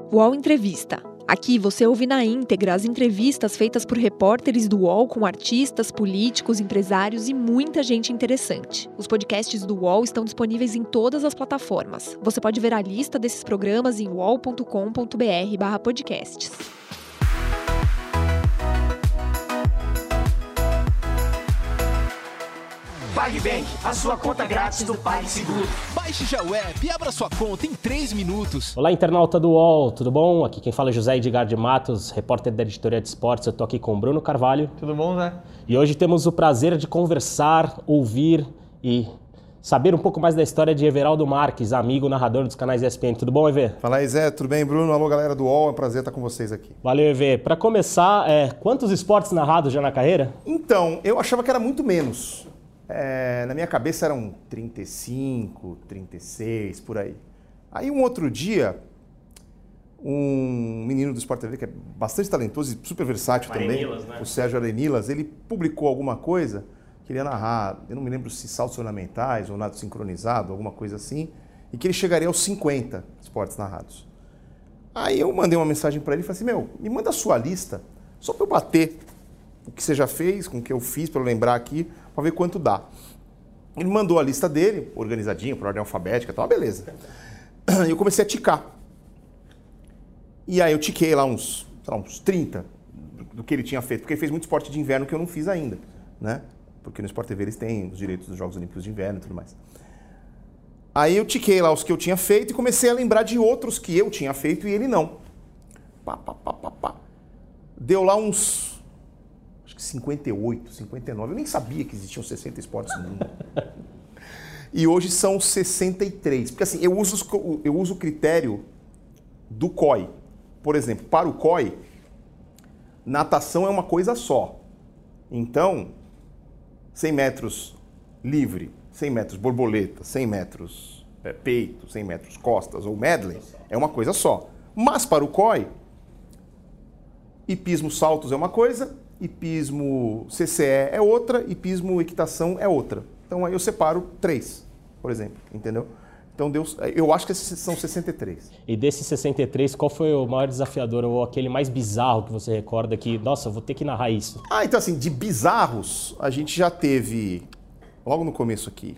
UOL Entrevista. Aqui você ouve na íntegra as entrevistas feitas por repórteres do UOL com artistas, políticos, empresários e muita gente interessante. Os podcasts do UOL estão disponíveis em todas as plataformas. Você pode ver a lista desses programas em uol.com.br/podcasts. PagBank, a sua conta grátis do PagSeguro. Baixe já o app e abra sua conta em 3 minutos. Olá, internauta do UOL, tudo bom? Aqui quem fala é José Edgar de Matos, repórter da Editoria de Esportes. Eu tô aqui com o Bruno Carvalho. Tudo bom, Zé? E hoje temos o prazer de conversar, ouvir e saber um pouco mais da história de Everaldo Marques, amigo narrador dos canais ESPN. Tudo bom, EV? Fala aí, Zé. Tudo bem, Bruno? Alô, galera do UOL. É um prazer estar com vocês aqui. Valeu, EV. Para começar, quantos esportes narrados já na carreira? Então, eu achava que era muito menos. Na minha cabeça eram 35, 36, por aí. Aí um outro dia, um menino do Sport TV, que é bastante talentoso e super versátil também, né? O Sérgio Arenilas, ele publicou alguma coisa que ele ia narrar, eu não me lembro se saltos ornamentais ou nado sincronizado, alguma coisa assim, e que ele chegaria aos 50 esportes narrados. Aí eu mandei uma mensagem para ele e falei assim, me manda a sua lista, só para eu bater o que você já fez, com o que eu fiz, para eu lembrar aqui, para ver quanto dá. Ele mandou a lista dele, organizadinho, por ordem alfabética e tal, beleza. E eu comecei a ticar. E aí eu tiquei lá uns 30 do que ele tinha feito, porque ele fez muito esporte de inverno que eu não fiz ainda, né? Porque no Sport TV eles têm os direitos dos Jogos Olímpicos de Inverno e tudo mais. Aí eu tiquei lá os que eu tinha feito e comecei a lembrar de outros que eu tinha feito e ele não. Deu lá uns 58, 59. Eu nem sabia que existiam 60 esportes no mundo. E hoje são 63. Porque assim, eu uso o critério do COI. Por exemplo, para o COI, natação é uma coisa só. Então, 100 metros livre, 100 metros borboleta, 100 metros peito, 100 metros costas ou medley, é uma coisa só. Mas para o COI, hipismo saltos é uma coisa, hipismo CCE é outra, hipismo equitação é outra. Então aí eu separo 3, por exemplo, entendeu? Então eu acho que esses são 63. E desses 63, qual foi o maior desafiador ou aquele mais bizarro que você recorda que, nossa, eu vou ter que narrar isso? Então assim, de bizarros, a gente já teve, logo no começo aqui,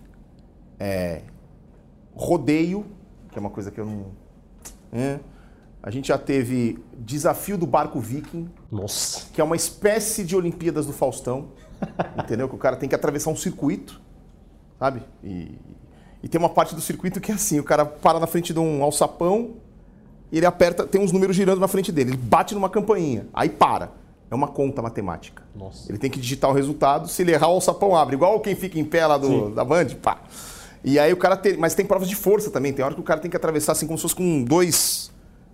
rodeio, que é uma coisa que eu não... A gente já teve Desafio do Barco Viking. Nossa. Que é uma espécie de Olimpíadas do Faustão. Entendeu? Que o cara tem que atravessar um circuito, sabe? E tem uma parte do circuito que é assim, o cara para na frente de um alçapão e ele aperta, tem uns números girando na frente dele. Ele bate numa campainha, aí para. É uma conta matemática. Nossa. Ele tem que digitar o resultado, se ele errar o alçapão abre. Igual quem fica em pé lá da Band, pá. E aí o cara tem... Mas tem provas de força também. Tem hora que o cara tem que atravessar assim como se fosse com dois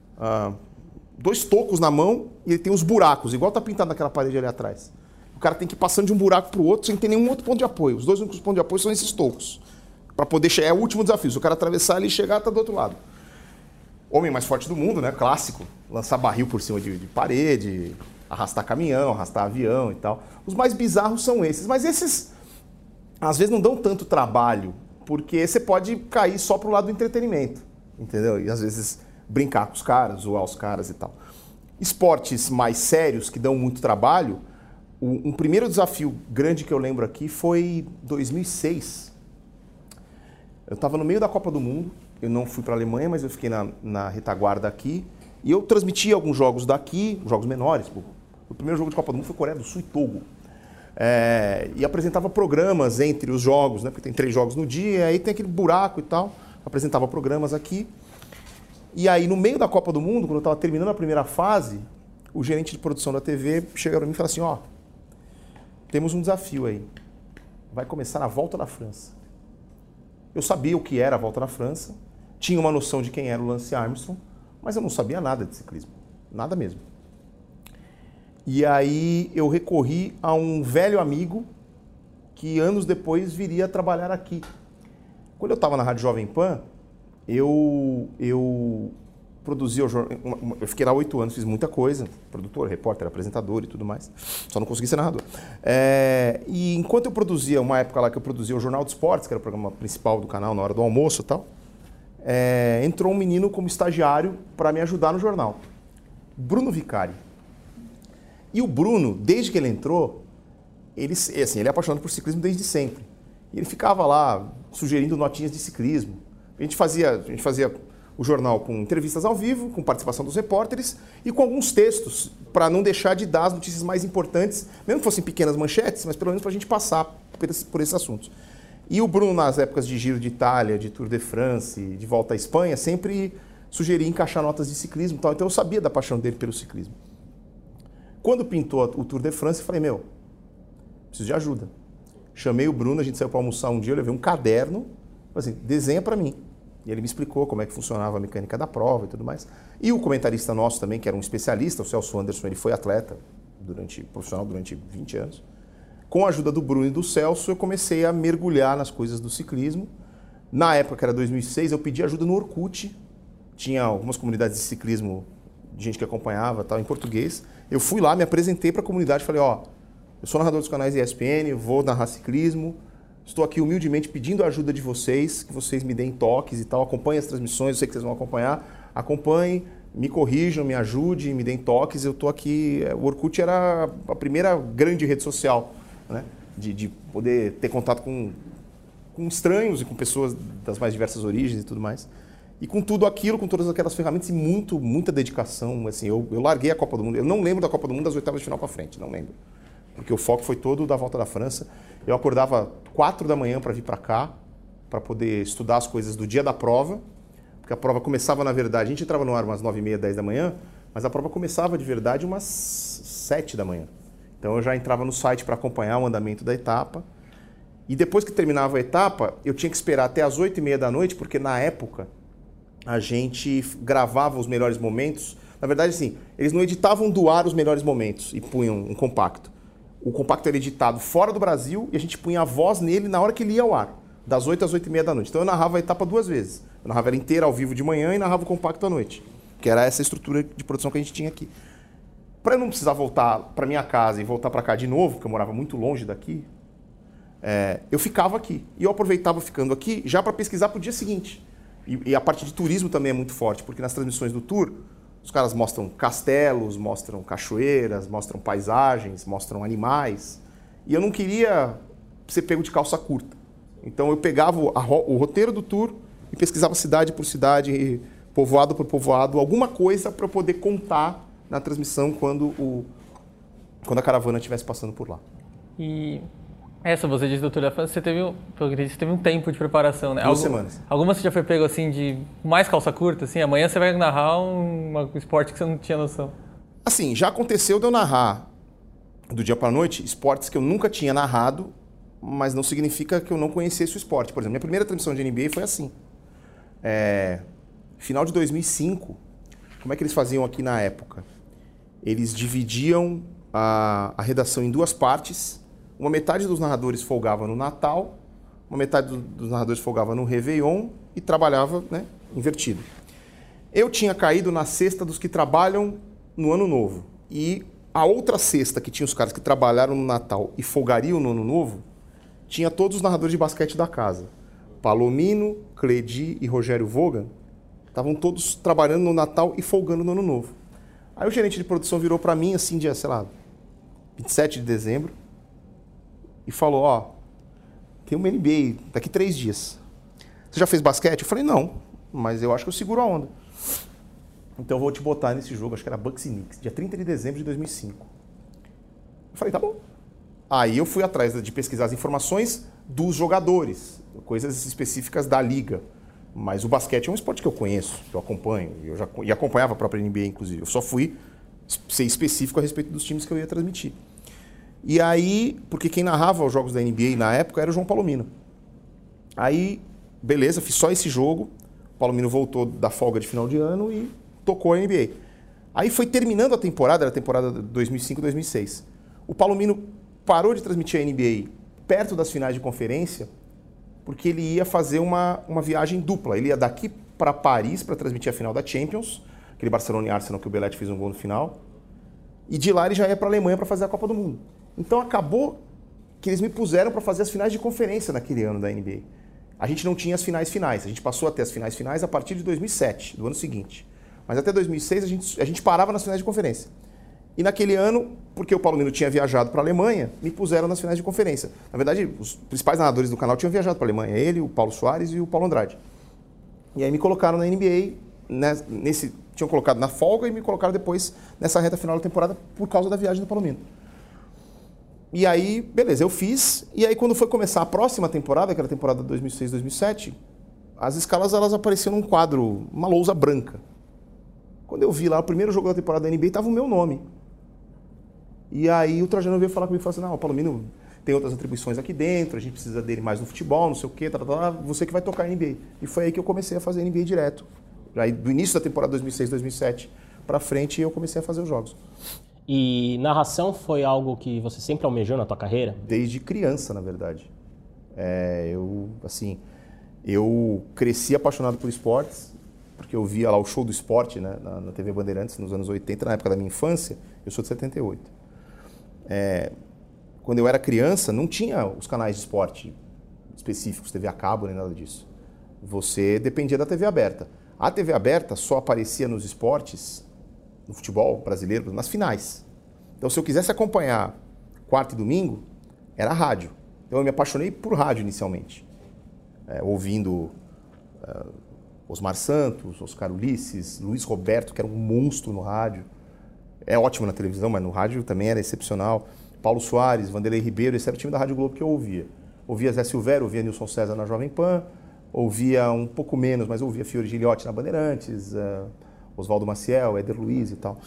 tocos na mão e ele tem uns buracos, igual tá pintado naquela parede ali atrás. O cara tem que ir passando de um buraco pro outro sem ter nenhum outro ponto de apoio. Os dois únicos pontos de apoio são esses tocos. Para poder chegar, é o último desafio. Se o cara atravessar ali e chegar, tá do outro lado. Homem mais forte do mundo, né? Clássico. Lançar barril por cima de parede, arrastar caminhão, arrastar avião e tal. Os mais bizarros são esses. Mas esses, às vezes, não dão tanto trabalho, porque você pode cair só pro lado do entretenimento. Entendeu? E às vezes brincar com os caras, zoar os caras e tal. Esportes mais sérios, que dão muito trabalho, um primeiro desafio grande que eu lembro aqui foi 2006. Eu estava no meio da Copa do Mundo, eu não fui para a Alemanha, mas eu fiquei na retaguarda aqui, e eu transmiti alguns jogos daqui, jogos menores. O primeiro jogo de Copa do Mundo foi Coreia do Sul e Togo. E apresentava programas entre os jogos, né? Porque tem 3 jogos no dia, aí tem aquele buraco e tal. Apresentava programas aqui. E aí, no meio da Copa do Mundo, quando eu estava terminando a primeira fase, o gerente de produção da TV chega para mim e fala assim, temos um desafio aí. Vai começar na Volta da França. Eu sabia o que era a Volta da França, tinha uma noção de quem era o Lance Armstrong, mas eu não sabia nada de ciclismo. Nada mesmo. E aí eu recorri a um velho amigo que anos depois viria a trabalhar aqui. Quando eu estava na Rádio Jovem Pan, eu produzia o jornal. Eu fiquei lá 8 anos, fiz muita coisa, produtor, repórter, apresentador e tudo mais. Só não consegui ser narrador. E enquanto eu produzia, uma época lá que eu produzia o Jornal de Esportes, que era o programa principal do canal na hora do almoço e tal, entrou um menino como estagiário para me ajudar no jornal. Bruno Vicari. E o Bruno, desde que ele entrou, ele é apaixonado por ciclismo desde sempre. E ele ficava lá sugerindo notinhas de ciclismo. A gente fazia o jornal com entrevistas ao vivo, com participação dos repórteres e com alguns textos, para não deixar de dar as notícias mais importantes, mesmo que fossem pequenas manchetes, mas pelo menos para a gente passar por esses assuntos. E o Bruno, nas épocas de Giro de Itália, de Tour de France, de Volta à Espanha, sempre sugeria encaixar notas de ciclismo e tal. Então eu sabia da paixão dele pelo ciclismo. Quando pintou o Tour de France, eu falei, preciso de ajuda. Chamei o Bruno, a gente saiu para almoçar um dia, eu levei um caderno, falei assim, desenha para mim. E ele me explicou como é que funcionava a mecânica da prova e tudo mais. E o comentarista nosso também, que era um especialista, o Celso Anderson, ele foi atleta profissional durante 20 anos. Com a ajuda do Bruno e do Celso, eu comecei a mergulhar nas coisas do ciclismo. Na época, que era 2006, eu pedi ajuda no Orkut. Tinha algumas comunidades de ciclismo, de gente que acompanhava, tal, em português. Eu fui lá, me apresentei para a comunidade, falei, eu sou narrador dos canais ESPN, vou narrar ciclismo. Estou aqui humildemente pedindo a ajuda de vocês, que vocês me deem toques e tal, acompanhem as transmissões, eu sei que vocês vão acompanhar, acompanhem, me corrijam, me ajudem, me deem toques, eu estou aqui. O Orkut era a primeira grande rede social, né? De poder ter contato com estranhos e com pessoas das mais diversas origens e tudo mais. E com tudo aquilo, com todas aquelas ferramentas e muita dedicação. Assim, eu larguei a Copa do Mundo, eu não lembro da Copa do Mundo das oitavas de final para frente, não lembro. Porque o foco foi todo da Volta da França. Eu acordava 4 da manhã para vir para cá, para poder estudar as coisas do dia da prova, porque a prova começava, na verdade, a gente entrava no ar umas 9h30, 10 da manhã, mas a prova começava de verdade umas 7 da manhã. Então eu já entrava no site para acompanhar o andamento da etapa. E depois que terminava a etapa, eu tinha que esperar até as 8h30 da noite, porque na época a gente gravava os melhores momentos. Na verdade, assim, eles não editavam do ar os melhores momentos e punham um compacto. O compacto era editado fora do Brasil e a gente punha a voz nele na hora que ele ia ao ar, das 8 às 8h30 da noite. Então eu narrava a etapa 2 vezes. Eu narrava ela inteira ao vivo de manhã e narrava o compacto à noite, que era essa estrutura de produção que a gente tinha aqui. Para eu não precisar voltar para minha casa e voltar para cá de novo, porque eu morava muito longe daqui, eu ficava aqui. E eu aproveitava ficando aqui já para pesquisar para o dia seguinte. E a parte de turismo também é muito forte, porque nas transmissões do Tour, os caras mostram castelos, mostram cachoeiras, mostram paisagens, mostram animais. E eu não queria ser pego de calça curta. Então eu pegava o roteiro do Tour e pesquisava cidade por cidade, povoado por povoado, alguma coisa para eu poder contar na transmissão quando a caravana estivesse passando por lá. E você disse do Tour da França, você teve um tempo de preparação, né? 2 semanas. Alguma você já foi pego assim de mais calça curta, assim? Amanhã você vai narrar um esporte que você não tinha noção. Assim, já aconteceu de eu narrar do dia para a noite esportes que eu nunca tinha narrado, mas não significa que eu não conhecesse o esporte. Por exemplo, minha primeira transmissão de NBA foi assim. Final de 2005, como é que eles faziam aqui na época? Eles dividiam a redação em 2 partes. Uma metade dos narradores folgava no Natal, uma metade dos narradores folgava no Réveillon e trabalhava, né, invertido. Eu tinha caído na cesta dos que trabalham no Ano Novo. E a outra cesta, que tinha os caras que trabalharam no Natal e folgariam no Ano Novo, tinha todos os narradores de basquete da casa. Palomino, Cledi e Rogério Vogan estavam todos trabalhando no Natal e folgando no Ano Novo. Aí o gerente de produção virou para mim, assim, dia, 27 de dezembro, e falou, tem uma NBA daqui 3 dias. Você já fez basquete? Eu falei, não, mas eu acho que eu seguro a onda. Então eu vou te botar nesse jogo, acho que era Bucks e Knicks, dia 30 de dezembro de 2005. Eu falei, tá bom. Aí eu fui atrás de pesquisar as informações dos jogadores, coisas específicas da liga. Mas o basquete é um esporte que eu conheço, que eu acompanho, e acompanhava a própria NBA, inclusive. Eu só fui ser específico a respeito dos times que eu ia transmitir. E aí, porque quem narrava os jogos da NBA na época era o João Palomino. Aí, beleza, fiz só esse jogo. O Palomino voltou da folga de final de ano e tocou a NBA. Aí foi terminando a temporada, era a temporada 2005-2006. O Palomino parou de transmitir a NBA perto das finais de conferência, porque ele ia fazer uma viagem dupla. Ele ia daqui para Paris para transmitir a final da Champions, aquele Barcelona e Arsenal que o Belletti fez um gol no final, e de lá ele já ia para a Alemanha para fazer a Copa do Mundo. Então acabou que eles me puseram para fazer as finais de conferência naquele ano da NBA. a gente não tinha as finais. A gente passou a ter as finais a partir de 2007, do ano seguinte. Mas até 2006 a gente parava nas finais de conferência. E naquele ano, porque o Paulo Mino tinha viajado para a Alemanha, me puseram nas finais de conferência. Na verdade, os principais narradores do canal tinham viajado para a Alemanha. Ele, o Paulo Soares e o Paulo Andrade. E aí me colocaram na NBA, tinham colocado na folga e me colocaram depois nessa reta final da temporada por causa da viagem do Paulo Mino. E aí, beleza, eu fiz. E aí quando foi começar a próxima temporada, que era a temporada 2006-2007, as escalas elas apareciam num quadro, uma lousa branca. Quando eu vi lá o primeiro jogo da temporada da NBA, estava o meu nome. E aí o Trajano veio falar comigo e falou assim, não, o Paulo Mino tem outras atribuições aqui dentro, a gente precisa dele mais no futebol, não sei o quê, você que vai tocar a NBA. E foi aí que eu comecei a fazer NBA direto. Aí, do início da temporada 2006-2007 para frente, eu comecei a fazer os jogos. E narração foi algo que você sempre almejou na tua carreira? Desde criança, na verdade. Eu cresci apaixonado por esportes, porque eu via lá o Show do Esporte, né, na TV Bandeirantes nos anos 80, na época da minha infância. Eu sou de 78. Quando eu era criança, não tinha os canais de esporte específicos, TV a cabo, nem nada disso. Você dependia da TV aberta. A TV aberta só aparecia nos esportes, no futebol brasileiro, nas finais. Então, se eu quisesse acompanhar quarta e domingo, era rádio. Então, eu me apaixonei por rádio inicialmente. Ouvindo Osmar Santos, Oscar Ulisses, Luiz Roberto, que era um monstro no rádio. É ótimo na televisão, mas no rádio também era excepcional. Paulo Soares, Vanderlei Ribeiro, esse era o time da Rádio Globo que eu ouvia. Ouvia Zé Silvério, ouvia Nilson César na Jovem Pan, ouvia um pouco menos, mas ouvia Fiore Giliotti na Bandeirantes, Oswaldo Maciel, Éder Luiz e tal.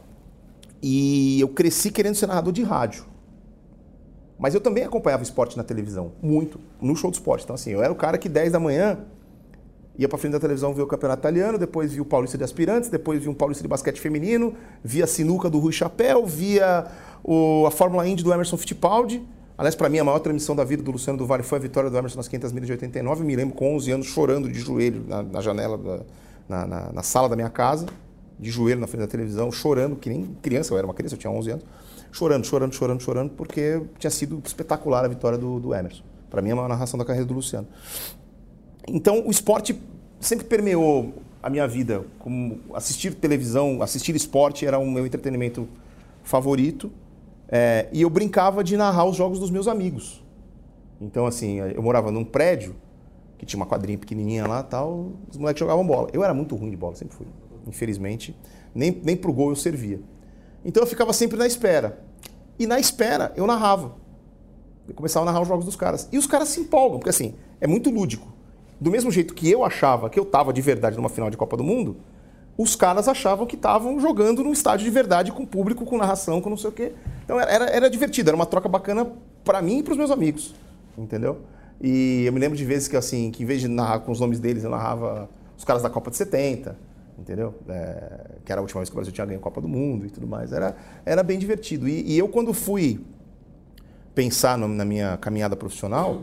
E eu cresci querendo ser narrador de rádio. Mas eu também acompanhava esporte na televisão, muito, no Show do Esporte. Então assim, eu era o cara que 10 da manhã ia pra frente da televisão ver o Campeonato Italiano, depois via o Paulista de Aspirantes, depois via um Paulista de Basquete Feminino, via a sinuca do Rui Chapéu, via a Fórmula Indy do Emerson Fittipaldi. Aliás, para mim, a maior transmissão da vida do Luciano do Vale foi a vitória do Emerson nas 500 milhas de 89. Eu me lembro com 11 anos chorando de joelho na janela, na sala da minha casa, de joelho na frente da televisão, chorando, que nem criança, eu era uma criança, eu tinha 11 anos, chorando, porque tinha sido espetacular a vitória do Emerson. Para mim, é a maior narração da carreira do Luciano. Então, o esporte sempre permeou a minha vida. Como assistir televisão, assistir esporte era o meu entretenimento favorito. E eu brincava de narrar os jogos dos meus amigos. Então, assim, eu morava num prédio que tinha uma quadrinha pequenininha lá e tal, os moleques jogavam bola. Eu era muito ruim de bola, sempre fui. Infelizmente, nem pro gol eu servia. Então, eu ficava sempre na espera. E na espera, eu narrava. Eu começava a narrar os jogos dos caras. E os caras se empolgam, porque assim, é muito lúdico. Do mesmo jeito que eu achava que eu estava de verdade numa final de Copa do Mundo, os caras achavam que estavam jogando num estádio de verdade, com público, com narração, com não sei o quê. Então era divertido, era uma troca bacana para mim e para os meus amigos, entendeu? E eu me lembro de vezes que, assim, que em vez de narrar com os nomes deles, eu narrava os caras da Copa de 70, entendeu? Que era a última vez que o Brasil tinha ganho a Copa do Mundo e tudo mais. Era bem divertido. E eu, quando fui pensar na minha caminhada profissional,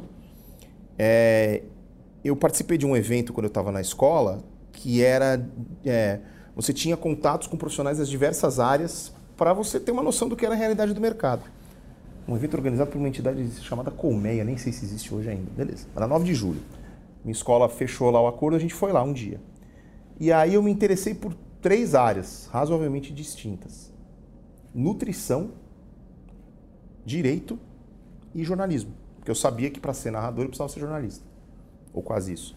eu participei de um evento quando eu estava na escola, que era... você tinha contatos com profissionais das diversas áreas para você ter uma noção do que era a realidade do mercado. Um evento organizado por uma entidade chamada Colmeia, nem sei se existe hoje ainda, beleza. Era 9 de julho. Minha escola fechou lá o acordo, a gente foi lá um dia. E aí eu me interessei por 3 áreas razoavelmente distintas. Nutrição, direito e jornalismo. Porque eu sabia que para ser narrador eu precisava ser jornalista. Ou quase isso.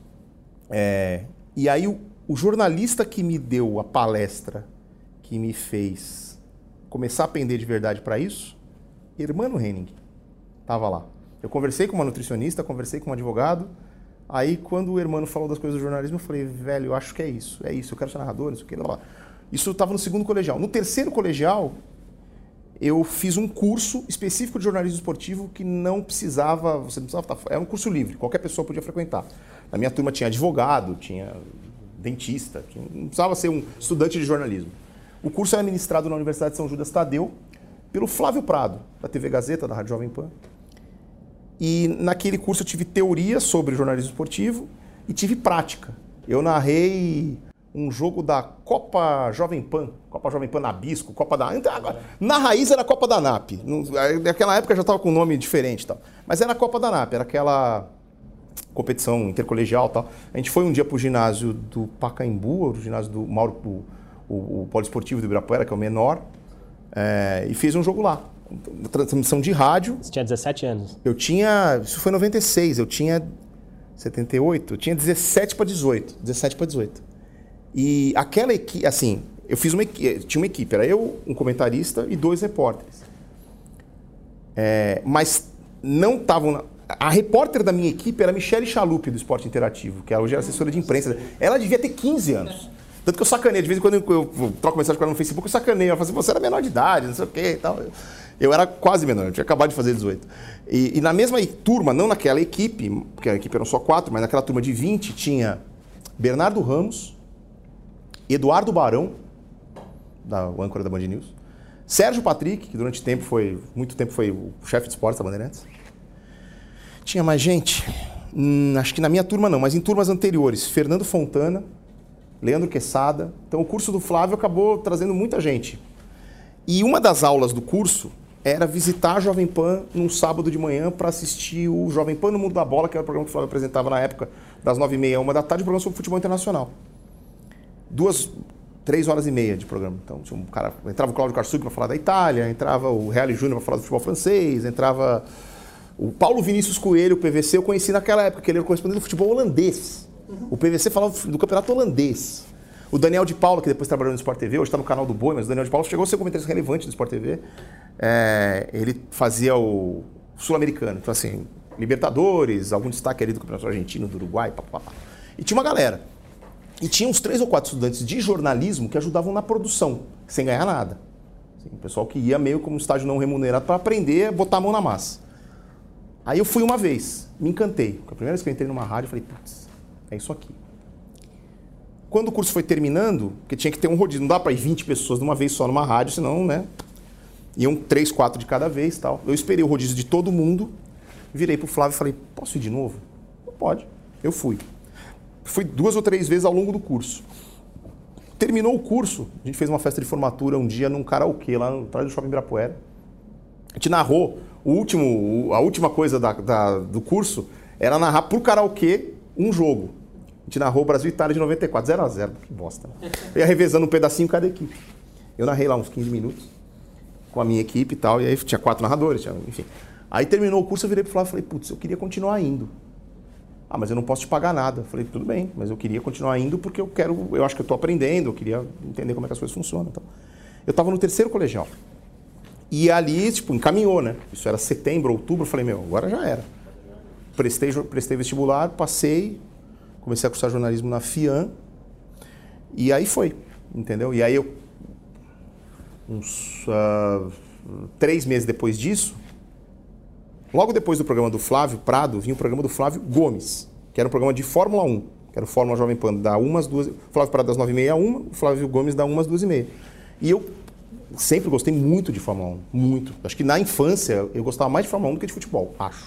E aí o jornalista que me deu a palestra, que me fez começar a aprender de verdade para isso, Hermano Henning, estava lá. Eu conversei com uma nutricionista, conversei com um advogado, aí quando o Hermano falou das coisas do jornalismo, eu falei, velho, eu acho que é isso, eu quero ser narrador, não sei o que, lá. Isso estava no 2º colegial. No 3º colegial, eu fiz um curso específico de jornalismo esportivo que não precisava, você não precisava estar, era um curso livre, qualquer pessoa podia frequentar. Na minha turma tinha advogado, tinha dentista, não precisava ser um estudante de jornalismo. O curso era ministrado na Universidade de São Judas Tadeu pelo Flávio Prado, da TV Gazeta, da Rádio Jovem Pan. E naquele curso eu tive teoria sobre jornalismo esportivo e tive prática. Eu narrei um jogo da Copa Jovem Pan Nabisco, Copa da... Na raiz era a Copa da NAP. Naquela época já estava com um nome diferente e tal. Mas era a Copa da NAP, era competição intercolegial e tal. A gente foi um dia pro ginásio do Pacaembu, o ginásio do Mauro, o poliesportivo do Ibirapuera, que é o menor, e fez um jogo lá. Transmissão de rádio. Você tinha 17 anos. Eu tinha... Isso foi em 96, eu tinha 78, eu tinha 17 para 18. 17 para 18. E aquela equipe, assim, eu fiz tinha uma equipe, era eu, um comentarista e 2 repórteres. Mas não estavam... A repórter da minha equipe era a Michele Chalup, do Esporte Interativo, que hoje era assessora de imprensa. Ela devia ter 15 anos. Tanto que eu sacaneio, de vez em quando eu troco mensagem com ela no Facebook, eu sacaneio. Ela fala assim, você era menor de idade, não sei o quê e tal. Eu era quase menor, eu tinha acabado de fazer 18. E na mesma turma, não naquela equipe, porque a equipe eram só 4, mas naquela turma de 20, tinha Bernardo Ramos, Eduardo Barão, o âncora da Band News, Sérgio Patrick, que durante muito tempo foi o chefe de esportes da Bandeirantes. Tinha mais gente? Acho que na minha turma não, mas em turmas anteriores, Fernando Fontana, Leandro Quesada. Então o curso do Flávio acabou trazendo muita gente. E uma das aulas do curso era visitar a Jovem Pan num sábado de manhã para assistir o Jovem Pan no Mundo da Bola, que era o programa que o Flávio apresentava na época, das 9h30 à 1h da tarde, um programa sobre futebol internacional. 3 horas e meia de programa. Então tinha um cara, entrava o Cláudio Karsug para falar da Itália, entrava o Reale Júnior para falar do futebol francês, entrava o Paulo Vinícius Coelho, o PVC, eu conheci naquela época, que ele era correspondente do futebol holandês. O PVC falava do campeonato holandês. O Daniel de Paula, que depois trabalhou no Sport TV, hoje está no canal do Boi, mas o Daniel de Paula chegou a ser um comentarista relevante do Sport TV. Ele fazia o Sul-Americano. Então, assim, Libertadores, algum destaque ali do Campeonato Argentino, do Uruguai, papapá. E tinha uma galera. E tinha uns 3 ou 4 estudantes de jornalismo que ajudavam na produção, sem ganhar nada. Assim, o pessoal que ia meio como um estágio não remunerado para aprender a botar a mão na massa. Aí eu fui uma vez, me encantei. A primeira vez que eu entrei numa rádio, eu falei, putz, é isso aqui. Quando o curso foi terminando, porque tinha que ter um rodízio, não dá para ir 20 pessoas de uma vez só numa rádio, senão, né, iam 3, 4 de cada vez e tal. Eu esperei o rodízio de todo mundo, virei pro Flávio e falei, posso ir de novo? Não pode. Eu fui. Fui 2 ou 3 vezes ao longo do curso. Terminou o curso, a gente fez uma festa de formatura um dia num karaokê lá atrás do Shopping Ibirapuera. A gente narrou, a última coisa do curso era narrar pro karaokê um jogo. A gente narrou Brasil e Itália de 94, 0-0. Que bosta. Eu ia revezando um pedacinho cada equipe. Eu narrei lá uns 15 minutos com a minha equipe e tal, e aí tinha 4 narradores, enfim. Aí terminou o curso, eu virei pro Flávio e falei, putz, eu queria continuar indo. Ah, mas eu não posso te pagar nada. Eu falei, tudo bem, mas eu queria continuar indo porque eu acho que eu tô aprendendo, eu queria entender como é que as coisas funcionam. Então. Eu estava no 3º colegial. E ali, encaminhou, né? Isso era setembro, outubro, eu falei, agora já era. Prestei vestibular, passei, comecei a cursar jornalismo na FIAN, e aí foi, entendeu? E aí uns 3 meses depois disso, logo depois do programa do Flávio Prado, vinha o programa do Flávio Gomes, que era um programa de Fórmula 1, que era o Fórmula Jovem Pan, da 1 às 2, o Flávio Prado das 9h30 à 1, o Flávio Gomes da 1 às 2h30. E eu sempre gostei muito de Fórmula 1, muito. Acho que na infância eu gostava mais de Fórmula 1 do que de futebol, acho.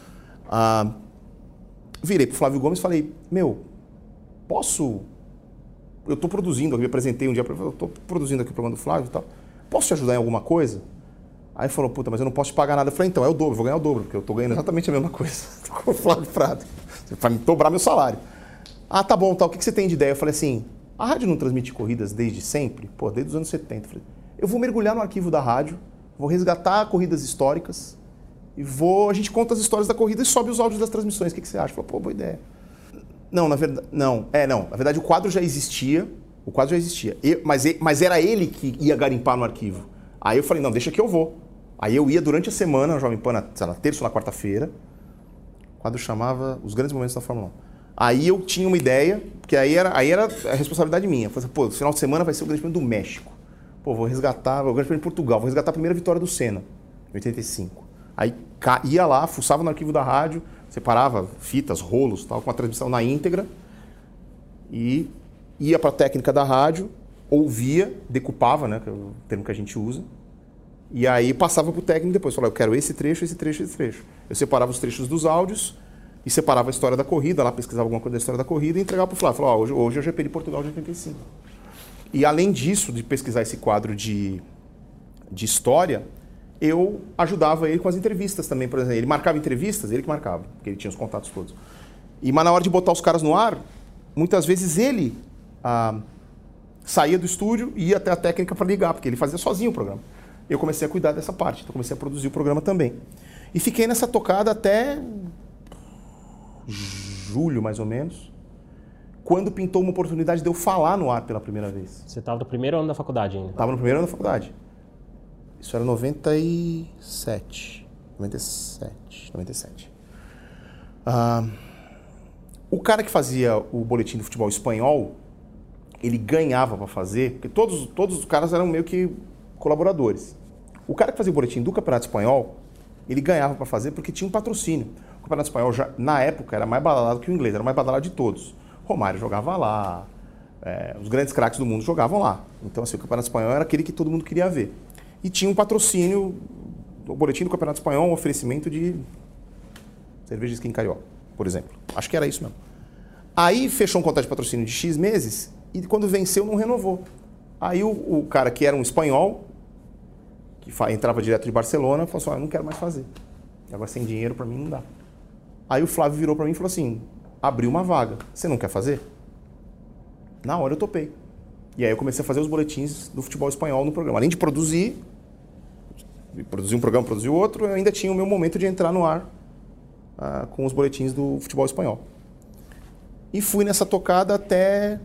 Virei pro Flávio Gomes e falei, posso... Eu estou produzindo, eu me apresentei um dia, eu estou produzindo aqui o programa do Flávio e tal. Posso te ajudar em alguma coisa? Aí ele falou, puta, mas eu não posso te pagar nada. Eu falei, então, é o dobro, vou ganhar o dobro, porque eu estou ganhando exatamente a mesma coisa com o Flávio Prado. Você vai me dobrar meu salário. Ah, tá bom, tal, o que você tem de ideia? Eu falei assim, a rádio não transmite corridas desde sempre? Pô, desde os anos 70. Eu falei, eu vou mergulhar no arquivo da rádio, vou resgatar corridas históricas e a gente conta as histórias da corrida e sobe os áudios das transmissões. O que você acha? Falei, pô, boa ideia. Não, na verdade, não. Na verdade, o quadro já existia, mas era ele que ia garimpar no arquivo. Aí eu falei, não, deixa que eu vou. Aí eu ia durante a semana, na Jovem Pan, na terça ou na quarta-feira. O quadro chamava Os Grandes Momentos da Fórmula 1. Aí eu tinha uma ideia, porque aí era a responsabilidade minha. Eu falei, pô, no final de semana vai ser o Grande Prêmio do México. Pô, vou resgatar o Grande Prêmio de Portugal, vou resgatar a primeira vitória do Senna, em 85. Aí ia lá, fuçava no arquivo da rádio, separava fitas, rolos, tal, com a transmissão na íntegra, e ia para a técnica da rádio, ouvia, decupava, né, que é o termo que a gente usa, e aí passava para o técnico depois, falava, eu quero esse trecho, esse trecho, esse trecho. Eu separava os trechos dos áudios e separava a história da corrida, lá pesquisava alguma coisa da história da corrida e entregava para o Flávio. Falava, hoje é o GP de Portugal de 85. E além disso, de pesquisar esse quadro de história, eu ajudava ele com as entrevistas também, por exemplo. Ele marcava entrevistas, ele que marcava, porque ele tinha os contatos todos. Mas na hora de botar os caras no ar, muitas vezes ele saía do estúdio e ia até a técnica para ligar, porque ele fazia sozinho o programa. Eu comecei a cuidar dessa parte, então comecei a produzir o programa também. E fiquei nessa tocada até julho, mais ou menos, quando pintou uma oportunidade de eu falar no ar pela primeira vez. Você estava no primeiro ano da faculdade ainda? Estava no primeiro ano da faculdade. Isso era 97. O cara que fazia o boletim do futebol espanhol, ele ganhava para fazer, porque todos os caras eram meio que colaboradores. O cara que fazia o boletim do Campeonato Espanhol, ele ganhava para fazer porque tinha um patrocínio. O Campeonato Espanhol, já, na época, era mais badalado que o inglês, era mais badalado de todos. Romário jogava lá, os grandes craques do mundo jogavam lá. Então, assim, o Campeonato Espanhol era aquele que todo mundo queria ver. E tinha um patrocínio, o boletim do Campeonato Espanhol, um oferecimento de cerveja Skin Carioca, por exemplo. Acho que era isso mesmo. Aí fechou um contrato de patrocínio de X meses e quando venceu não renovou. Aí o cara que era um espanhol, que entrava direto de Barcelona, falou assim, eu não quero mais fazer. Agora sem dinheiro para mim não dá. Aí o Flávio virou para mim e falou assim, abriu uma vaga, você não quer fazer? Na hora eu topei. E aí eu comecei a fazer os boletins do futebol espanhol no programa. Além de produzir um programa, produzir outro, eu ainda tinha o meu momento de entrar no ar com os boletins do futebol espanhol. E fui nessa tocada até...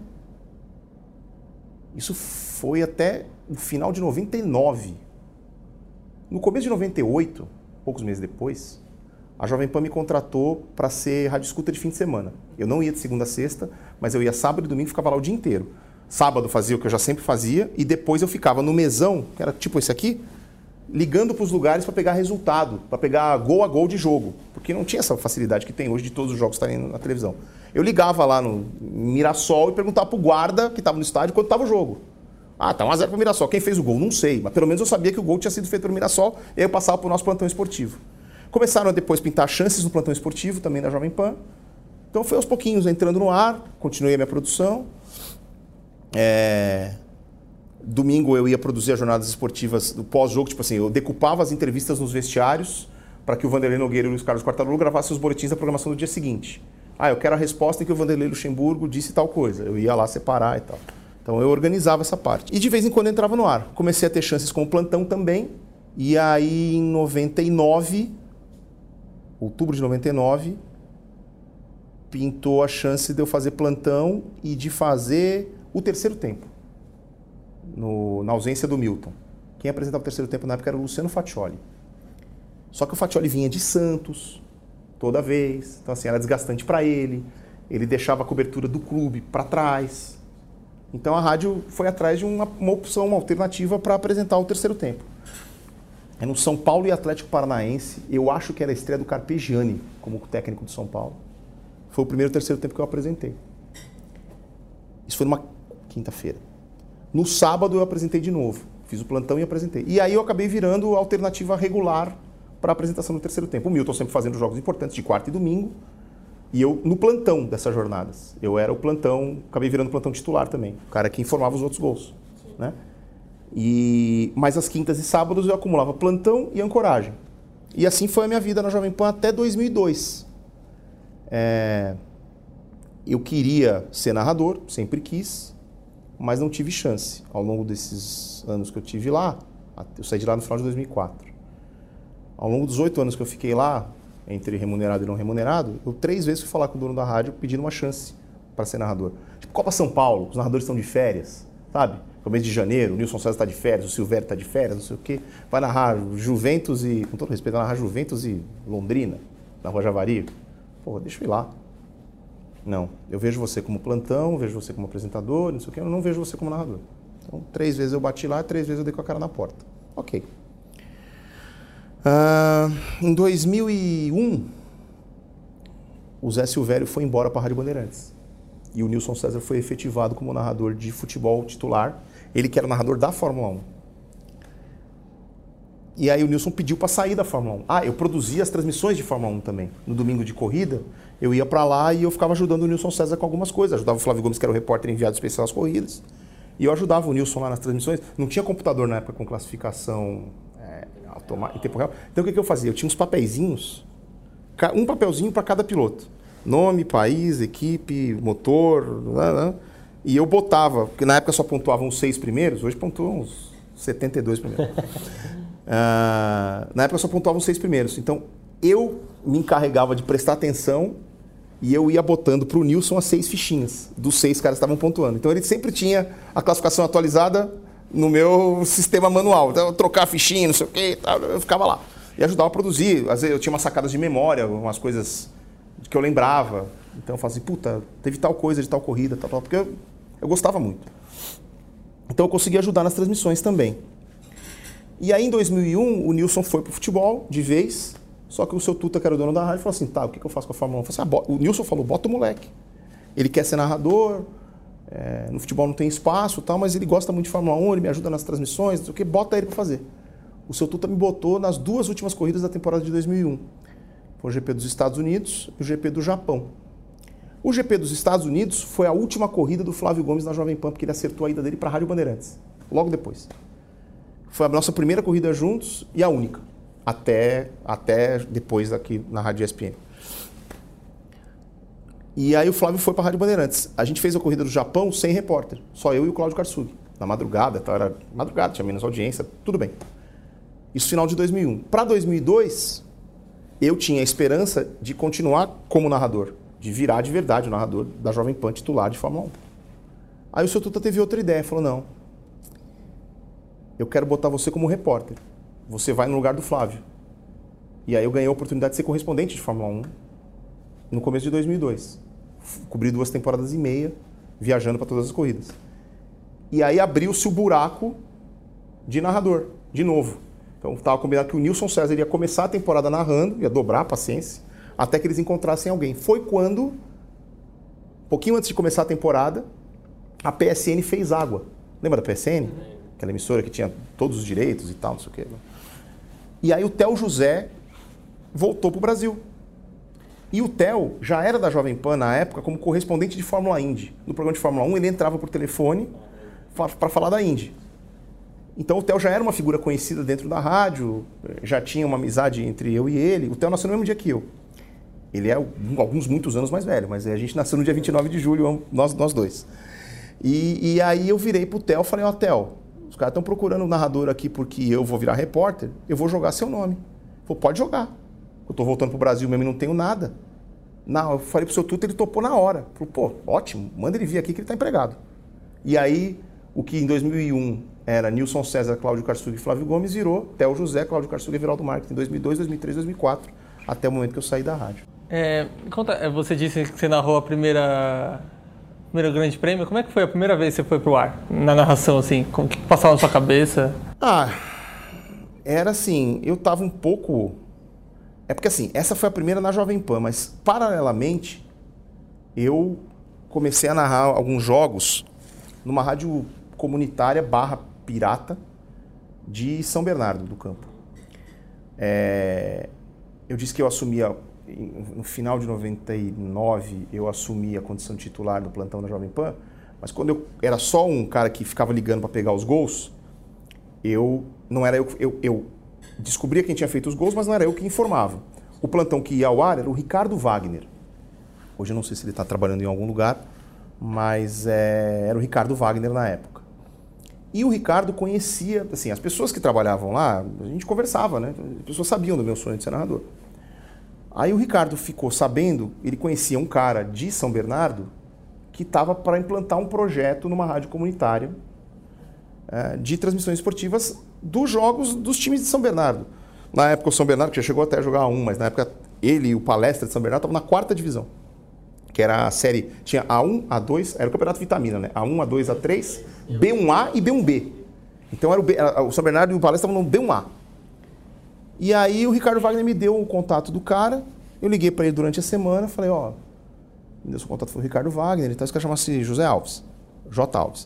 Isso foi até o final de 99. No começo de 98, poucos meses depois, a Jovem Pan me contratou para ser rádio escuta de fim de semana. Eu não ia de segunda a sexta, mas eu ia sábado e domingo e ficava lá o dia inteiro. Sábado fazia o que eu já sempre fazia e depois eu ficava no mesão, que era tipo esse aqui, ligando para os lugares para pegar resultado, para pegar gol a gol de jogo. Porque não tinha essa facilidade que tem hoje de todos os jogos estarem na televisão. Eu ligava lá no Mirassol e perguntava pro guarda que estava no estádio quanto estava o jogo. Ah, tá 1-0 pro Mirassol. Quem fez o gol? Não sei, mas pelo menos eu sabia que o gol tinha sido feito pelo Mirassol e aí eu passava pro nosso plantão esportivo. Começaram a depois pintar chances no plantão esportivo, também da Jovem Pan. Então foi aos pouquinhos entrando no ar, continuei a minha produção. Domingo eu ia produzir as jornadas esportivas do pós-jogo, tipo assim, eu decupava as entrevistas nos vestiários para que o Vanderlei Nogueira e o Luiz Carlos Quartarolo gravassem os boletins da programação do dia seguinte. Eu quero a resposta em que o Vanderlei Luxemburgo disse tal coisa. Eu ia lá separar e tal. Então eu organizava essa parte. E de vez em quando entrava no ar. Comecei a ter chances com o plantão também. E aí em 99, outubro de 99, pintou a chance de eu fazer plantão e de fazer o terceiro tempo. Na ausência do Milton. Quem apresentava o terceiro tempo na época era o Luciano Faccioli. Só que o Faccioli vinha de Santos toda vez, então assim, era desgastante para ele, ele deixava a cobertura do clube para trás. Então a rádio foi atrás de uma opção, uma alternativa para apresentar o terceiro tempo. É no São Paulo e Atlético Paranaense, eu acho que era a estreia do Carpegiani como técnico do São Paulo. Foi o primeiro e terceiro tempo que eu apresentei. Isso foi numa quinta-feira. No sábado eu apresentei de novo, fiz o plantão e apresentei. E aí eu acabei virando alternativa regular para a apresentação do terceiro tempo. O Milton sempre fazendo jogos importantes de quarta e domingo, e eu no plantão dessas jornadas. Eu era o plantão, acabei virando plantão titular também, o cara que informava os outros gols. Né? Mas às quintas e sábados eu acumulava plantão e ancoragem. E assim foi a minha vida na Jovem Pan até 2002. Eu queria ser narrador, sempre quis, mas não tive chance. Ao longo desses anos que eu tive lá, eu saí de lá no final de 2004. Ao longo dos 8 anos que eu fiquei lá, entre remunerado e não remunerado, eu 3 vezes fui falar com o dono da rádio pedindo uma chance para ser narrador. Tipo Copa São Paulo, os narradores estão de férias, sabe? Começo de janeiro, o Nilson César está de férias, o Silvério está de férias, não sei o quê. Vai narrar Juventus e, com todo respeito, vai narrar Juventus e Londrina, na Rua Javari. Pô, deixa eu ir lá. Não, eu vejo você como plantão, vejo você como apresentador, não sei o quê, eu não vejo você como narrador. Então, 3 vezes eu bati lá, 3 vezes eu dei com a cara na porta. Ok. Em 2001, o Zé Silvério foi embora para a Rádio Bandeirantes. E o Nilson César foi efetivado como narrador de futebol titular. Ele que era o narrador da Fórmula 1. E aí o Nilson pediu para sair da Fórmula 1. Eu produzia as transmissões de Fórmula 1 também. No domingo de corrida, eu ia para lá e eu ficava ajudando o Nilson César com algumas coisas. Ajudava o Flávio Gomes, que era o repórter enviado especial às corridas. E eu ajudava o Nilson lá nas transmissões. Não tinha computador na época com classificação em tempo real. Então o que eu fazia? Eu tinha uns papeizinhos, um papelzinho para cada piloto. Nome, país, equipe, motor, e eu botava, porque na época só pontuavam os 6 primeiros, hoje pontuam os 72 primeiros. Na época só pontuavam os 6 primeiros, então eu me encarregava de prestar atenção e eu ia botando para o Nilson as 6 fichinhas, dos 6 caras que estavam pontuando. Então ele sempre tinha a classificação atualizada no meu sistema manual, então eu trocava a fichinha, não sei o que, eu ficava lá. E ajudava a produzir, às vezes eu tinha umas sacadas de memória, umas coisas que eu lembrava. Então eu falava assim, puta, teve tal coisa de tal corrida, tal, porque eu gostava muito. Então eu consegui ajudar nas transmissões também. E aí em 2001 o Nilson foi pro futebol de vez, só que o seu Tuta, que era o dono da rádio, falou assim, tá, o que eu faço com a Fórmula 1? Eu falei assim, o Nilson falou, bota o moleque. Ele quer ser narrador, no futebol não tem espaço e tal, mas ele gosta muito de Fórmula 1, ele me ajuda nas transmissões, não sei o que, bota ele para fazer. O seu Tuta me botou nas 2 últimas corridas da temporada de 2001. Foi o GP dos Estados Unidos e o GP do Japão. O GP dos Estados Unidos foi a última corrida do Flávio Gomes na Jovem Pan, porque ele acertou a ida dele para a Rádio Bandeirantes, logo depois. Foi a nossa primeira corrida juntos e a única, até depois aqui na Rádio ESPN. E aí o Flávio foi para a Rádio Bandeirantes. A gente fez a corrida do Japão sem repórter, só eu e o Cláudio Karsug. Na madrugada, era madrugada, tinha menos audiência, tudo bem. Isso final de 2001. Para 2002, eu tinha a esperança de continuar como narrador, de virar de verdade o narrador da Jovem Pan titular de Fórmula 1. Aí o seu Tuta teve outra ideia, falou, não, eu quero botar você como repórter. Você vai no lugar do Flávio. E aí eu ganhei a oportunidade de ser correspondente de Fórmula 1 no começo de 2002. Cobri 2 temporadas e meia, viajando para todas as corridas. E aí abriu-se o buraco de narrador, de novo. Então estava combinado que o Nilson César ia começar a temporada narrando, ia dobrar a paciência, até que eles encontrassem alguém. Foi quando, um pouquinho antes de começar a temporada, a PSN fez água. Lembra da PSN? Aquela emissora que tinha todos os direitos e tal, não sei o quê. E aí o Theo José voltou para o Brasil. E o Theo já era da Jovem Pan na época como correspondente de Fórmula Indy. No programa de Fórmula 1 ele entrava por telefone para falar da Indy. Então o Theo já era uma figura conhecida dentro da rádio, já tinha uma amizade entre eu e ele. O Theo nasceu no mesmo dia que eu. Ele é muitos anos mais velho, mas a gente nasceu no dia 29 de julho, nós dois. E aí eu virei pro Theo e falei, ó, Theo, os caras estão procurando um narrador aqui porque eu vou virar repórter, eu vou jogar seu nome. Ele falou, pode jogar. Eu tô voltando pro Brasil mesmo e não tenho nada. Não, eu falei pro seu Tuta, ele topou na hora. Falou, pô, ótimo, manda ele vir aqui que ele tá empregado. E aí, o que em 2001 era Nilson César, Cláudio Karsug e Flávio Gomes, virou Theo José, Cláudio Karsug e Everaldo Marques em 2002, 2003, 2004, até o momento que eu saí da rádio. Você disse que você narrou a primeiro grande prêmio. Como é que foi a primeira vez que você foi pro ar? Na narração, assim, o que passava na sua cabeça? Era assim, eu tava um pouco... É porque assim, essa foi a primeira na Jovem Pan, mas paralelamente eu comecei a narrar alguns jogos numa rádio comunitária / pirata de São Bernardo do Campo. Eu disse que eu assumia, no final de 99, eu assumi a condição de titular do plantão da Jovem Pan, mas quando eu era só um cara que ficava ligando para pegar os gols, eu descobria quem tinha feito os gols, mas não era eu que informava. O plantão que ia ao ar era o Ricardo Wagner. Hoje eu não sei se ele está trabalhando em algum lugar, mas era o Ricardo Wagner na época. E o Ricardo conhecia, assim, as pessoas que trabalhavam lá, a gente conversava, né? As pessoas sabiam do meu sonho de ser narrador. Aí o Ricardo ficou sabendo, ele conhecia um cara de São Bernardo que estava para implantar um projeto numa rádio comunitária de transmissões esportivas dos jogos dos times de São Bernardo. Na época o São Bernardo, que já chegou até a jogar A1, mas na época ele e o Palestra de São Bernardo estavam na 4ª divisão. Que era a série, tinha A1, A2, era o campeonato Vitamina, né? A1, A2, A3, B1A e B1B. Então o São Bernardo e o Palestra estavam no B1A. E aí o Ricardo Wagner me deu o contato do cara, eu liguei para ele durante a semana, falei, ó, me deu o contato, foi o Ricardo Wagner, então esse cara chama-se José Alves, J. Alves.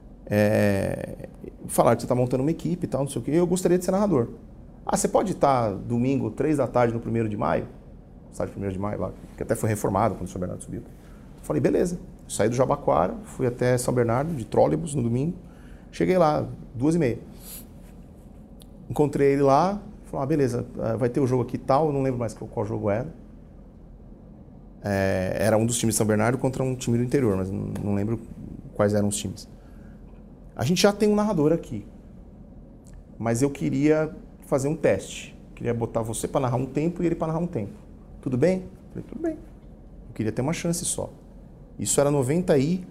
Falaram que você está montando uma equipe e tal, não sei o quê, eu gostaria de ser narrador. Você pode estar domingo, 3 da tarde, no 1º de maio? Estádio 1º de maio lá, que até foi reformado quando o São Bernardo subiu. Falei, beleza. Saí do Jabaquara, fui até São Bernardo, de trólebus, no domingo. Cheguei lá, 2h30. Encontrei ele lá, falei, beleza, vai ter o jogo aqui e tal, eu não lembro mais qual jogo era. Era um dos times de São Bernardo contra um time do interior, mas não lembro quais eram os times. A gente já tem um narrador aqui, mas eu queria fazer um teste. Queria botar você para narrar um tempo e ele para narrar um tempo. Tudo bem? Eu falei, tudo bem. Eu queria ter uma chance só. Isso era 98.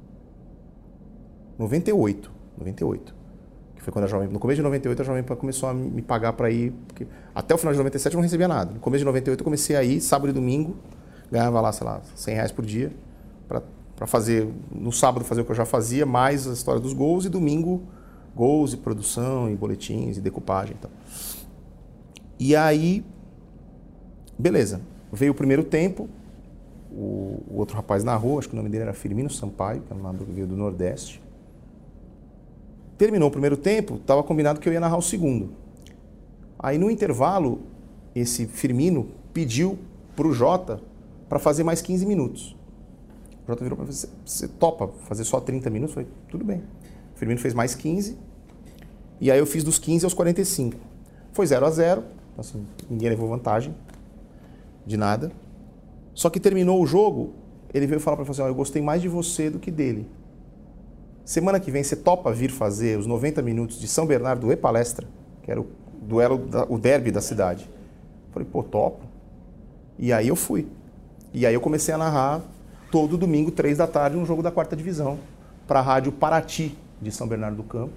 Que foi quando no começo de 98 a Jovem Pan começou a me pagar para ir. Porque até o final de 97 eu não recebia nada. No começo de 98 eu comecei a ir, sábado e domingo, ganhava lá, sei lá, R$100 por dia, para fazer, no sábado fazer o que eu já fazia, mais a história dos gols, e domingo, gols e produção, e boletins, e decupagem e tal. E aí, beleza, veio o primeiro tempo, o outro rapaz narrou, acho que o nome dele era Firmino Sampaio, que era um narrador que veio do Nordeste. Terminou o primeiro tempo, estava combinado que eu ia narrar o segundo. Aí no intervalo, esse Firmino pediu para o Jota para fazer mais 15 minutos. O Jota virou para mim, você topa fazer só 30 minutos? Eu falei, tudo bem. O Firmino fez mais 15, e aí eu fiz dos 15 aos 45. Foi 0-0, assim, ninguém levou vantagem de nada. Só que terminou o jogo, ele veio falar para mim assim, eu gostei mais de você do que dele. Semana que vem você topa vir fazer os 90 minutos de São Bernardo e Palestra, que era o duelo, o derby da cidade. Falei, pô, topo. E aí eu fui. E aí eu comecei a narrar todo domingo, 3 da tarde, um jogo da 4ª divisão, para a rádio Paraty, de São Bernardo do Campo.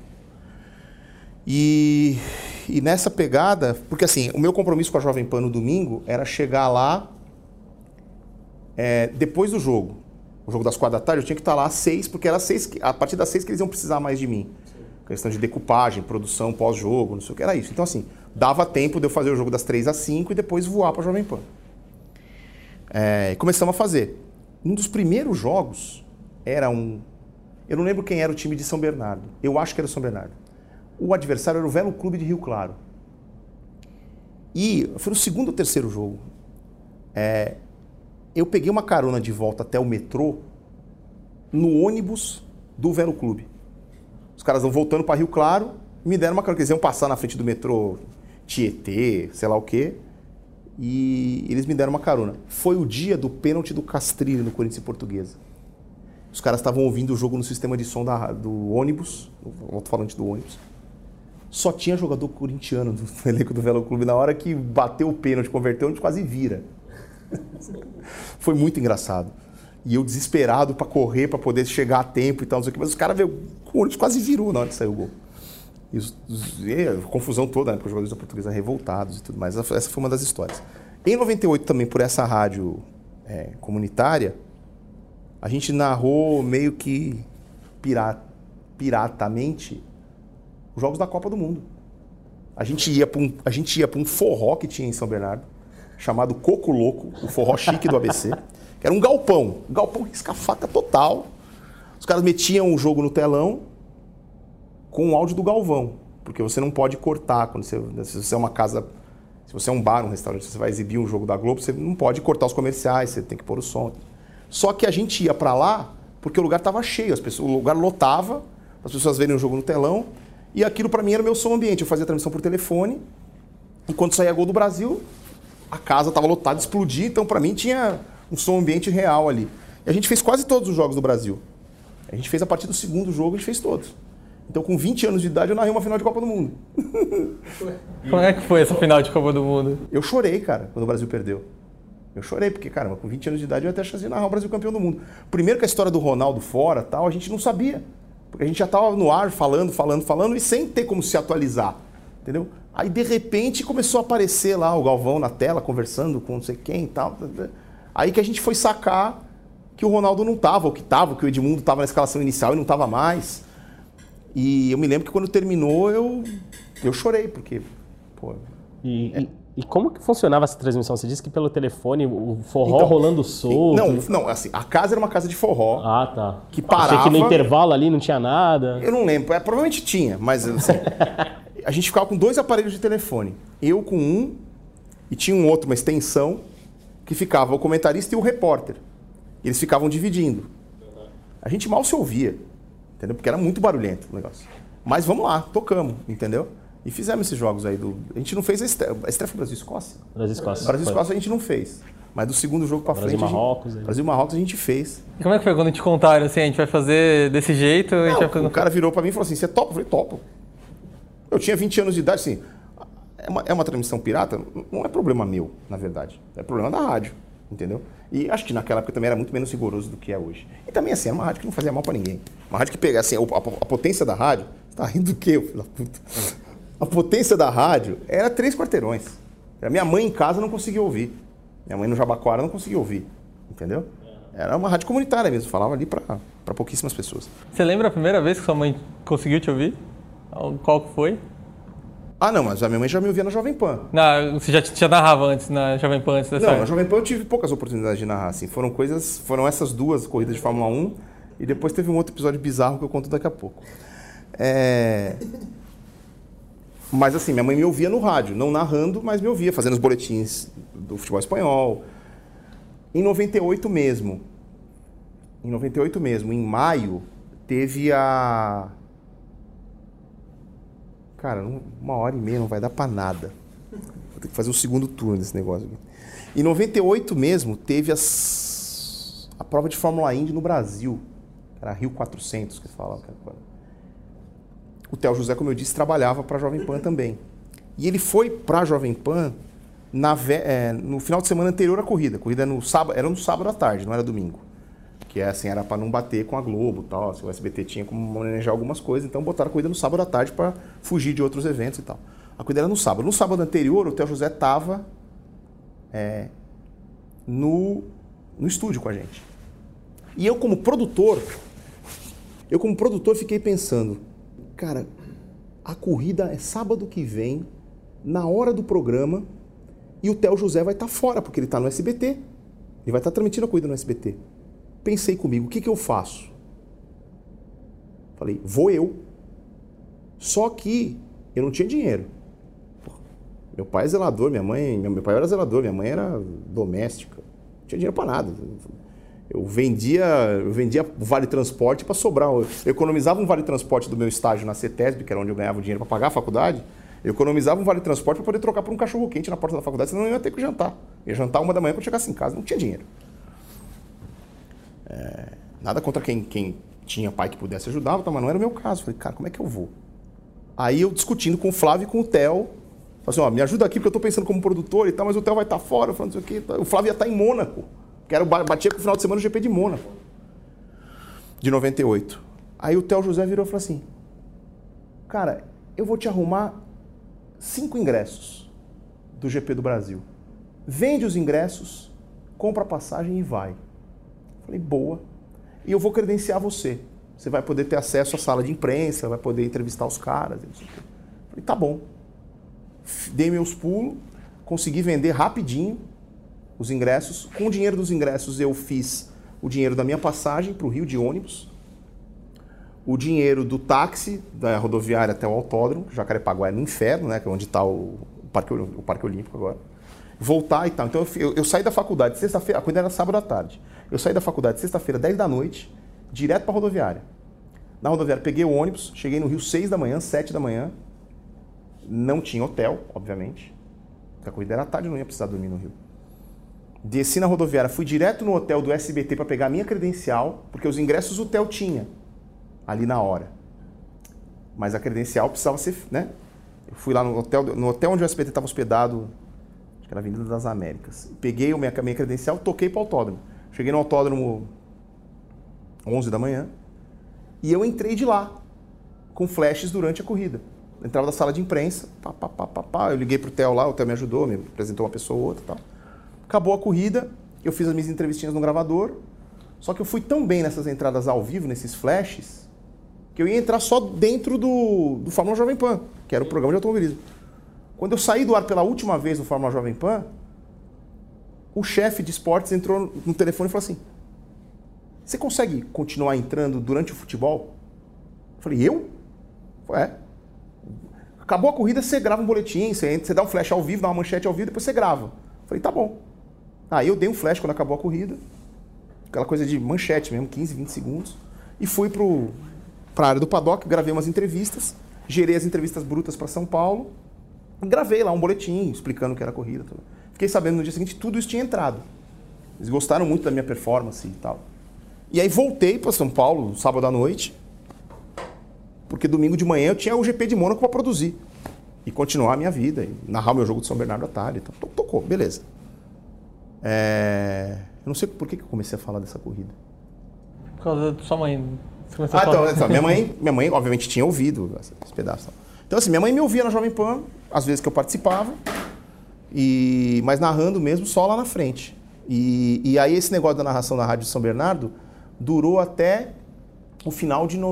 E nessa pegada, porque assim, o meu compromisso com a Jovem Pan no domingo era chegar lá depois do jogo. O jogo das 4 da tarde, eu tinha que estar lá às 6, porque era a partir das 6 que eles iam precisar mais de mim. Sim. Questão de decupagem, produção, pós-jogo, não sei o que era isso. Então assim, dava tempo de eu fazer o jogo das 3 às 5 e depois voar para a Jovem Pan. E começamos a fazer. Um dos primeiros jogos era eu não lembro quem era o time de São Bernardo. Eu acho que era o São Bernardo. O adversário era o Velo Clube de Rio Claro. E foi no segundo ou terceiro jogo. Eu peguei uma carona de volta até o metrô no ônibus do Velo Clube. Os caras vão voltando para Rio Claro, me deram uma carona, que eles iam passar na frente do metrô Tietê, sei lá o quê, e eles me deram uma carona. Foi o dia do pênalti do Castrilli no Corinthians e Portuguesa. Os caras estavam ouvindo o jogo no sistema de som do ônibus, o alto-falante do ônibus. Só tinha jogador corintiano no elenco do Velo Clube. Na hora que bateu o pênalti, converteu, a gente quase vira. Foi muito engraçado. E eu desesperado para correr, para poder chegar a tempo e tal, não sei o que. Mas os caras veio, o ônibus quase virou na hora que saiu o gol. E a confusão toda, né? Porque os jogadores da Portuguesa revoltados e tudo mais. Essa foi uma das histórias. Em 98 também, por essa rádio comunitária, a gente narrou meio que piratamente os jogos da Copa do Mundo. A gente ia para um forró que tinha em São Bernardo, chamado Coco Louco, o forró chique do ABC, que era um galpão risca-faca total. Os caras metiam o jogo no telão com o áudio do Galvão, porque você não pode cortar, se você é uma casa, se você é um bar, um restaurante, se você vai exibir um jogo da Globo, você não pode cortar os comerciais, você tem que pôr o som. Só que a gente ia para lá porque o lugar estava cheio, o lugar lotava, as pessoas verem o jogo no telão, e aquilo para mim era o meu som ambiente. Eu fazia a transmissão por telefone, e quando saía gol do Brasil, a casa estava lotada, explodia, então para mim tinha um som ambiente real ali. E a gente fez quase todos os jogos do Brasil. A gente fez a partir do segundo jogo, a gente fez todos. Então com 20 anos de idade eu narrei uma final de Copa do Mundo. Como é que foi essa final de Copa do Mundo? Eu chorei, cara, quando o Brasil perdeu. Eu chorei, porque, cara, com 20 anos de idade eu ia ter a chance de narrar o Brasil campeão do mundo. Primeiro que a história do Ronaldo fora, tal, a gente não sabia. Porque a gente já estava no ar falando e sem ter como se atualizar, entendeu? Aí, de repente, começou a aparecer lá o Galvão na tela, conversando com não sei quem e tal. Aí que a gente foi sacar que o Ronaldo não estava, que o Edmundo estava na escalação inicial e não estava mais. E eu me lembro que quando terminou, eu chorei, porque, pô... E como que funcionava essa transmissão? Você disse que pelo telefone, o forró então, rolando solto... Não, assim, a casa era uma casa de forró. Ah, tá. Que parava... Achei que no intervalo ali não tinha nada. Eu não lembro, provavelmente tinha, mas assim, a gente ficava com 2 aparelhos de telefone. Eu com um, e tinha um outro, uma extensão, que ficava o comentarista e o repórter. Eles ficavam dividindo. A gente mal se ouvia, entendeu? Porque era muito barulhento o negócio. Mas vamos lá, tocamos, entendeu? E fizemos esses jogos aí. A gente não fez a estreia foi Brasil-Escócia? Brasil-Escócia. Brasil-Escócia a gente não fez. Mas do segundo jogo pra frente... Brasil-Marrocos. Brasil-Marrocos a gente fez. E como é que foi quando te contaram assim, a gente vai fazer desse jeito? A gente vai fazer... O cara virou pra mim e falou assim, você topa? Eu falei, topo. Eu tinha 20 anos de idade, assim, é uma transmissão pirata? Não é problema meu, na verdade. É problema da rádio, entendeu? E acho que naquela época também era muito menos rigoroso do que é hoje. E também, assim, era uma rádio que não fazia mal pra ninguém. Uma rádio que pega, assim, a potência da rádio... Você tá rindo do quê, filho da puta? A potência da rádio era 3 quarteirões. A minha mãe em casa não conseguia ouvir. Minha mãe no Jabaquara não conseguia ouvir, entendeu? Era uma rádio comunitária mesmo, falava ali pra pouquíssimas pessoas. Você lembra a primeira vez que sua mãe conseguiu te ouvir? Qual que foi? Ah, não, mas a minha mãe já me ouvia na Jovem Pan. Não, você já narrava antes, na Jovem Pan, antes dessa Não, época? na Jovem Pan eu tive poucas oportunidades de narrar, assim. Foram essas 2 corridas de Fórmula 1 e depois teve um outro episódio bizarro que eu conto daqui a pouco. Mas assim, minha mãe me ouvia no rádio, não narrando, mas me ouvia, fazendo os boletins do futebol espanhol. Em 98 mesmo, em maio, teve a... Cara, 1h30 não vai dar pra nada. Vou ter que fazer o segundo turno desse negócio aqui. Em 98 mesmo, teve a prova de Fórmula Indy no Brasil. Era Rio 400, que falavam. O Theo José, como eu disse, trabalhava para a Jovem Pan também. E ele foi para a Jovem Pan no final de semana anterior à corrida. A corrida era no sábado à tarde, não era domingo. Que assim, era para não bater com a Globo e tal. O SBT tinha como manejar algumas coisas, então botaram a corrida no sábado à tarde para fugir de outros eventos e tal. A corrida era no sábado. No sábado anterior, o Theo José estava no estúdio com a gente. E eu como produtor fiquei pensando, cara, a corrida é sábado que vem, na hora do programa, e o Theo José vai estar fora, porque ele está no SBT. Ele vai estar transmitindo a corrida no SBT. Pensei comigo, o que eu faço? Falei, vou eu. Só que eu não tinha dinheiro. Meu pai é zelador, meu pai era zelador, minha mãe era doméstica. Não tinha dinheiro para nada. Eu vendia vale transporte para sobrar. Eu economizava um vale transporte do meu estágio na CETESB, que era onde eu ganhava dinheiro para pagar a faculdade. Eu economizava um vale transporte para poder trocar por um cachorro quente na porta da faculdade, senão eu ia ter que jantar. Eu ia jantar 1h da manhã quando chegasse em casa, não tinha dinheiro. Nada contra quem tinha pai que pudesse ajudar, mas não era o meu caso. Falei, cara, como é que eu vou? Aí eu discutindo com o Flávio e com o Theo, falei assim, me ajuda aqui porque eu tô pensando como produtor e tal, mas o Theo vai estar fora, falando não sei o quê. O Flávio ia estar em Mônaco. Batia com o final de semana no GP de Mônaco, de 98. Aí o Theo José virou e falou assim, cara, eu vou te arrumar 5 ingressos do GP do Brasil. Vende os ingressos, compra a passagem e vai. Falei, boa. E eu vou credenciar você. Você vai poder ter acesso à sala de imprensa, vai poder entrevistar os caras. Não sei o quê. Falei, tá bom. Dei meus pulos, consegui vender rapidinho os ingressos. Com o dinheiro dos ingressos eu fiz o dinheiro da minha passagem para o Rio de ônibus, o dinheiro do táxi da rodoviária até o autódromo, Jacarepaguá é no inferno, né, que é onde está o Parque Olímpico agora, voltar e tal. Então eu saí da faculdade sexta-feira, a corrida era sábado à tarde, eu saí da faculdade sexta-feira, 10 da noite, direto para a rodoviária. Na rodoviária peguei o ônibus, cheguei no Rio 6 da manhã, 7 da manhã, não tinha hotel, obviamente, porque a corrida era à tarde, eu não ia precisar dormir no Rio. Desci na rodoviária, fui direto no hotel do SBT para pegar a minha credencial, porque os ingressos o hotel tinha ali na hora. Mas a credencial precisava ser, né? Eu fui lá no hotel onde o SBT estava hospedado, acho que era a Avenida das Américas. Peguei a minha credencial, toquei para o autódromo. Cheguei no autódromo 11 da manhã e eu entrei de lá com flashes durante a corrida. Eu entrava da sala de imprensa, eu liguei pro Theo lá, o Theo me ajudou, me apresentou uma pessoa ou outra e tal. Acabou a corrida, eu fiz as minhas entrevistinhas no gravador, só que eu fui tão bem nessas entradas ao vivo, nesses flashes, que eu ia entrar só dentro do Fórmula Jovem Pan, que era o programa de automobilismo. Quando eu saí do ar pela última vez no Fórmula Jovem Pan, o chefe de esportes entrou no telefone e falou assim, você consegue continuar entrando durante o futebol? Eu falei, eu? É. Acabou a corrida, você grava um boletim, você dá um flash ao vivo, dá uma manchete ao vivo, depois você grava. Eu falei, tá bom. Aí eu dei um flash quando acabou a corrida, aquela coisa de manchete mesmo, 15, 20 segundos, e fui para a área do paddock, gravei umas entrevistas, gerei as entrevistas brutas para São Paulo, e gravei lá um boletim explicando o que era a corrida. Tudo. Fiquei sabendo no dia seguinte tudo isso tinha entrado. Eles gostaram muito da minha performance e tal. E aí voltei para São Paulo, sábado à noite, porque domingo de manhã eu tinha o GP de Mônaco para produzir. E continuar a minha vida, e narrar o meu jogo de São Bernardo à tarde. Então, tocou, beleza. Eu não sei por que eu comecei a falar dessa corrida. Por causa da sua mãe. Então, minha mãe obviamente tinha ouvido esse pedaço. Então assim, minha mãe me ouvia na Jovem Pan, às vezes que eu participava, mas narrando mesmo só lá na frente. E aí esse negócio da narração na Rádio São Bernardo durou até o final de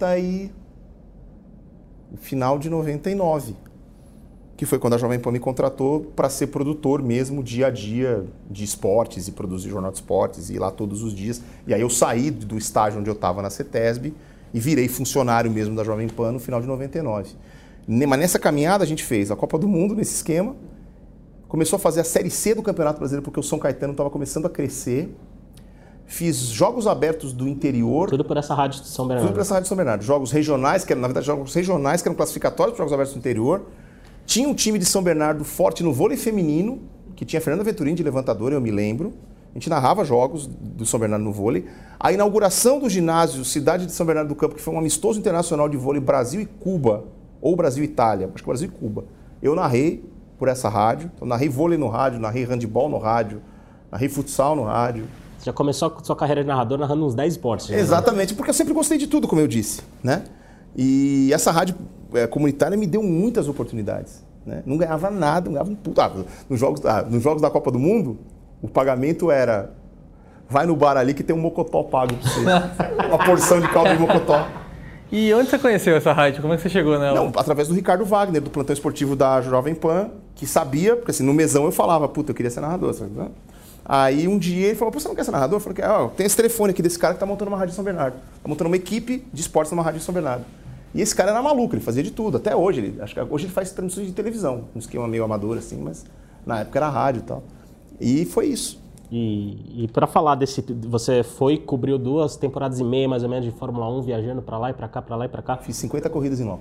99, que foi quando a Jovem Pan me contratou para ser produtor mesmo dia a dia de esportes e produzir jornal de esportes e ir lá todos os dias. E aí eu saí do estágio onde eu estava na CETESB e virei funcionário mesmo da Jovem Pan no final de 99. Mas nessa caminhada a gente fez a Copa do Mundo nesse esquema, começou a fazer a Série C do Campeonato Brasileiro porque o São Caetano estava começando a crescer. Fiz jogos abertos do interior. Tudo por essa Rádio de São Bernardo. Tudo por essa Rádio de São Bernardo. Jogos regionais, que eram, na verdade, jogos regionais que eram classificatórios para jogos abertos do interior. Tinha um time de São Bernardo forte no vôlei feminino, que tinha a Fernanda Venturini de levantadora, eu me lembro. A gente narrava jogos do São Bernardo no vôlei. A inauguração do ginásio Cidade de São Bernardo do Campo, que foi um amistoso internacional de vôlei Brasil e Cuba, ou Brasil e Itália, acho que Brasil e Cuba. Eu narrei por essa rádio, então, narrei vôlei no rádio, narrei handebol no rádio, narrei futsal no rádio. Você já começou a sua carreira de narrador narrando uns 10 esportes. Exatamente, porque eu sempre gostei de tudo, como eu disse, né? E essa rádio comunitária me deu muitas oportunidades, né? Não ganhava nada, não ganhava um puto. Nos jogos da Copa do Mundo, o pagamento era: vai no bar ali que tem um mocotó pago pra você. Uma porção de caldo de mocotó. E onde você conheceu essa rádio? Como é que você chegou nela? Não, através do Ricardo Wagner, do plantão esportivo da Jovem Pan, que sabia, porque assim, no mesão eu falava, puta, eu queria ser narrador, sabe? Aí um dia ele falou, pô, você não quer ser narrador? Eu falei, tem esse telefone aqui desse cara que tá montando uma rádio em São Bernardo. Tá montando uma equipe de esportes numa rádio em São Bernardo. E esse cara era maluco, ele fazia de tudo, até hoje. Acho que hoje ele faz transmissões de televisão, um esquema meio amador assim, mas na época era rádio e tal. E foi isso. E para falar você cobriu 2 temporadas e meia mais ou menos de Fórmula 1, viajando para lá e para cá, para lá e para cá. Fiz 50 corridas em loco.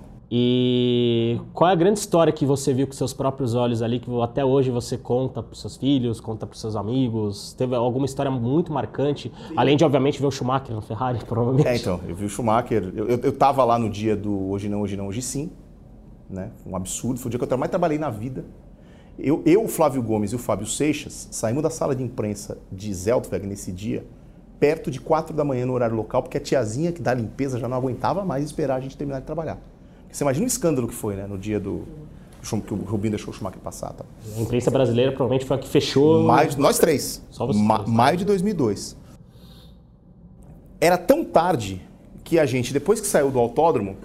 E qual é a grande história que você viu com seus próprios olhos ali, que até hoje você conta para os seus filhos, conta para os seus amigos? Teve alguma história muito marcante? Sim. Além de, obviamente, ver o Schumacher na Ferrari, provavelmente. Então, eu vi o Schumacher. Eu tava lá no dia do Hoje Não, Hoje Não, Hoje Sim. Né? Um absurdo. Foi o dia que eu mais trabalhei na vida. Eu, o Flávio Gomes e o Fábio Seixas saímos da sala de imprensa de Zeltweg nesse dia, perto de 4 da manhã no horário local, porque a tiazinha que dá limpeza já não aguentava mais esperar a gente terminar de trabalhar. Porque você imagina o escândalo que foi, né, no dia que o Rubinho deixou o Schumacher passar. Tá? A imprensa brasileira provavelmente foi a que fechou... Nós três. Só vocês três. Maio de 2002. Era tão tarde que a gente, depois que saiu do autódromo,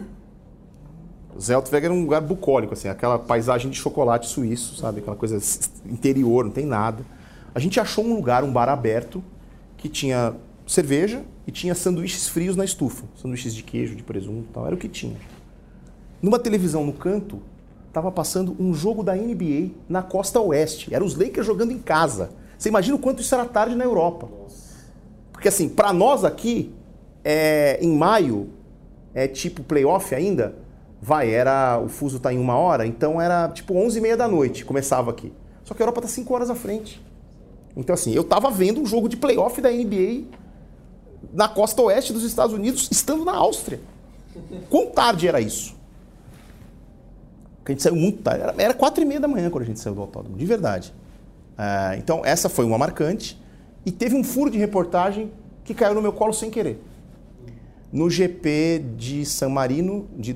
Zeltweg era um lugar bucólico, assim, aquela paisagem de chocolate suíço, sabe? Aquela coisa interior, não tem nada. A gente achou um lugar, um bar aberto, que tinha cerveja e tinha sanduíches frios na estufa. Sanduíches de queijo, de presunto e tal, era o que tinha. Numa televisão no canto, estava passando um jogo da NBA na costa oeste. Era os Lakers jogando em casa. Você imagina o quanto isso era tarde na Europa. Porque assim, para nós aqui, em maio, tipo playoff ainda... o fuso tá em 1 hora, então era tipo 11h30 da noite, começava aqui. Só que a Europa tá 5 horas à frente. Então assim, eu tava vendo um jogo de playoff da NBA na costa oeste dos Estados Unidos, estando na Áustria. Quão tarde era isso? Porque a gente saiu muito tarde, era 4h30 da manhã quando a gente saiu do autódromo, de verdade. Então essa foi uma marcante. E teve um furo de reportagem que caiu no meu colo sem querer. No GP de San Marino de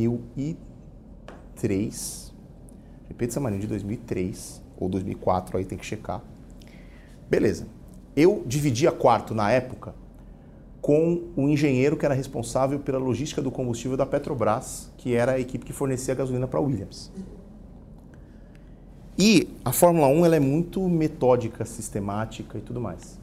2003, GP de San Marino de 2003, ou 2004, aí tem que checar. Beleza. Eu dividia quarto na época com o engenheiro que era responsável pela logística do combustível da Petrobras, que era a equipe que fornecia a gasolina para a Williams. E a Fórmula 1 ela é muito metódica, sistemática e tudo mais.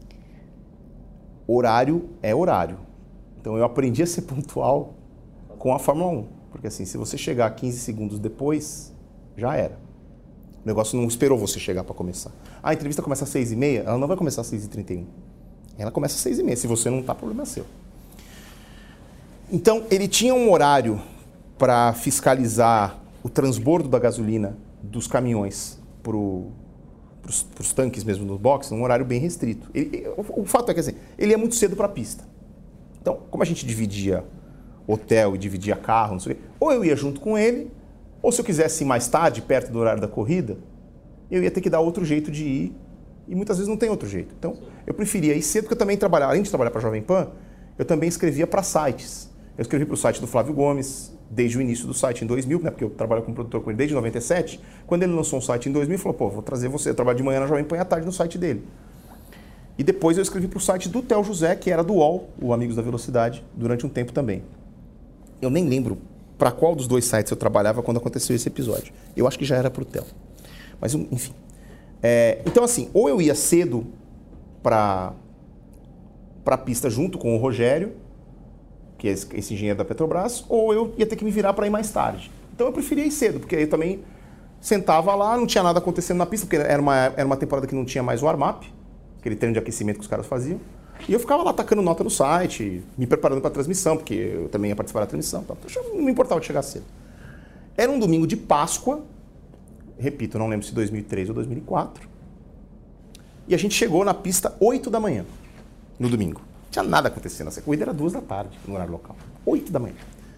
Horário é horário. Então eu aprendi a ser pontual com a Fórmula 1. Porque assim, se você chegar 15 segundos depois, já era. O negócio não esperou você chegar para começar. A entrevista começa às 6h30, ela não vai começar às 6h31. Ela começa às 6h30. Se você não tá, problema é seu. Então ele tinha um horário para fiscalizar o transbordo da gasolina dos caminhões pro pros tanques mesmo no boxe, num horário bem restrito. O fato é que assim, ele ia muito cedo para a pista. Então, como a gente dividia hotel e dividia carro, não sei o quê, ou eu ia junto com ele, ou se eu quisesse ir mais tarde, perto do horário da corrida, eu ia ter que dar outro jeito de ir, e muitas vezes não tem outro jeito. Então, eu preferia ir cedo, porque eu também trabalhava, além de trabalhar para a Jovem Pan, eu também escrevia para sites. Eu escrevi para o site do Flávio Gomes, desde o início do site em 2000, né, porque eu trabalho como produtor com ele desde 97. Quando ele lançou um site em 2000, ele falou, pô, vou trazer você, eu trabalho de manhã na Jovem Pan e à tarde no site dele. E depois eu escrevi para o site do Theo José, que era do UOL, o Amigos da Velocidade, durante um tempo também. Eu nem lembro para qual dos dois sites eu trabalhava quando aconteceu esse episódio. Eu acho que já era para o Theo. Mas, enfim. Então, assim, ou eu ia cedo para a pista junto com o Rogério, que é esse engenheiro da Petrobras, ou eu ia ter que me virar para ir mais tarde. Então eu preferia ir cedo, porque aí eu também sentava lá, não tinha nada acontecendo na pista, porque era uma temporada que não tinha mais o warm-up, aquele treino de aquecimento que os caras faziam. E eu ficava lá tacando nota no site, me preparando para a transmissão, porque eu também ia participar da transmissão. Então não me importava de chegar cedo. Era um domingo de Páscoa, repito, não lembro se 2003 ou 2004, e a gente chegou na pista 8 da manhã, no domingo. Não tinha nada acontecendo. Essa corrida era 2 da tarde, no horário local. 8 da manhã.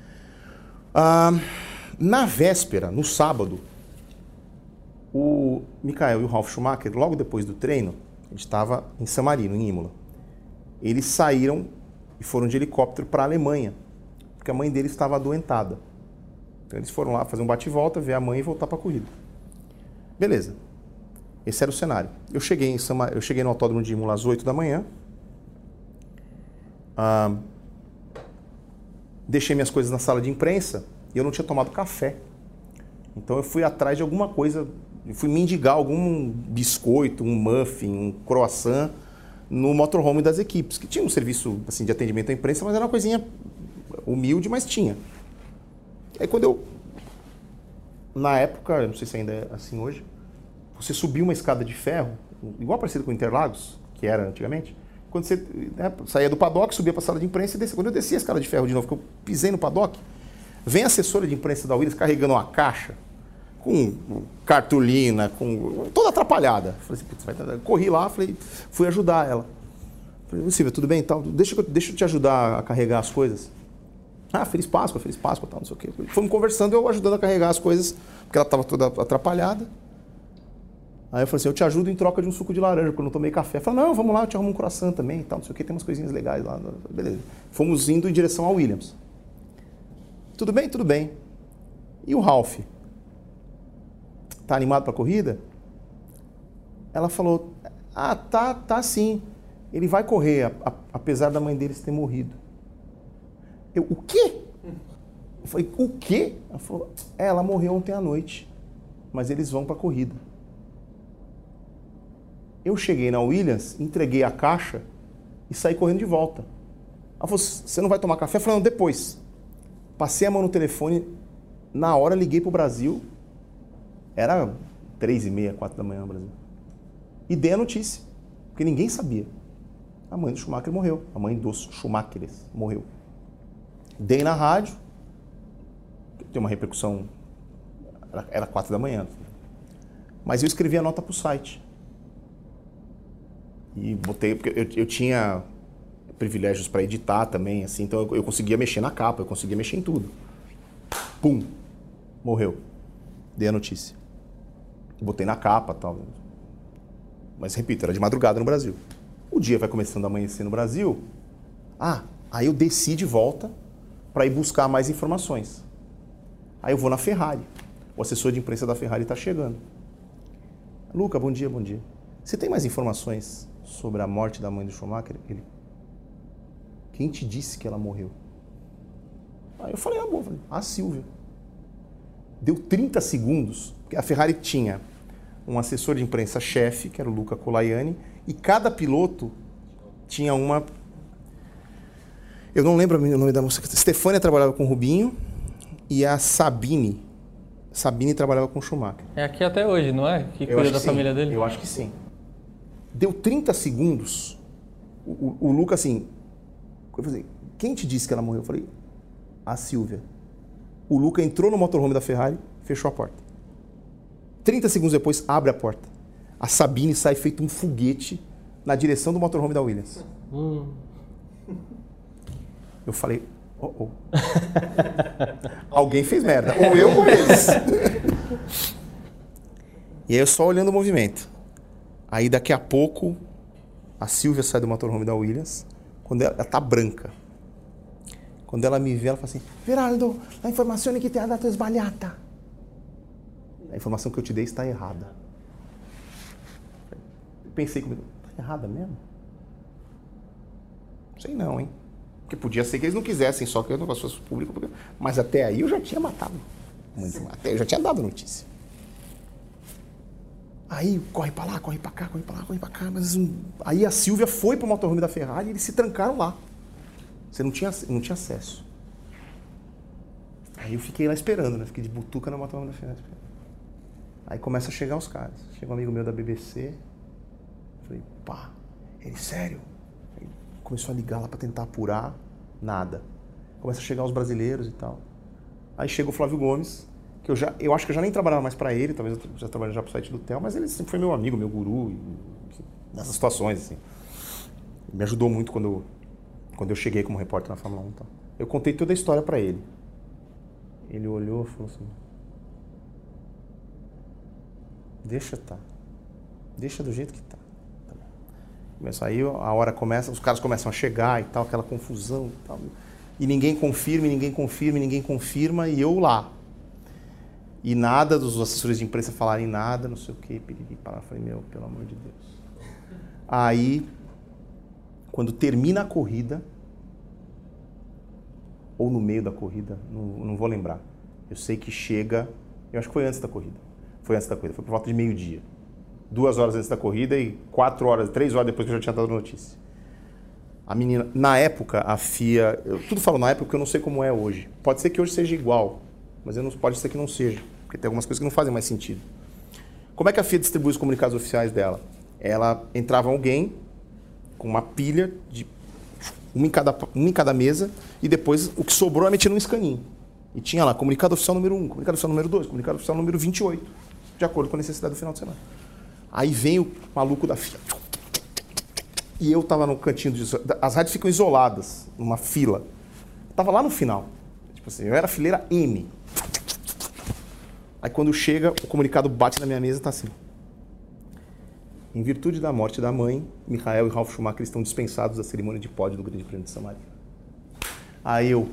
Na véspera, no sábado, o Michael e o Ralf Schumacher, logo depois do treino, a gente estava em San Marino, em Imola. Eles saíram e foram de helicóptero para a Alemanha, porque a mãe deles estava adoentada. Então eles foram lá fazer um bate-volta, ver a mãe e voltar para a corrida. Beleza. Esse era o cenário. Eu cheguei no autódromo de Imola às 8 da manhã. Deixei minhas coisas na sala de imprensa e eu não tinha tomado café. Então eu fui atrás de alguma coisa, fui mendigar algum biscoito, um muffin, um croissant no motorhome das equipes, que tinha um serviço assim, de atendimento à imprensa, mas era uma coisinha humilde, mas tinha. Aí quando eu, na época, eu não sei se ainda é assim hoje, você subia uma escada de ferro, igual parecido com o Interlagos, que era antigamente, quando você saía do paddock, subia para a sala de imprensa e descia. Quando eu descia a escada de ferro de novo, que eu pisei no paddock, vem a assessora de imprensa da Williams carregando uma caixa com cartolina, com toda atrapalhada. Falei assim, corri lá, fui ajudar ela. Falei, Silvia, tudo bem? Tal, deixa eu te ajudar a carregar as coisas. Feliz Páscoa, tal, não sei o quê. Fomos conversando, eu ajudando a carregar as coisas, porque ela estava toda atrapalhada. Aí eu falei assim, eu te ajudo em troca de um suco de laranja, porque eu não tomei café. Eu falei, não, vamos lá, eu te arrumo um croissant também e tal, não sei o que, tem umas coisinhas legais lá. Beleza. Fomos indo em direção ao Williams. Tudo bem? Tudo bem. E o Ralf? Tá animado para a corrida? Ela falou, tá sim. Ele vai correr, apesar da mãe deles ter morrido. Eu, o quê? Eu falei, o quê? Ela falou, ela morreu ontem à noite, mas eles vão para a corrida. Eu cheguei na Williams, entreguei a caixa e saí correndo de volta. Ela falou, você não vai tomar café? Eu falei, não, depois. Passei a mão no telefone, na hora liguei pro Brasil, era 3h30, 4 da manhã no Brasil. E dei a notícia, porque ninguém sabia. A mãe do Schumacher morreu, a mãe dos Schumachers morreu. Dei na rádio, tem uma repercussão, era 4 da manhã. Mas eu escrevi a nota pro site. E botei, porque eu tinha privilégios para editar também, assim, então eu conseguia mexer na capa, eu conseguia mexer em tudo. Pum! Morreu. Dei a notícia. Botei na capa e tal. Mas, repito, era de madrugada no Brasil. O dia vai começando a amanhecer no Brasil. Aí eu desci de volta para ir buscar mais informações. Aí eu vou na Ferrari. O assessor de imprensa da Ferrari está chegando. Luca, bom dia, bom dia. Você tem mais informações sobre a morte da mãe do Schumacher? Ele, quem te disse que ela morreu? Aí eu falei, bom, a Silvia. Deu 30 segundos, porque a Ferrari tinha um assessor de imprensa-chefe, que era o Luca Colaiani, e cada piloto tinha uma... Eu não lembro o nome da moça. Stefânia trabalhava com o Rubinho e a Sabine trabalhava com o Schumacher. É aqui até hoje, não é? Que cuida da família dele? Eu acho que sim. Deu 30 segundos, o Luca assim, eu falei, quem te disse que ela morreu? Eu falei, a Silvia. O Luca entrou no motorhome da Ferrari, fechou a porta. 30 segundos depois, abre a porta. a Sabine sai feito um foguete na direção do motorhome da Williams. Eu falei, alguém fez merda, ou eu ou eles. E aí eu só olhando o movimento. Aí daqui a pouco, a Silvia sai do motorhome da Williams, quando ela tá branca. Quando ela me vê, ela fala assim, Geraldo, a informação que te ha dato é sbagliata. A informação que eu te dei está errada. Eu pensei comigo, está errada mesmo? Sei não, hein? Porque podia ser que eles não quisessem, só que o negócio fosse público. Mas até aí eu já tinha matado. Até eu já tinha dado notícia. Aí corre pra lá, corre pra cá, corre pra lá, corre pra cá. Mas aí a Silvia foi pro motorhome da Ferrari e eles se trancaram lá. Você não tinha acesso. Aí eu fiquei lá esperando, né? Fiquei de butuca no motorhome da Ferrari. Aí começa a chegar os caras. Chega um amigo meu da BBC. Falei, pá, ele sério? Aí começou a ligar lá pra tentar apurar. Nada. Começa a chegar os brasileiros e tal. Aí chega o Flávio Gomes, que eu acho que eu já nem trabalhava mais pra ele, talvez eu já trabalhava já pro site do Theo, mas ele sempre foi meu amigo, meu guru, nessas situações, assim. Ele me ajudou muito quando eu cheguei como repórter na Fórmula 1. Então. Eu contei toda a história pra ele. Ele olhou e falou assim, deixa do jeito que tá. Aí a hora começa, os caras começam a chegar e tal, aquela confusão e tal. E ninguém confirma, e eu lá. E nada dos assessores de imprensa falarem nada, não sei o quê, piriri, parar. Falei, meu, pelo amor de Deus. Aí, quando termina a corrida, ou no meio da corrida, não vou lembrar. Eu sei que chega, eu acho que foi antes da corrida. Foi por volta de meio-dia. 2 horas antes da corrida e 3 horas depois que eu já tinha dado notícia. A menina, na época, a FIA, eu tudo falo na época porque eu não sei como é hoje. Pode ser que hoje seja igual, mas pode ser que não seja, porque tem algumas coisas que não fazem mais sentido. Como é que a FIA distribui os comunicados oficiais dela? Ela entrava alguém com uma pilha de um em cada mesa e depois o que sobrou é metido num escaninho. E tinha lá comunicado oficial número 1, comunicado oficial número 2, comunicado oficial número 28, de acordo com a necessidade do final de semana. Aí vem o maluco da FIA. E eu tava no cantinho as rádios ficam isoladas, numa fila. Eu tava lá no final. Tipo assim, eu era fileira M. Aí quando chega, o comunicado bate na minha mesa e tá assim. Em virtude da morte da mãe, Michael e Ralf Schumacher estão dispensados da cerimônia de pódio do Grande Prêmio de San Marino. Aí eu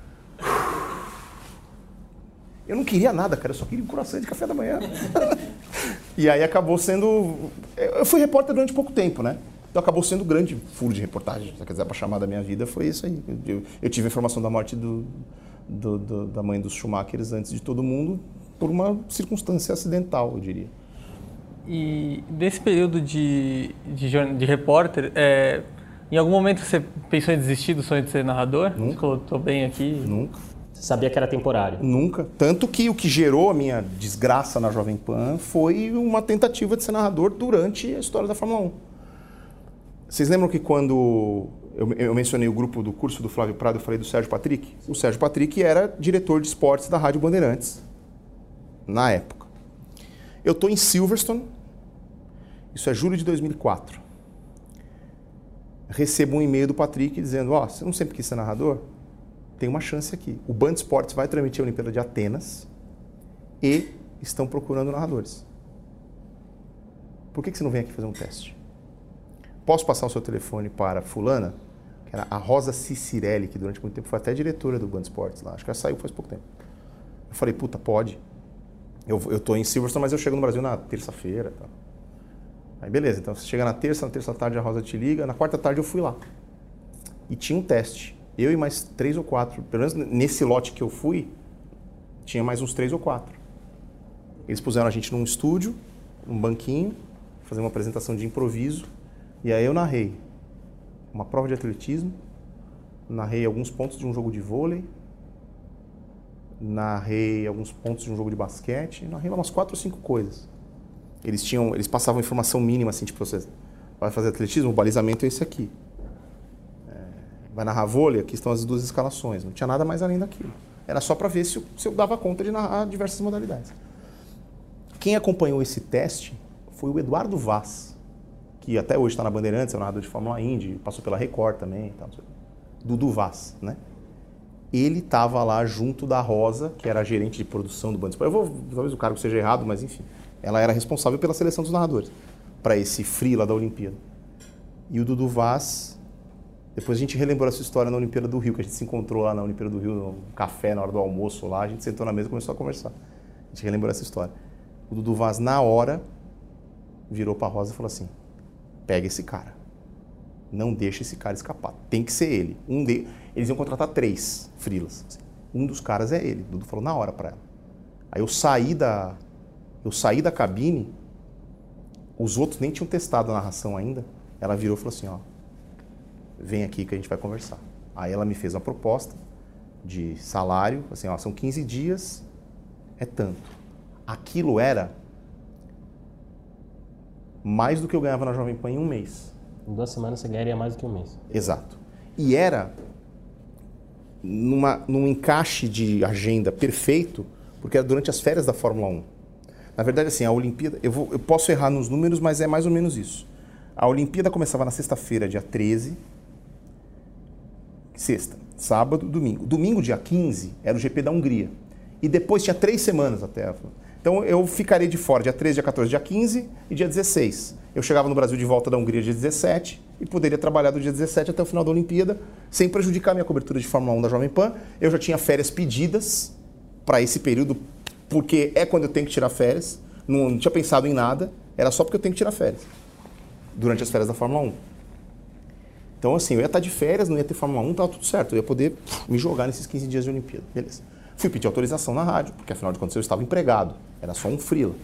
não queria nada, cara, eu só queria um croissant de café da manhã. E aí acabou sendo... Eu fui repórter durante pouco tempo, né? Então acabou sendo o grande furo de reportagem, se você quiser pra chamar da minha vida, foi isso aí. Eu tive a informação da morte da mãe dos Schumachers antes de todo mundo, por uma circunstância acidental, eu diria. E nesse período de repórter, em algum momento você pensou em desistir do sonho de ser narrador? Nunca. Falou, tô bem aqui? Nunca. Você sabia que era temporário? Nunca. Tanto que o que gerou a minha desgraça na Jovem Pan foi uma tentativa de ser narrador durante a história da Fórmula 1. Vocês lembram que quando eu mencionei o grupo do curso do Flávio Prado, eu falei do Sérgio Patrick? O Sérgio Patrick era diretor de esportes da Rádio Bandeirantes, na época. Eu estou em Silverstone, isso é julho de 2004. Recebo um e-mail do Patrick dizendo, você não sempre quis ser narrador? Tem uma chance aqui. O Band Esportes vai transmitir a Olimpíada de Atenas e estão procurando narradores. Por que você não vem aqui fazer um teste? Posso passar o seu telefone para fulana? Que era a Rosa Cicirelli, que durante muito tempo foi até diretora do Band Esportes lá. Acho que ela saiu faz pouco tempo. Eu falei, puta, pode. Eu tô em Silverstone, mas eu chego no Brasil na terça-feira. Tá? Aí beleza, então você chega na terça tarde a Rosa te liga, na quarta tarde eu fui lá. E tinha um teste. Eu e mais 3 ou 4, pelo menos nesse lote que eu fui, tinha mais uns 3 ou 4. Eles puseram a gente num estúdio, num banquinho, fazer uma apresentação de improviso, e aí eu narrei uma prova de atletismo, narrei alguns pontos de um jogo de vôlei, narrei alguns pontos de um jogo de basquete, narrei umas 4 ou 5 coisas. Eles passavam informação mínima, assim, tipo, você vai fazer atletismo, o balizamento é esse aqui. Vai narrar vôlei, aqui estão as 2 escalações. Não tinha nada mais além daquilo. Era só para ver se eu dava conta de narrar diversas modalidades. Quem acompanhou esse teste foi o Eduardo Vaz, que até hoje está na Bandeirantes, é um narrador de Fórmula Indy, passou pela Record também, tal, Dudu Vaz, né? Ele estava lá junto da Rosa, que era a gerente de produção do Band Esportes. Talvez o cargo seja errado, mas enfim. Ela era responsável pela seleção dos narradores, para esse freela da Olimpíada. E o Dudu Vaz, depois a gente relembrou essa história na Olimpíada do Rio, que a gente se encontrou lá na Olimpíada do Rio, no café, na hora do almoço lá, a gente sentou na mesa e começou a conversar. A gente relembrou essa história. O Dudu Vaz, na hora, virou para a Rosa e falou assim, pega esse cara. Não deixa esse cara escapar. Tem que ser ele. Eles iam contratar 3 freelas. Um dos caras é ele. O Dudu falou na hora para ela. Aí eu saí da cabine, os outros nem tinham testado a narração ainda. Ela virou e falou assim, ó, vem aqui que a gente vai conversar. Aí ela me fez uma proposta de salário, assim, ó, são 15 dias, é tanto. Aquilo era mais do que eu ganhava na Jovem Pan em um mês. Em 2 semanas você ganharia mais do que um mês. Exato. E era num encaixe de agenda perfeito, porque era durante as férias da Fórmula 1. Na verdade, assim, a Olimpíada, eu posso errar nos números, mas é mais ou menos isso. A Olimpíada começava na sexta-feira, dia 13, sexta, sábado, domingo. Domingo, dia 15, era o GP da Hungria. E depois tinha 3 semanas até. Então eu ficaria de fora dia 13, dia 14, dia 15 e dia 16. Eu chegava no Brasil de volta da Hungria dia 17 e poderia trabalhar do dia 17 até o final da Olimpíada, sem prejudicar minha cobertura de Fórmula 1 da Jovem Pan. Eu já tinha férias pedidas para esse período, porque é quando eu tenho que tirar férias. Não tinha pensado em nada, era só porque eu tenho que tirar férias, durante as férias da Fórmula 1. Então, assim, eu ia estar de férias, não ia ter Fórmula 1, estava tudo certo. Eu ia poder me jogar nesses 15 dias de Olimpíada. Beleza. Fui pedir autorização na rádio, porque afinal de contas eu estava empregado. Era só um freela.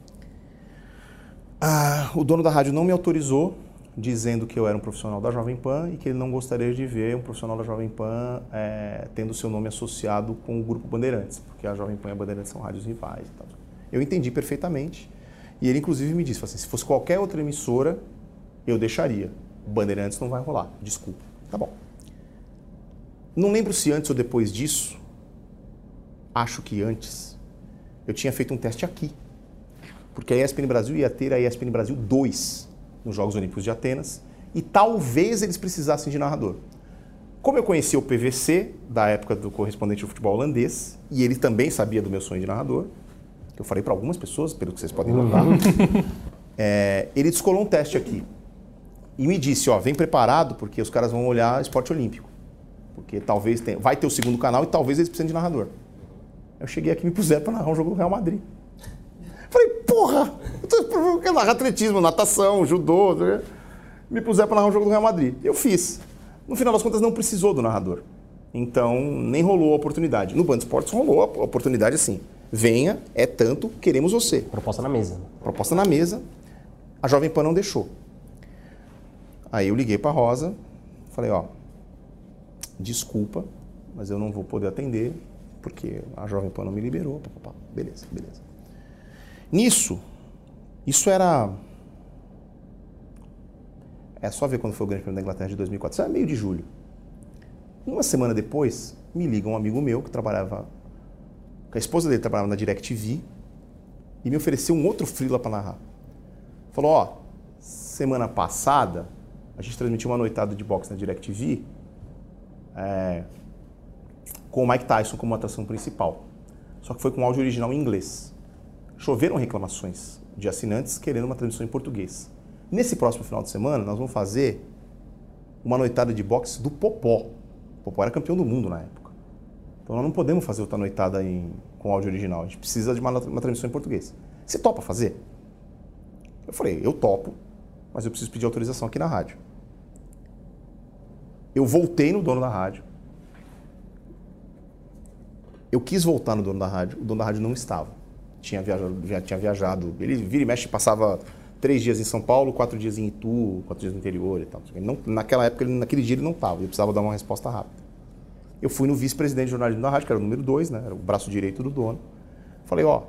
O dono da rádio não me autorizou, dizendo que eu era um profissional da Jovem Pan e que ele não gostaria de ver um profissional da Jovem Pan tendo seu nome associado com o Grupo Bandeirantes, porque a Jovem Pan e a Bandeirantes são rádios rivais e tal. Eu entendi perfeitamente. E ele, inclusive, me disse, assim, se fosse qualquer outra emissora, eu deixaria. O Bandeirantes não vai rolar, desculpa. Tá bom. Não lembro se antes ou depois disso, acho que antes, eu tinha feito um teste aqui. Porque a ESPN Brasil ia ter a ESPN Brasil 2 nos Jogos Olímpicos de Atenas e talvez eles precisassem de narrador. Como eu conhecia o PVC, da época do correspondente do futebol holandês, e ele também sabia do meu sonho de narrador, que eu falei para algumas pessoas, pelo que vocês podem notar, ele descolou um teste aqui. E me disse, ó, vem preparado porque os caras vão olhar esporte olímpico. Porque talvez vai ter o segundo canal e talvez eles precisem de narrador. Eu cheguei aqui e me puseram para narrar um jogo do Real Madrid. Falei, porra, eu quero narrar atletismo, natação, judô. Me puseram para narrar um jogo do Real Madrid. Eu fiz. No final das contas não precisou do narrador. Então nem rolou a oportunidade. No Band Esportes rolou a oportunidade assim. Venha, é tanto, queremos você. Proposta na mesa. Proposta na mesa. A Jovem Pan não deixou. Aí eu liguei para a Rosa, falei, ó, desculpa, mas eu não vou poder atender, porque a Jovem Pan não me liberou. Beleza, beleza. Nisso, isso era... É só ver quando foi o Grande Prêmio da Inglaterra de 2004. Isso era meio de julho. Uma semana depois, me liga um amigo meu que trabalhava... A esposa dele trabalhava na DirecTV e me ofereceu um outro freela para narrar. Falou, ó, semana passada a gente transmitiu uma noitada de boxe na DirecTV com o Mike Tyson como atração principal. Só que foi com áudio original em inglês. Choveram reclamações de assinantes querendo uma transmissão em português. Nesse próximo final de semana nós vamos fazer uma noitada de boxe do Popó. O Popó era campeão do mundo na época. Então nós não podemos fazer outra noitada com áudio original. A gente precisa de uma transmissão em português. Você topa fazer? Eu falei, eu topo, mas eu preciso pedir autorização aqui na rádio. Eu voltei no dono da rádio. Eu quis voltar no dono da rádio. O dono da rádio não estava. Já tinha viajado. Ele vira e mexe, passava 3 dias em São Paulo, 4 dias em Itu, 4 dias no interior e tal. Naquela época, naquele dia ele não estava. Eu precisava dar uma resposta rápida. Eu fui no vice-presidente de jornalismo da rádio, que era o número 2, né? Era o braço direito do dono. Falei, ó...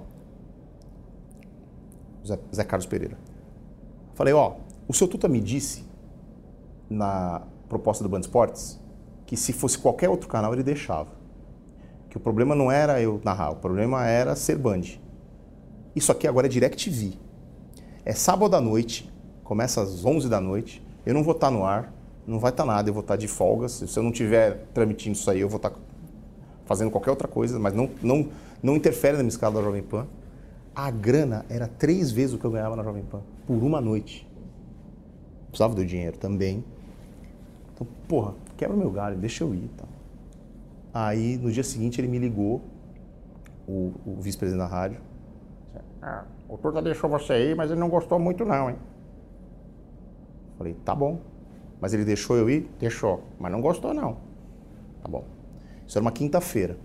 Zé Carlos Pereira. Falei, ó, o seu Tuta me disse, na proposta do Band Esportes, que se fosse qualquer outro canal ele deixava. Que o problema não era eu narrar, o problema era ser Band. Isso aqui agora é DirecTV. É sábado à noite, começa às 11 da noite, eu não vou estar no ar, não vai estar nada, eu vou estar de folga. Se eu não estiver transmitindo isso aí, eu vou estar fazendo qualquer outra coisa, mas não interfere na minha escala da Jovem Pan. A grana era 3 vezes o que eu ganhava na Jovem Pan, por uma noite. Precisava do dinheiro também. Então, porra, quebra o meu galho, deixa eu ir. Tá? Aí, no dia seguinte, ele me ligou, o vice-presidente da rádio. O Tuta deixou você aí, mas ele não gostou muito não, hein? Falei, tá bom. Mas ele deixou eu ir? Deixou. Mas não gostou não. Tá bom. Isso era uma quinta-feira.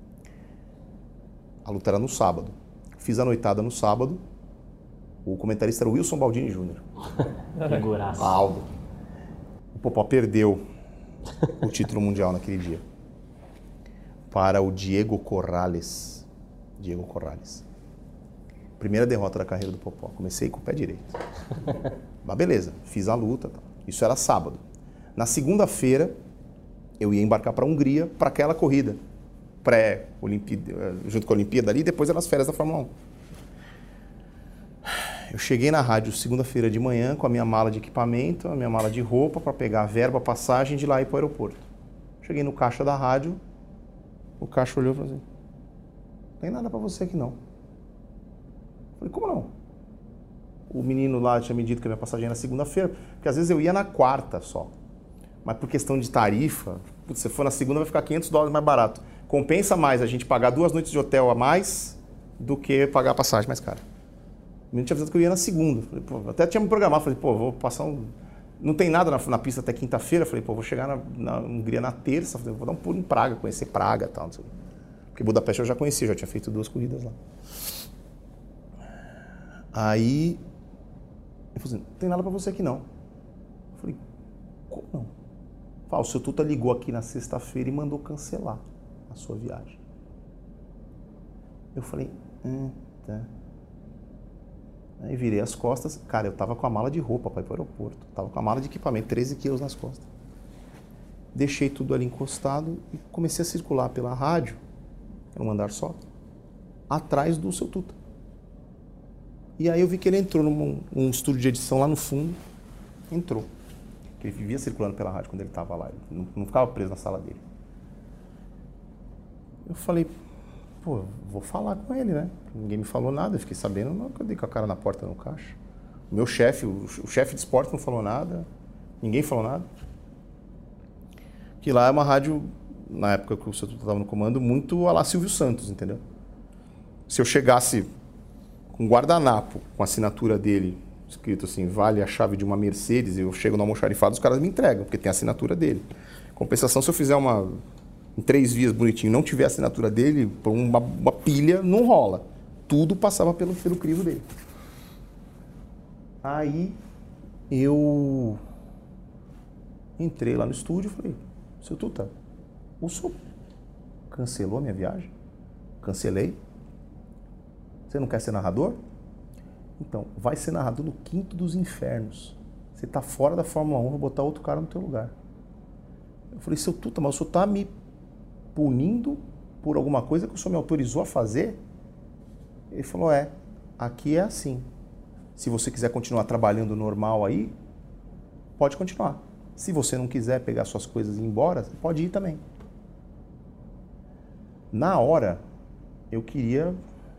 A luta era no sábado. Fiz a noitada no sábado. O comentarista era o Wilson Baldini Jr. Figuraça. Aldo. O Popó perdeu o título mundial naquele dia para o Diego Corrales. Diego Corrales. Primeira derrota da carreira do Popó. Comecei com o pé direito. Mas beleza, fiz a luta. Tá. Isso era sábado. Na segunda-feira, eu ia embarcar para a Hungria para aquela corrida pré-Olimpíada, junto com a Olimpíada ali, e depois eram as férias da Fórmula 1. Eu cheguei na rádio segunda-feira de manhã com a minha mala de equipamento, a minha mala de roupa para pegar a verba, a passagem de lá e ir para o aeroporto. Cheguei no caixa da rádio, o caixa olhou e falou assim, não tem nada para você aqui não. Falei, como não? O menino lá tinha me dito que a minha passagem era segunda-feira, porque às vezes eu ia na quarta só. Mas por questão de tarifa, se você for na segunda vai ficar $500 mais barato. Compensa mais a gente pagar 2 noites de hotel a mais do que pagar a passagem mais cara. O menino tinha avisado que eu ia na segunda. Falei, pô, até tinha me programado, falei, pô, vou passar não tem nada na pista até quinta-feira. Falei, pô, vou chegar na Hungria na terça, falei, vou dar um pulo em Praga, conhecer Praga e tal. Não sei. Porque Budapeste eu já conhecia, já tinha feito 2 corridas lá. Aí, ele falou assim, não tem nada pra você aqui não. Eu falei, como não? O seu Tuta ligou aqui na sexta-feira e mandou cancelar a sua viagem. Eu falei, tá. Aí virei as costas, cara, eu tava com a mala de roupa para ir pro aeroporto. Tava com a mala de equipamento, 13 quilos nas costas. Deixei tudo ali encostado e comecei a circular pela rádio, era um andar só, atrás do seu Tuta. E aí eu vi que ele entrou num estúdio de edição lá no fundo, entrou. Ele vivia circulando pela rádio quando ele estava lá, ele não ficava preso na sala dele. Eu falei, pô, vou falar com ele, né? Ninguém me falou nada, eu fiquei sabendo, não, eu dei com a cara na porta no caixa. O meu chefe, o chefe de esporte não falou nada, ninguém falou nada. Que lá é uma rádio, na época que o seu Tuta estava no comando, muito a lá Silvio Santos, entendeu? Se eu chegasse com um guardanapo, com a assinatura dele, escrito assim, vale a chave de uma Mercedes, e eu chego no almoxarifado, os caras me entregam, porque tem a assinatura dele. Compensação, se eu fizer em 3 vias bonitinho, não tiver a assinatura dele, por uma pilha, não rola. Tudo passava pelo crivo dele. Aí, eu entrei lá no estúdio e falei, seu Tuta, o senhor cancelou a minha viagem? Cancelei. Você não quer ser narrador? Então, vai ser narrador no quinto dos infernos. Você tá fora da Fórmula 1, vou botar outro cara no teu lugar. Eu falei, seu Tuta, mas o senhor tá me punindo por alguma coisa que o senhor me autorizou a fazer? Ele falou, aqui é assim. Se você quiser continuar trabalhando normal aí, pode continuar. Se você não quiser pegar suas coisas e ir embora, pode ir também. Na hora, eu queria,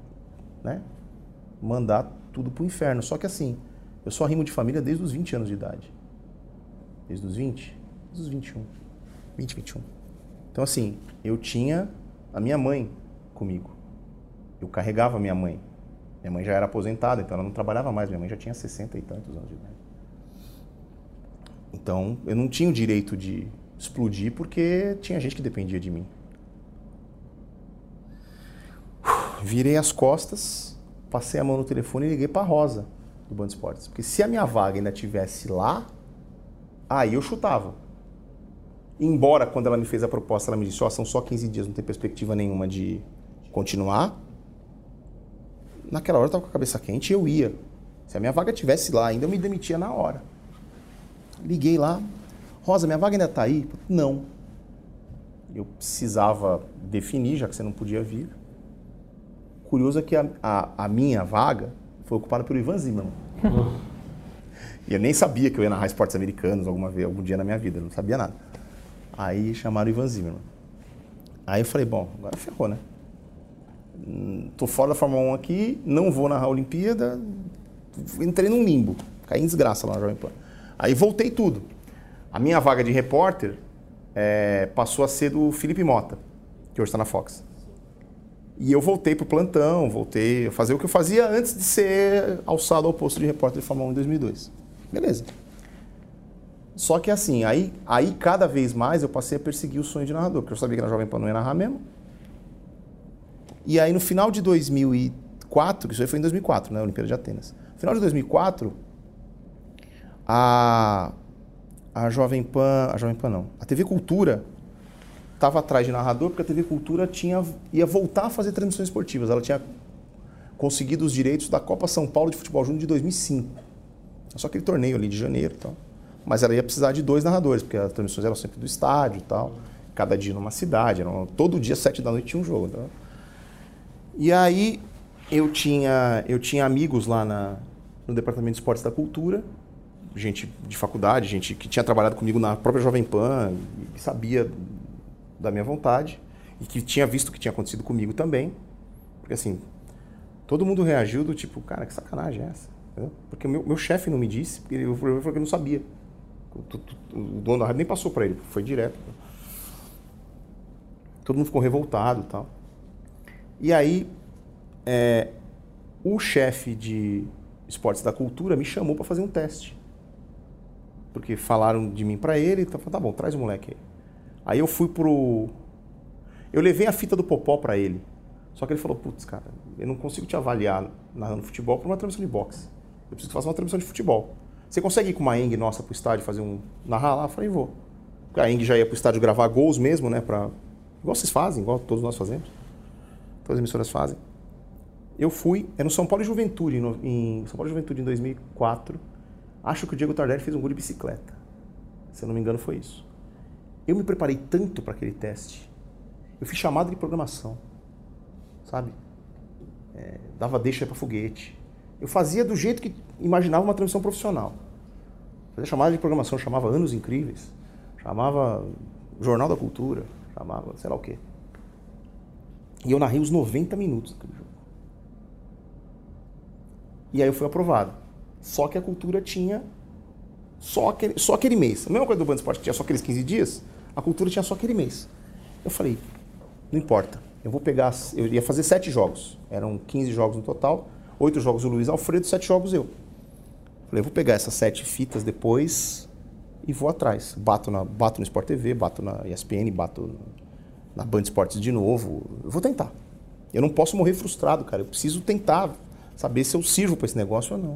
mandar tudo pro inferno. Só que assim, eu só rimo de família desde os 20 anos de idade. Desde os 20? Desde os 21. 20, 21. Então assim, eu tinha a minha mãe comigo. Eu carregava a minha mãe. Minha mãe já era aposentada, então ela não trabalhava mais. Minha mãe já tinha 60 e tantos anos de idade. Então, eu não tinha o direito de explodir porque tinha gente que dependia de mim. Virei as costas, passei a mão no telefone e liguei para a Rosa, do Band Esportes. Porque se a minha vaga ainda estivesse lá, aí eu chutava. Embora, quando ela me fez a proposta, ela me disse, são só 15 dias, não tem perspectiva nenhuma de continuar. Naquela hora eu estava com a cabeça quente e eu ia. Se a minha vaga estivesse lá ainda, eu me demitia na hora. Liguei lá, Rosa, minha vaga ainda está aí? Não. Eu precisava definir, já que você não podia vir. Curioso é que a minha vaga, foi ocupado pelo Ivan Zimmerman. E eu nem sabia que eu ia narrar esportes americanos algum dia na minha vida, eu não sabia nada. Aí chamaram o Ivan Zimmerman. Aí eu falei, bom, agora ferrou, né? Tô fora da Fórmula 1 aqui, não vou narrar a Olimpíada, entrei num limbo, caí em desgraça lá na Jovem Pan. Aí voltei tudo. A minha vaga de repórter passou a ser do Felipe Mota, que hoje está na Fox. E eu voltei pro plantão, voltei a fazer o que eu fazia antes de ser alçado ao posto de repórter de Fórmula 1 em 2002. Beleza. Só que assim, aí cada vez mais eu passei a perseguir o sonho de narrador, porque eu sabia que na Jovem Pan não ia narrar mesmo. E aí no final de 2004, que isso aí foi em 2004, né, a Olimpíada de Atenas. No final de 2004, a Jovem Pan não, a TV Cultura estava atrás de narrador, porque a TV Cultura ia voltar a fazer transmissões esportivas. Ela tinha conseguido os direitos da Copa São Paulo de Futebol Júnior de 2005. Só aquele torneio ali de janeiro e tal. Mas ela ia precisar de 2 narradores, porque as transmissões eram sempre do estádio e tal. Cada dia numa cidade. Todo dia, 7 da noite, tinha um jogo. Tá? E aí, eu tinha amigos lá no Departamento de Esportes da Cultura, gente de faculdade, gente que tinha trabalhado comigo na própria Jovem Pan, que sabia da minha vontade, e que tinha visto o que tinha acontecido comigo também. Porque assim, todo mundo reagiu do tipo, cara, que sacanagem é essa? Entendeu? Porque o meu chefe não me disse, porque ele falou que eu não sabia. O dono da rádio nem passou para ele, foi direto. Todo mundo ficou revoltado e tal. E aí, o chefe de esportes da cultura me chamou para fazer um teste. Porque falaram de mim para ele, então falei, tá bom, traz o moleque aí. Aí eu fui eu levei a fita do Popó para ele. Só que ele falou, putz, cara, eu não consigo te avaliar narrando futebol por uma transmissão de boxe. Eu preciso que faça uma transmissão de futebol. Você consegue ir com uma Eng nossa pro estádio fazer narrar lá? Eu falei, vou. Porque a Eng já ia pro estádio gravar gols mesmo, né? Igual vocês fazem, igual todos nós fazemos. Todas as emissoras fazem. Eu fui, no São Paulo e Juventude, em São Paulo e Juventude em 2004. Acho que o Diego Tardelli fez um gol de bicicleta. Se eu não me engano, foi isso. Eu me preparei tanto para aquele teste. Eu fiz chamada de programação, sabe? Dava deixa para foguete. Eu fazia do jeito que imaginava uma transmissão profissional. Fazia chamada de programação, chamava Anos Incríveis, chamava Jornal da Cultura, chamava sei lá o quê. E eu narrei os 90 minutos daquele jogo. E aí eu fui aprovado. Só que a Cultura tinha só aquele mês. A mesma coisa do Band Esporte, que tinha só aqueles 15 dias, a Cultura tinha só aquele mês. Eu falei, não importa, eu ia fazer 7 jogos. Eram 15 jogos no total, 8 jogos o Luiz Alfredo, 7 jogos eu. Falei, eu vou pegar essas 7 fitas depois e vou atrás. Bato no Sport TV, bato na ESPN, bato na Band Esportes de novo. Eu vou tentar. Eu não posso morrer frustrado, cara. Eu preciso tentar saber se eu sirvo para esse negócio ou não.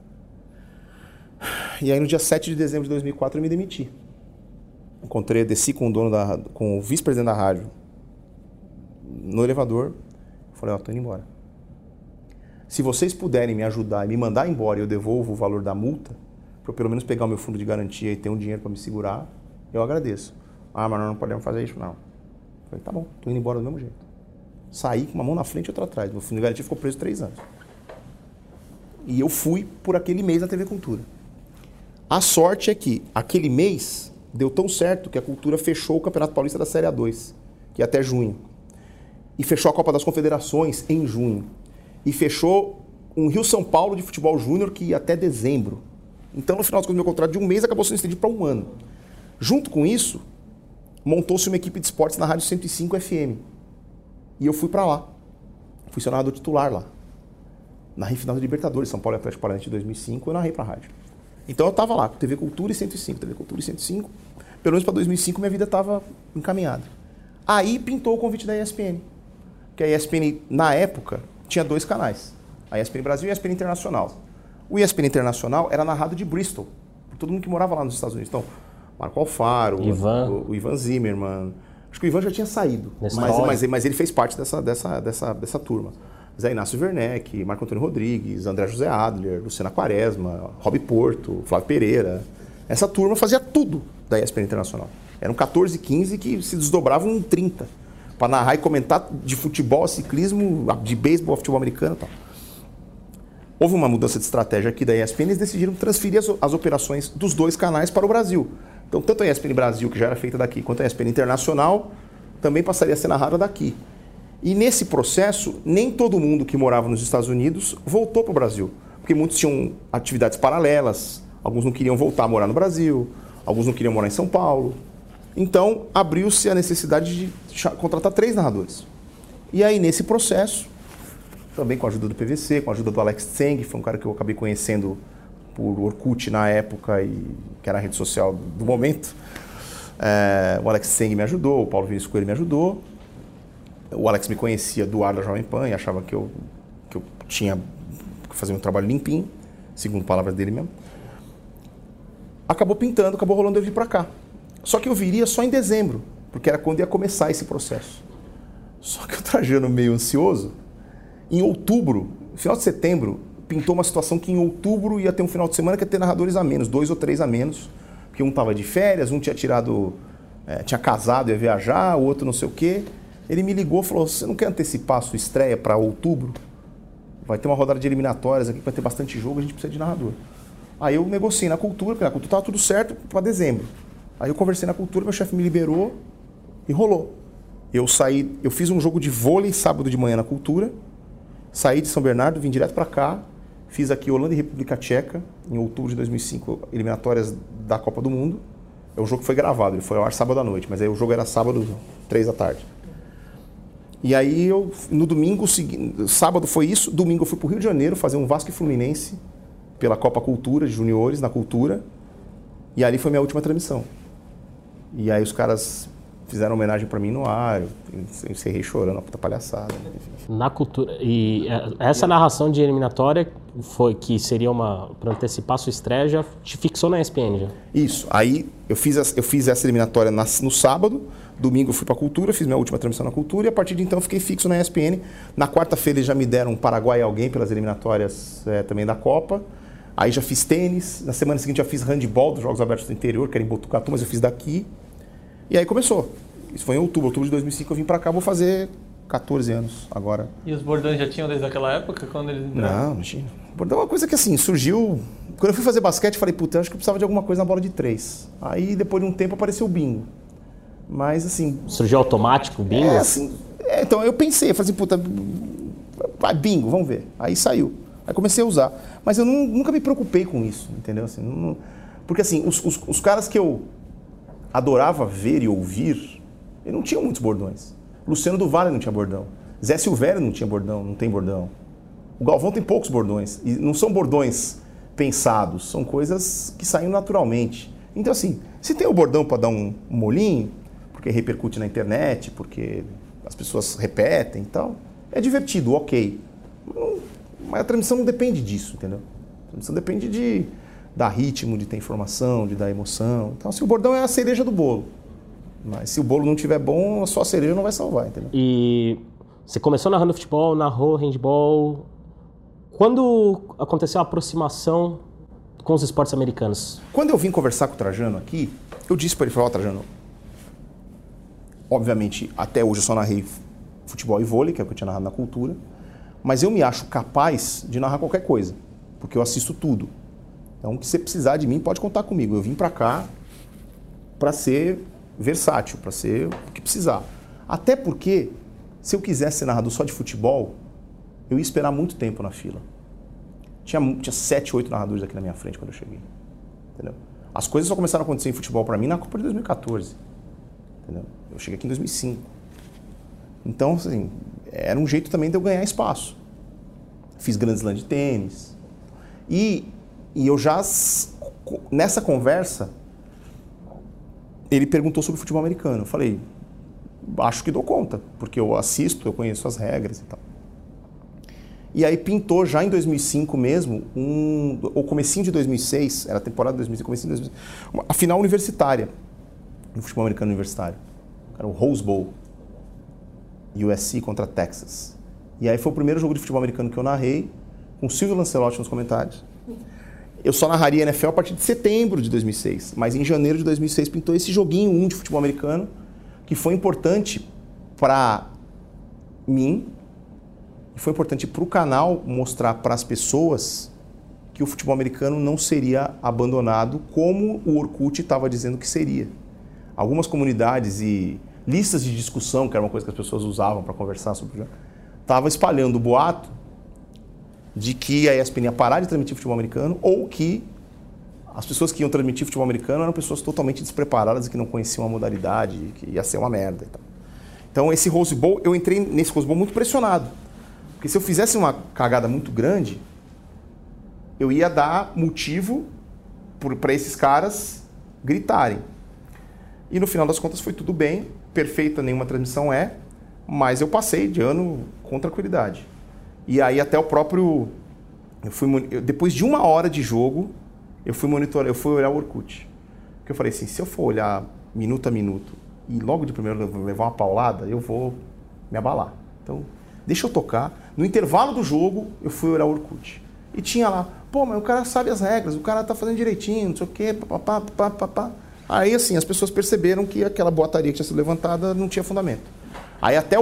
E aí no dia 7 de dezembro de 2004 eu me demiti. Desci com com o vice-presidente da rádio no elevador. Falei, tô indo embora. Se vocês puderem me ajudar e me mandar embora e eu devolvo o valor da multa, para eu pelo menos pegar o meu fundo de garantia e ter um dinheiro para me segurar, eu agradeço. Mas nós não podemos fazer isso, não. Falei, tá bom, tô indo embora do mesmo jeito. Saí com uma mão na frente e outra atrás. Meu fundo de garantia ficou preso 3 anos. E eu fui por aquele mês na TV Cultura. A sorte é que aquele mês deu tão certo que a Cultura fechou o Campeonato Paulista da Série A2, que é até junho. E fechou a Copa das Confederações em junho. E fechou um Rio-São Paulo de futebol júnior que ia até dezembro. Então, no final do meu contrato de um mês, acabou sendo estendido para 1 ano. Junto com isso, montou-se uma equipe de esportes na Rádio 105 FM. E eu fui para lá. Fui seu narrador titular lá. Narrei final da Libertadores, São Paulo e Atlético Paranaense de 2005, eu narrei para a rádio. Então eu estava lá, com TV Cultura e 105, TV Cultura e 105. Pelo menos para 2005 minha vida estava encaminhada. Aí pintou o convite da ESPN. Porque a ESPN, na época, tinha 2 canais. A ESPN Brasil e a ESPN Internacional. O ESPN Internacional era narrado de Bristol, por todo mundo que morava lá nos Estados Unidos. Então, Marco Alfaro, o Ivan Zimmerman. Acho que o Ivan já tinha saído, mas ele fez parte dessa turma. Zé Inácio Werneck, Marco Antônio Rodrigues, André José Adler, Luciana Quaresma, Rob Porto, Flávio Pereira. Essa turma fazia tudo da ESPN Internacional. Eram 14, 15 que se desdobravam em 30 para narrar e comentar de futebol, ciclismo, de beisebol, futebol americano e tal. houve uma mudança de estratégia aqui da ESPN, eles decidiram transferir as operações dos 2 canais para o Brasil. Então, tanto a ESPN Brasil, que já era feita daqui, quanto a ESPN Internacional, também passaria a ser narrada daqui. E nesse processo, nem todo mundo que morava nos Estados Unidos voltou para o Brasil, porque muitos tinham atividades paralelas, alguns não queriam voltar a morar no Brasil, alguns não queriam morar em São Paulo. Então, abriu-se a necessidade de contratar 3 narradores. E aí, nesse processo, também com a ajuda do PVC, com a ajuda do Alex Tseng, foi um cara que eu acabei conhecendo por Orkut na época, que era a rede social do momento. O Alex Tseng me ajudou, o Paulo Vinícius Coelho me ajudou. O Alex me conhecia do ar da Jovem Pan e achava que eu tinha que fazer um trabalho limpinho, segundo palavras dele mesmo. Acabou pintando, acabou rolando eu vir para cá. Só que eu viria só em dezembro, porque era quando ia começar esse processo. Só que o Trajano, meio ansioso, em outubro, final de setembro, pintou uma situação que em outubro ia ter um final de semana que ia ter narradores a menos, 2 ou 3 a menos, porque um estava de férias, um tinha tinha casado, ia viajar, o outro não sei o quê. Ele me ligou e falou, você não quer antecipar a sua estreia para outubro? Vai ter uma rodada de eliminatórias aqui, vai ter bastante jogo, a gente precisa de narrador. Aí eu negociei na Cultura, porque na Cultura estava tudo certo para dezembro. Aí eu conversei na Cultura, meu chefe me liberou e rolou. Eu fiz um jogo de vôlei sábado de manhã na Cultura, saí de São Bernardo, vim direto para cá, fiz aqui Holanda e República Tcheca, em outubro de 2005, eliminatórias da Copa do Mundo. É um jogo que foi gravado, ele foi ao ar sábado à noite, mas aí o jogo era sábado, 3 da tarde. E aí no domingo, sábado foi isso, domingo eu fui para o Rio de Janeiro fazer um Vasco e Fluminense pela Copa Cultura de Juniores, na Cultura, e ali foi minha última transmissão. E aí os caras fizeram homenagem para mim no ar, eu encerrei chorando, uma puta palhaçada. Enfim. Na Cultura. E essa narração de eliminatória foi que seria para antecipar a sua estreia, já te fixou na ESPN já? Isso. Aí eu fiz essa eliminatória no sábado, domingo eu fui para a Cultura, fiz minha última transmissão na Cultura e a partir de então eu fiquei fixo na ESPN. Na quarta-feira eles já me deram um Paraguai e alguém pelas eliminatórias também da Copa. Aí já fiz tênis, na semana seguinte já fiz handball dos Jogos Abertos do Interior, que era em Botucatu, mas eu fiz daqui. E aí começou. Isso foi em outubro de 2005 eu vim pra cá, vou fazer 14 anos agora. E os bordões já tinham desde aquela época, quando eles entraram? Não, imagina. Bordão é uma coisa que assim, surgiu... Quando eu fui fazer basquete, falei, puta, acho que eu precisava de alguma coisa na bola de 3. Aí depois de um tempo apareceu o bingo. Mas assim... Surgiu automático o bingo? Então eu pensei, eu falei assim, puta, bingo, vamos ver. Aí saiu. Aí comecei a usar. Mas eu nunca me preocupei com isso, entendeu? Assim, porque assim, os caras que eu adorava ver e ouvir, eles não tinham muitos bordões. Luciano do Vale não tinha bordão. Zé Silvério não tinha bordão, não tem bordão. O Galvão tem poucos bordões. E não são bordões pensados, são coisas que saem naturalmente. Então assim, se tem o bordão para dar um molinho, porque repercute na internet, porque as pessoas repetem e tal, é divertido, ok. Mas a transmissão não depende disso, entendeu? A transmissão depende de dar ritmo, de ter informação, de dar emoção. Então, assim, o bordão é a cereja do bolo. Mas se o bolo não estiver bom, só a cereja não vai salvar, entendeu? E você começou narrando futebol, narrou handball. Quando aconteceu a aproximação com os esportes americanos? Quando eu vim conversar com o Trajano aqui, eu disse para ele, falei, Trajano, obviamente, até hoje eu só narrei futebol e vôlei, que é o que eu tinha narrado na Cultura, mas eu me acho capaz de narrar qualquer coisa, porque eu assisto tudo. Então, se você precisar de mim, pode contar comigo. Eu vim para cá para ser versátil, para ser o que precisar. Até porque, se eu quisesse ser narrador só de futebol, eu ia esperar muito tempo na fila. Tinha 7, 8 narradores aqui na minha frente quando eu cheguei. Entendeu? As coisas só começaram a acontecer em futebol para mim na Copa de 2014. Entendeu? Eu cheguei aqui em 2005. Então, assim, era um jeito também de eu ganhar espaço. Fiz Grand Slam de tênis. E eu já, nessa conversa, ele perguntou sobre o futebol americano. Eu falei, acho que dou conta, porque eu assisto, eu conheço as regras e tal. E aí pintou já em 2005 mesmo, ou comecinho de 2006, era a temporada de 2005, comecinho de 2006, a final universitária, no futebol americano universitário. Era o Rose Bowl, USC contra Texas. E aí foi o primeiro jogo de futebol americano que eu narrei, com o Silvio Lancelotti nos comentários. Eu só narraria NFL a partir de setembro de 2006, mas em janeiro de 2006 pintou esse joguinho de futebol americano, que foi importante para mim E foi importante para o canal mostrar para as pessoas que o futebol americano não seria abandonado como o Orkut estava dizendo que seria. Algumas comunidades e listas de discussão, que era uma coisa que as pessoas usavam para conversar sobre o jogo, estava espalhando o boato de que a ESPN ia parar de transmitir futebol americano ou que as pessoas que iam transmitir futebol americano eram pessoas totalmente despreparadas e que não conheciam a modalidade, que ia ser uma merda e tal. Então esse Rose Bowl, eu entrei nesse Rose Bowl muito pressionado. Porque se eu fizesse uma cagada muito grande, eu ia dar motivo para esses caras gritarem. E no final das contas foi tudo bem, perfeita nenhuma transmissão mas eu passei de ano com tranquilidade. E aí até o próprio... depois de 1 hora de jogo, eu fui olhar o Orkut. Porque eu falei assim, se eu for olhar minuto a minuto e logo de primeiro eu levar uma paulada, eu vou me abalar. Então, deixa eu tocar. No intervalo do jogo, eu fui olhar o Orkut. E tinha lá, mas o cara sabe as regras, o cara tá fazendo direitinho, não sei o quê, papapá. Aí, assim, as pessoas perceberam que aquela boataria que tinha sido levantada não tinha fundamento. Aí até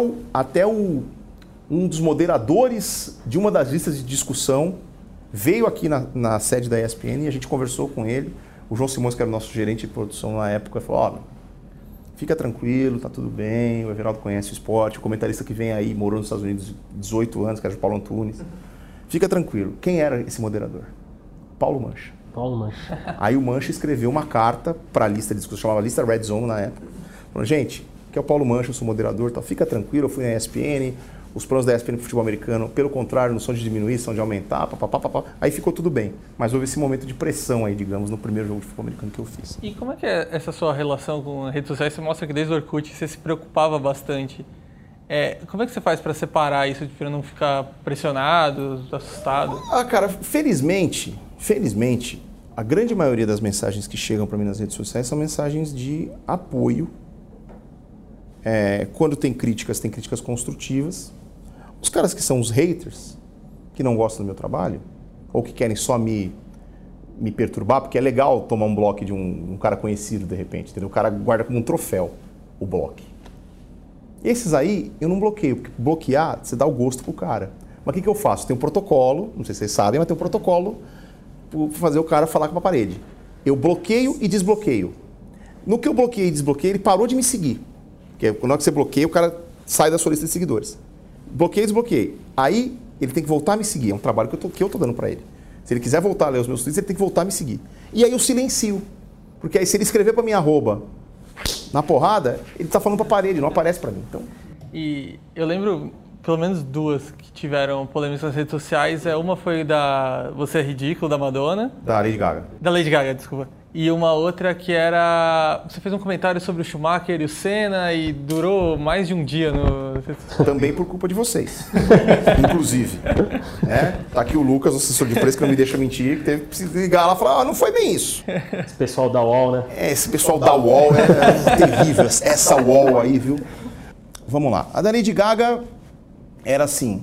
um dos moderadores de uma das listas de discussão veio aqui na sede da ESPN e a gente conversou com ele. O João Simões, que era o nosso gerente de produção na época, falou, fica tranquilo, tá tudo bem, o Everaldo conhece o esporte, o comentarista que vem aí, morou nos Estados Unidos 18 anos, que era o Paulo Antunes. Fica tranquilo. Quem era esse moderador? Paulo Mancha. Aí o Mancha escreveu uma carta para a lista de discussão, chamava Lista Red Zone na época. Falou, gente, que é o Paulo Mancha, eu sou moderador, tal. Fica tranquilo, eu fui na ESPN, os planos da ESPN para o futebol americano, pelo contrário, não são de diminuir, são de aumentar, papapá. Aí ficou tudo bem. Mas houve esse momento de pressão aí, digamos, no primeiro jogo de futebol americano que eu fiz. E como é que é essa sua relação com as redes sociais? Você mostra que desde o Orkut você se preocupava bastante. Como é que você faz para separar isso, para não ficar pressionado, assustado? Cara, felizmente, a grande maioria das mensagens que chegam para mim nas redes sociais são mensagens de apoio. Quando tem críticas construtivas. Os caras que são os haters, que não gostam do meu trabalho, ou que querem só me perturbar, porque é legal tomar um bloco de um cara conhecido de repente, entendeu? O cara guarda como um troféu o bloco. Esses aí eu não bloqueio, porque bloquear, você dá o gosto pro cara. Mas o que eu faço? Tem um protocolo, não sei se vocês sabem, mas tem um protocolo para fazer o cara falar com a parede. Eu bloqueio e desbloqueio. No que eu bloqueei e desbloqueei, ele parou de me seguir. Porque na hora que você bloqueia, o cara sai da sua lista de seguidores. Bloqueei e desbloqueei. Aí ele tem que voltar a me seguir. É um trabalho que eu tô dando para ele. Se ele quiser voltar a ler os meus tweets, ele tem que voltar a me seguir. E aí eu silencio. Porque aí se ele escrever para minha arroba na porrada, ele tá falando pra parede, não aparece para mim. Então... E eu lembro pelo menos 2 que tiveram polêmicas nas redes sociais. Uma foi da Você é Ridículo, da Madonna. Da Lady Gaga. Da Lady Gaga, desculpa. E uma outra que era... Você fez um comentário sobre o Schumacher e o Senna e durou mais de um dia no... Também por culpa de vocês. Inclusive. Tá aqui o Lucas, o assessor de imprensa, que não me deixa mentir, que teve que se ligar lá e falar, não foi bem isso. Esse pessoal da UOL, né? Esse pessoal da UOL é terrível. Essa UOL aí, viu? Vamos lá. A da Lady Gaga era assim.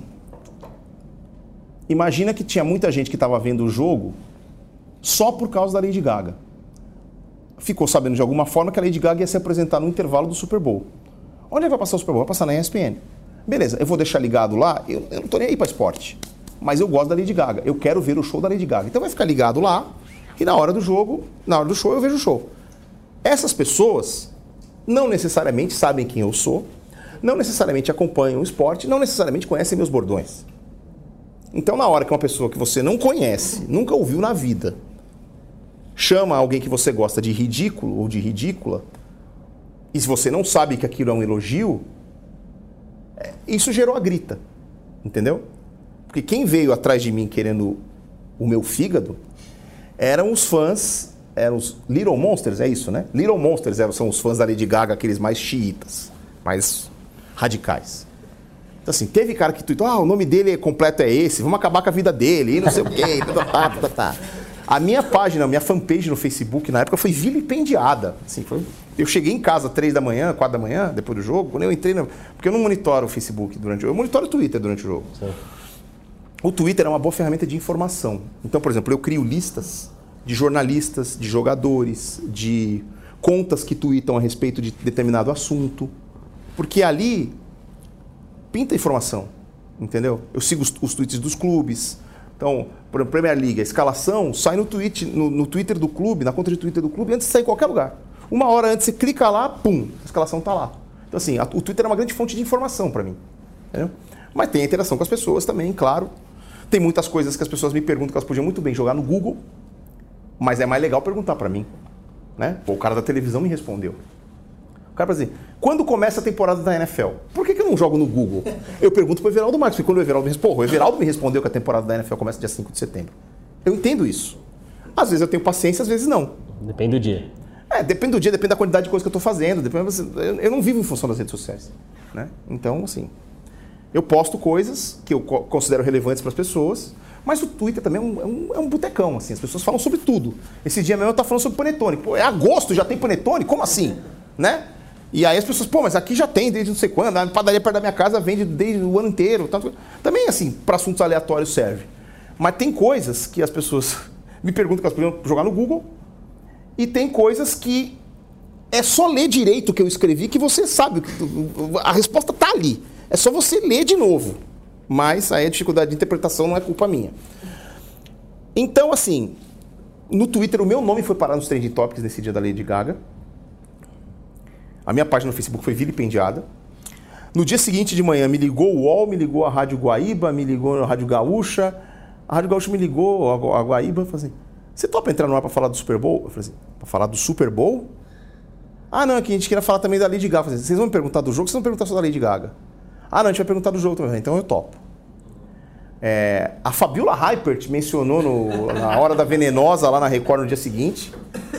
Imagina que tinha muita gente que estava vendo o jogo só por causa da Lady Gaga. Ficou sabendo de alguma forma que a Lady Gaga ia se apresentar no intervalo do Super Bowl. Onde vai passar o Super Bowl? Vai passar na ESPN. Beleza, eu vou deixar ligado lá, eu não tô nem aí para esporte, mas eu gosto da Lady Gaga, eu quero ver o show da Lady Gaga. Então vai ficar ligado lá e na hora do jogo, na hora do show eu vejo o show. Essas pessoas não necessariamente sabem quem eu sou, não necessariamente acompanham o esporte, não necessariamente conhecem meus bordões. Então na hora que uma pessoa que você não conhece, nunca ouviu na vida, chama alguém que você gosta de ridículo ou de ridícula, e se você não sabe que aquilo é um elogio, isso gerou a grita, entendeu? Porque quem veio atrás de mim querendo o meu fígado eram os fãs, eram os Little Monsters, é isso, né? Little Monsters são os fãs da Lady Gaga, aqueles mais xiitas, mais radicais. Então assim, teve cara que tweetou, o nome dele completo é esse, vamos acabar com a vida dele, e não sei o quê, tá. A minha página, a minha fanpage no Facebook, na época, foi vilipendiada. Assim, eu cheguei em casa 3 da manhã, 4 da manhã, depois do jogo, quando eu entrei... Porque eu não monitoro o Facebook durante o jogo, eu monitoro o Twitter durante o jogo. Sim. O Twitter é uma boa ferramenta de informação. Então, por exemplo, eu crio listas de jornalistas, de jogadores, de contas que tweetam a respeito de determinado assunto. Porque ali pinta informação. entendeu? Eu sigo os tweets dos clubes. Então, por exemplo, Premier League, a escalação sai no Twitter do clube, na conta de Twitter do clube, antes de sair em qualquer lugar. Uma hora antes você clica lá, pum, a escalação tá lá. Então assim, o Twitter é uma grande fonte de informação para mim. Entendeu? Mas tem a interação com as pessoas também, claro. Tem muitas coisas que as pessoas me perguntam que elas podiam muito bem jogar no Google, mas é mais legal perguntar para mim. Né? Pô, o cara da televisão me respondeu. O cara fala assim, quando começa a temporada da NFL? Por que eu não jogo no Google? Eu pergunto pro Everaldo Marques, porque quando o Everaldo me responde, o Everaldo me respondeu que a temporada da NFL começa dia 5 de setembro. Eu entendo isso. Às vezes eu tenho paciência, às vezes não. Depende do dia. Depende do dia, depende da quantidade de coisa que eu estou fazendo. Eu não vivo em função das redes sociais. Né? Então, assim, eu posto coisas que eu considero relevantes para as pessoas, mas o Twitter também é um botecão, assim, as pessoas falam sobre tudo. Esse dia mesmo eu estava falando sobre panetone. Pô, é agosto, já tem panetone? Como assim? Né? E aí as pessoas, pô, mas aqui já tem desde não sei quando, a padaria perto da minha casa vende desde o ano inteiro. Também, assim, para assuntos aleatórios serve. Mas tem coisas que as pessoas me perguntam que elas podiam jogar no Google, e tem coisas que é só ler direito o que eu escrevi que você sabe, a resposta está ali. É só você ler de novo. Mas aí a dificuldade de interpretação não é culpa minha. Então, assim, no Twitter o meu nome foi parar nos Trending Topics nesse dia da Lady Gaga. A minha página no Facebook foi vilipendiada. No dia seguinte de manhã me ligou o UOL, me ligou a Rádio Guaíba, me ligou a Rádio Gaúcha. A Rádio Gaúcha me ligou, a Guaíba, falou assim, você topa entrar no ar para falar do Super Bowl? Eu falei assim, para falar do Super Bowl? Ah, não, aqui a gente queria falar também da Lady Gaga. Eu falei assim, vocês vão me perguntar do jogo, vocês vão perguntar só da Lady Gaga. Ah, não, a gente vai perguntar do jogo também. Então eu topo. A Fabiola Hypert mencionou na Hora da Venenosa, lá na Record, no dia seguinte.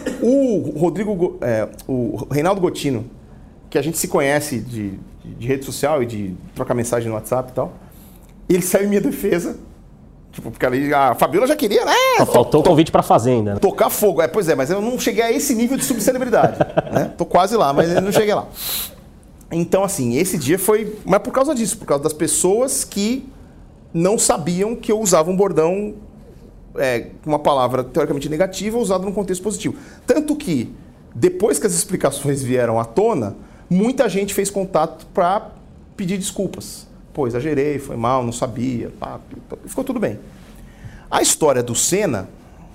O Reinaldo Gotino, que a gente se conhece de rede social e de trocar mensagem no WhatsApp e tal, ele saiu em minha defesa. Tipo, porque a Fabiola já queria, né? Faltou o convite pra Fazenda. Né? Tocar fogo. Pois é, mas eu não cheguei a esse nível de subcelebridade. Né? Tô quase lá, mas eu não cheguei lá. Então, assim, esse dia foi... Mas por causa disso, por causa das pessoas que não sabiam que eu usava um bordão, uma palavra teoricamente negativa, usada num contexto positivo. Tanto que, depois que as explicações vieram à tona, muita gente fez contato para pedir desculpas. Pô, exagerei, foi mal, não sabia, pá, ficou tudo bem. A história do Senna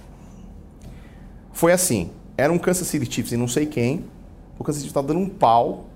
foi assim, era um Kansas City Chiefs e não sei quem, o Kansas City estava dando um pau,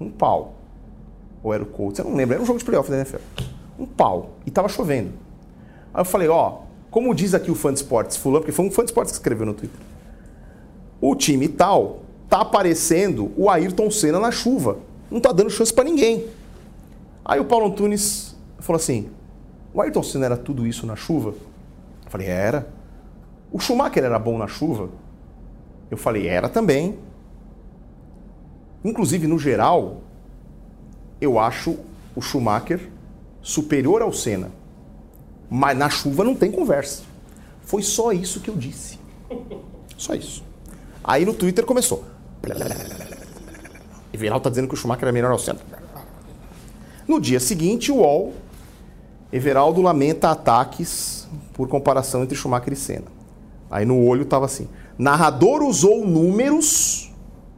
ou era o Colts, eu não lembro, era um jogo de playoff da NFL, um pau, e estava chovendo. Aí eu falei, como diz aqui o Fã de Esportes, fulano, porque foi um Fã de Esportes que escreveu no Twitter, o time tal tá aparecendo o Ayrton Senna na chuva, não tá dando chance para ninguém. Aí o Paulo Antunes falou assim, o Ayrton Senna era tudo isso na chuva? Eu falei, era. O Schumacher era bom na chuva? Eu falei, era também. Inclusive, no geral, eu acho o Schumacher superior ao Senna. Mas na chuva não tem conversa. Foi só isso que eu disse. Só isso. Aí no Twitter começou. Everaldo tá dizendo que o Schumacher era melhor ao Senna. No dia seguinte, o UOL, Everaldo lamenta ataques por comparação entre Schumacher e Senna. Aí no olho estava assim, narrador usou números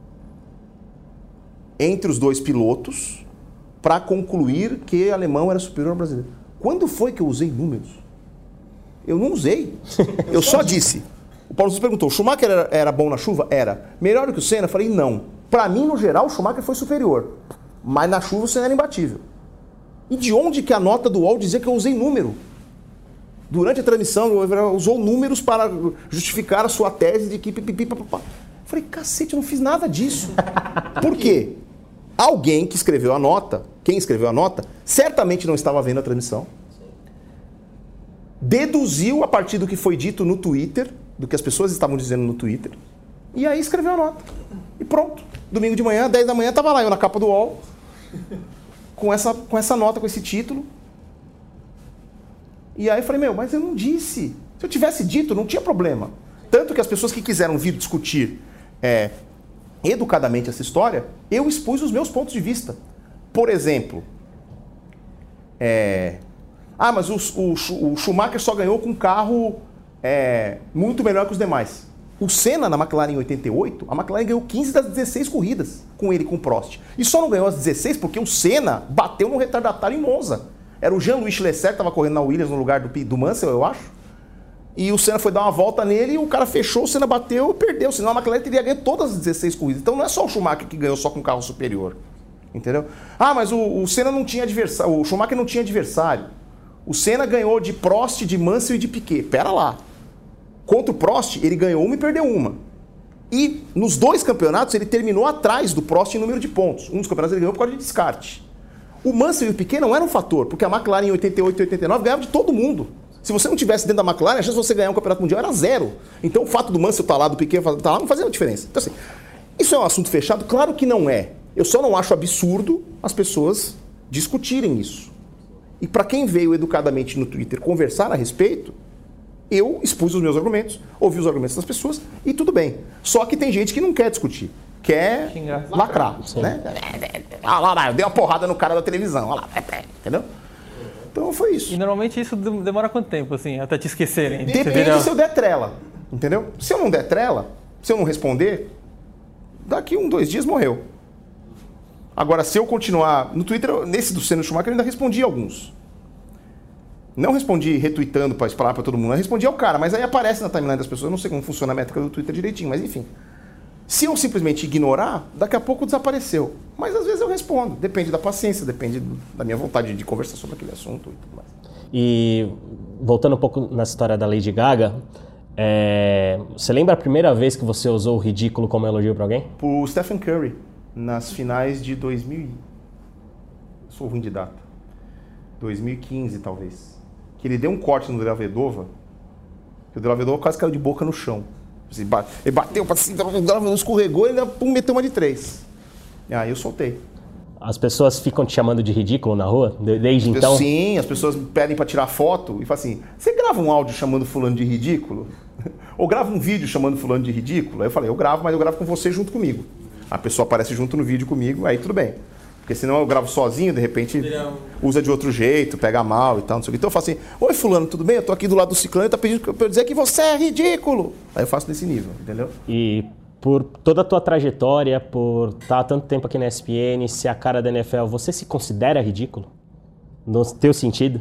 entre os dois pilotos para concluir que o alemão era superior ao brasileiro. Quando foi que eu usei números? Eu não usei. Eu só disse. O Paulo perguntou, o Schumacher era bom na chuva? Era. Melhor do que o Senna? Eu falei, não. Para mim, no geral, o Schumacher foi superior. Mas na chuva o Senna era imbatível. E de onde que a nota do UOL dizia que eu usei número? Durante a transmissão, eu usou números para justificar a sua tese de que pipipipapapá. Falei, cacete, eu não fiz nada disso. Por quê? Alguém que escreveu a nota, quem escreveu a nota, certamente não estava vendo a transmissão. Deduziu a partir do que foi dito no Twitter, do que as pessoas estavam dizendo no Twitter, e aí escreveu a nota. E pronto. Domingo de manhã, 10 da manhã, estava lá eu na capa do UOL, com essa nota, com esse título. E aí eu falei, mas eu não disse. Se eu tivesse dito, não tinha problema. Tanto que as pessoas que quiseram vir discutir educadamente essa história, eu expus os meus pontos de vista. Por exemplo, mas o Schumacher só ganhou com um carro muito melhor que os demais. O Senna, na McLaren em 88, a McLaren ganhou 15 das 16 corridas com ele e com o Prost. E só não ganhou as 16 porque o Senna bateu no retardatário em Monza. Era o Jean-Louis Schlesser que estava correndo na Williams no lugar do Mansell, eu acho. E o Senna foi dar uma volta nele e o cara fechou, o Senna bateu e perdeu. Senão a McLaren teria ganho todas as 16 corridas. Então não é só o Schumacher que ganhou só com um carro superior. Entendeu? Ah, mas o Senna não tinha adversário. O Schumacher não tinha adversário. O Senna ganhou de Prost, de Mansell e de Piquet. Pera lá. Contra o Prost, ele ganhou uma e perdeu uma. E nos 2 campeonatos ele terminou atrás do Prost em número de pontos. Um dos campeonatos ele ganhou por causa de descarte. O Mansell e o Piquet não eram um fator, porque a McLaren em 88 e 89 ganhava de todo mundo. Se você não tivesse dentro da McLaren, a chance de você ganhar um campeonato mundial era 0. Então o fato do Mansell estar lá, do Piquet estar lá, não fazia diferença. Então assim, isso é um assunto fechado? Claro que não é. Eu só não acho absurdo as pessoas discutirem isso. E para quem veio educadamente no Twitter conversar a respeito, eu expus os meus argumentos, ouvi os argumentos das pessoas e tudo bem. Só que tem gente que não quer discutir, quer lacrar, né? Ah, lá, eu dei uma porrada no cara da televisão, olha lá, entendeu? Então foi isso. E normalmente isso demora quanto tempo, assim, até te esquecerem? Depende se eu der trela, entendeu? Se eu não der trela, se eu não responder, daqui 2 dias morreu. Agora, se eu continuar no Twitter, nesse do Senna e Schumacher, eu ainda respondi alguns. Não respondi retweetando para espalhar para todo mundo, eu respondi ao cara, mas aí aparece na timeline das pessoas, eu não sei como funciona a métrica do Twitter direitinho, mas enfim. Se eu simplesmente ignorar, daqui a pouco desapareceu. Mas às vezes eu respondo, depende da paciência, depende da minha vontade de conversar sobre aquele assunto e tudo mais. E voltando um pouco na história da Lady Gaga, você lembra a primeira vez que você usou o ridículo como elogio para alguém? Pro Stephen Curry, nas finais de 2000, sou ruim de data, 2015 talvez. Que ele deu um corte no Dellavedova, que o Dellavedova quase caiu de boca no chão. Ele bateu para cima, o Dellavedova escorregou e ele meteu uma de 3. E aí eu soltei. As pessoas ficam te chamando de ridículo na rua, desde então? Sim, as pessoas pedem para tirar foto e falam assim, você grava um áudio chamando fulano de ridículo? Ou grava um vídeo chamando fulano de ridículo? Aí eu falei, eu gravo, mas eu gravo com você junto comigo. A pessoa aparece junto no vídeo comigo, aí tudo bem. Porque senão eu gravo sozinho, de repente usa de outro jeito, pega mal e tal, não sei o que. Então eu falo assim, oi fulano, tudo bem? Eu tô aqui do lado do ciclano e tá pedindo pra eu dizer que você é ridículo. Aí eu faço nesse nível, entendeu? E por toda a tua trajetória, por estar há tanto tempo aqui na ESPN, ser a cara da NFL, você se considera ridículo? No teu sentido?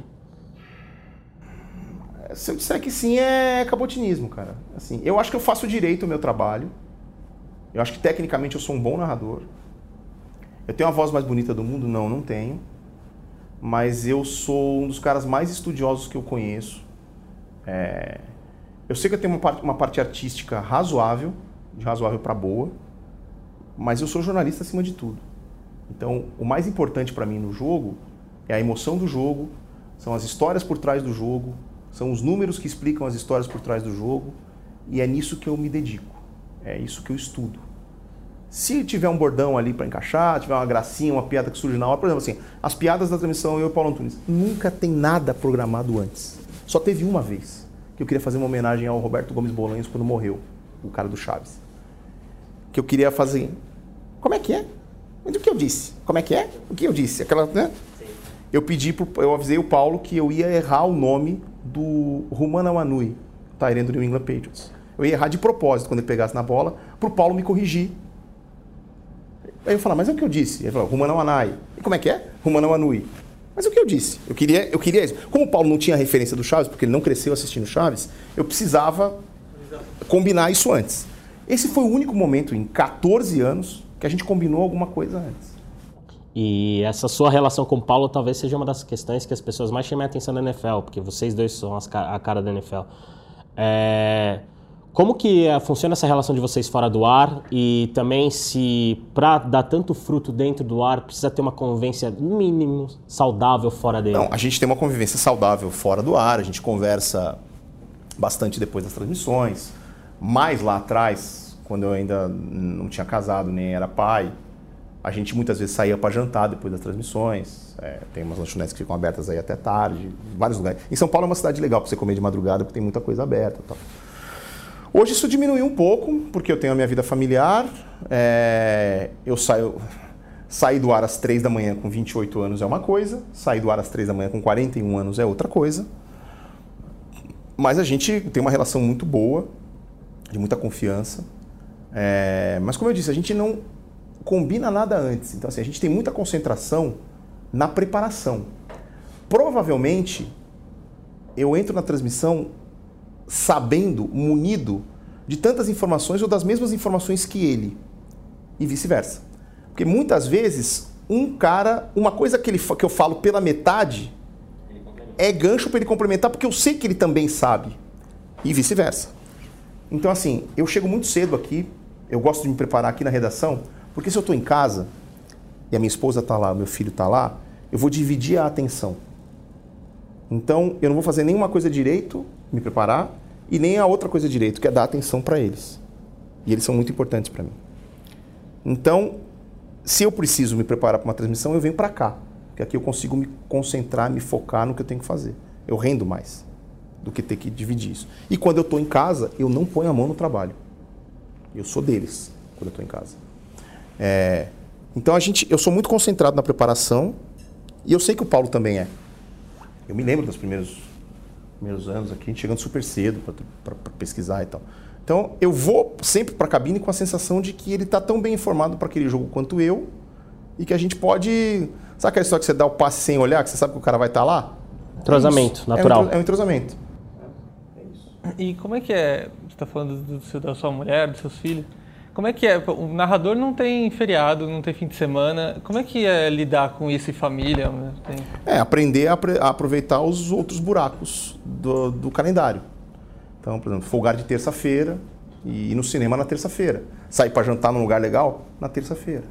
Se eu disser que sim, é cabotinismo, cara. Assim, eu acho que eu faço direito o meu trabalho. Eu acho que tecnicamente eu sou um bom narrador. Eu tenho a voz mais bonita do mundo? Não, não tenho. Mas eu sou um dos caras mais estudiosos que eu conheço. Eu sei que eu tenho uma parte artística razoável, de razoável para boa, mas eu sou jornalista acima de tudo. Então, o mais importante para mim no jogo é a emoção do jogo, são as histórias por trás do jogo, são os números que explicam as histórias por trás do jogo, e é nisso que eu me dedico. É isso que eu estudo. Se tiver um bordão ali para encaixar, tiver uma gracinha, uma piada que surge na hora, por exemplo assim, as piadas da transmissão, eu e o Paulo Antunes, nunca tem nada programado antes. Só teve uma vez que eu queria fazer uma homenagem ao Roberto Gomes Bolanhos quando morreu, o cara do Chaves. Que eu queria fazer... Como é que é? Mas o que eu disse? Como é que é? O que eu disse? Aquela, né? Eu avisei o Paulo que eu ia errar o nome do Rumana Wanui, Tyrande do New England Patriots. Eu ia errar de propósito quando ele pegasse na bola, pro Paulo me corrigir. Aí eu falava, mas é o que eu disse? Ele falou, Rumana Wanai. E como é que é? Rumana Wanui. Mas é o que eu disse? Eu queria isso. Como o Paulo não tinha referência do Chaves, porque ele não cresceu assistindo Chaves, eu precisava combinar isso antes. Esse foi o único momento em 14 anos que a gente combinou alguma coisa antes. E essa sua relação com o Paulo talvez seja uma das questões que as pessoas mais chamam a atenção na NFL, porque vocês dois são a cara da NFL. Como que funciona essa relação de vocês fora do ar e também se para dar tanto fruto dentro do ar precisa ter uma convivência no mínimo saudável fora dele? Não, a gente tem uma convivência saudável fora do ar, a gente conversa bastante depois das transmissões, mais lá atrás, quando eu ainda não tinha casado nem era pai, a gente muitas vezes saía para jantar depois das transmissões, tem umas lanchonetes que ficam abertas aí até tarde, em vários lugares. Em São Paulo é uma cidade legal para você comer de madrugada porque tem muita coisa aberta e tal. Hoje isso diminuiu um pouco, porque eu tenho a minha vida familiar, eu sair do ar às 3 da manhã com 28 anos é uma coisa, sair do ar às 3 da manhã com 41 anos é outra coisa, mas a gente tem uma relação muito boa, de muita confiança, mas como eu disse, a gente não combina nada antes, então assim, a gente tem muita concentração na preparação. provavelmente, eu entro na transmissão sabendo, munido de tantas informações ou das mesmas informações que ele. E vice-versa. Porque muitas vezes, uma coisa que eu falo pela metade é gancho para ele complementar, porque eu sei que ele também sabe. E vice-versa. Então, assim, eu chego muito cedo aqui, eu gosto de me preparar aqui na redação, porque se eu estou em casa e a minha esposa está lá, meu filho está lá, eu vou dividir a atenção. Então, eu não vou fazer nenhuma coisa direito, me preparar, e nem a outra coisa direito, que é dar atenção para eles. E eles são muito importantes para mim. Então, se eu preciso me preparar para uma transmissão, eu venho para cá. Porque aqui eu consigo me concentrar, me focar no que eu tenho que fazer. Eu rendo mais do que ter que dividir isso. E quando eu estou em casa, eu não ponho a mão no trabalho. Eu sou deles quando eu estou em casa. Então, eu sou muito concentrado na preparação e eu sei que o Paulo também é. Eu me lembro dos primeiros anos aqui, chegando super cedo para pesquisar e tal. Então, eu vou sempre para a cabine com a sensação de que ele está tão bem informado para aquele jogo quanto eu e que a gente pode... Sabe aquela história que você dá o passe sem olhar, que você sabe que o cara vai estar lá? Entrosamento, natural. É um entrosamento. E como é que é, você está falando da sua mulher, dos seus filhos, como é que é? O narrador não tem feriado, não tem fim de semana, como é que é lidar com isso em família? Aprender a aproveitar os outros buracos do calendário. Então, por exemplo, folgar de terça-feira e ir no cinema na terça-feira. Sair para jantar num lugar legal na terça-feira.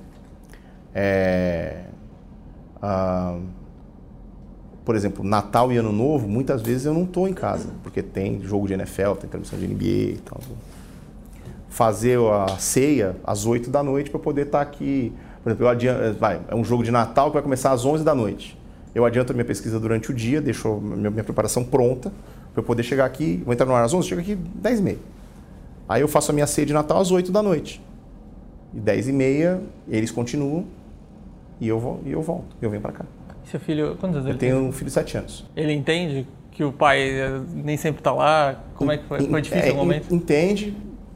Por exemplo, Natal e Ano Novo, muitas vezes eu não estou em casa, porque tem jogo de NFL, tem transmissão de NBA e tal. Fazer a ceia às 8 da noite para poder estar aqui. Por exemplo, é um jogo de Natal que vai começar às 11 da noite. Eu adianto a minha pesquisa durante o dia, deixo minha preparação pronta para eu poder chegar aqui. Vou entrar no ar às 11, chego aqui 10h30. Aí eu faço a minha ceia de Natal às 8 da noite. E 10h30 eles continuam e eu volto. Eu venho para cá. E seu filho, quantos anos ele tem? Eu tenho um filho de 7 anos. Ele entende que o pai nem sempre está lá? Como é que foi? Foi difícil no momento? Entende.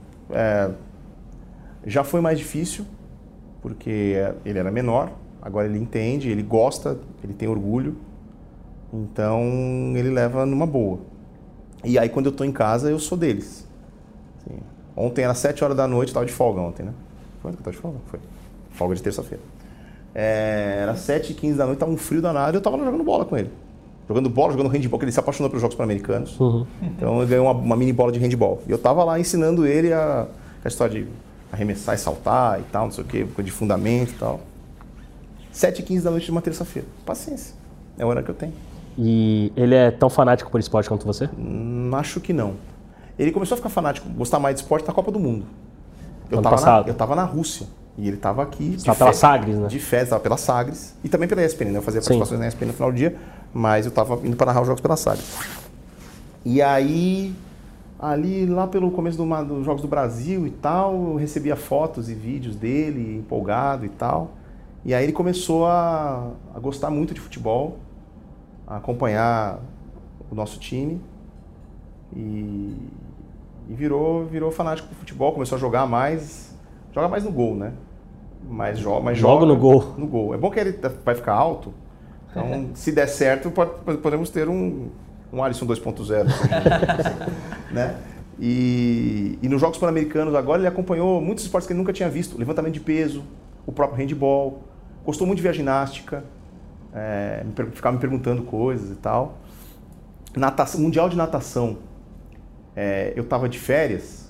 Já foi mais difícil, porque ele era menor, agora ele entende, ele gosta, ele tem orgulho, então ele leva numa boa. E aí quando eu estou em casa, eu sou deles. Assim, ontem era 7 horas da noite, estava de folga ontem, né? Foi que eu estava de folga? Foi. Folga de terça-feira. Era 7h15 da noite, estava um frio danado e eu estava jogando bola com ele. Jogando handball, porque ele se apaixonou pelos Jogos Pan-Americanos. Uhum. Então ele ganhou uma mini bola de handball. E eu estava lá ensinando ele a história de arremessar e saltar e tal, não sei o quê, de fundamento e tal. 7h15 da noite de uma terça-feira. Paciência. É a hora que eu tenho. E ele é tão fanático por esporte quanto você? Acho que não. Ele começou a ficar fanático, gostar mais de esporte na Copa do Mundo. Eu estava na Rússia. E ele estava aqui. Você estava pela Sagres, né? De férias, estava pela Sagres. E também pela ESPN, né? Eu fazia participações na ESPN no final do dia, mas eu estava indo para narrar os jogos pela Sagres. E aí, lá pelo começo dos Jogos do Brasil e tal, eu recebia fotos e vídeos dele, empolgado e tal. E aí ele começou a gostar muito de futebol, a acompanhar o nosso time. E virou fanático por futebol, começou a jogar mais. Joga mais no gol, né? Mas joga no gol. No gol. É bom que ele vai ficar alto. Então, se der certo, podemos ter um Alisson 2.0. Né? E nos Jogos Pan-Americanos agora ele acompanhou muitos esportes que ele nunca tinha visto. Levantamento de peso, o próprio handball. Gostou muito de ver a ginástica. Ficava me perguntando coisas e tal. Natação, Mundial de Natação. Eu estava de férias.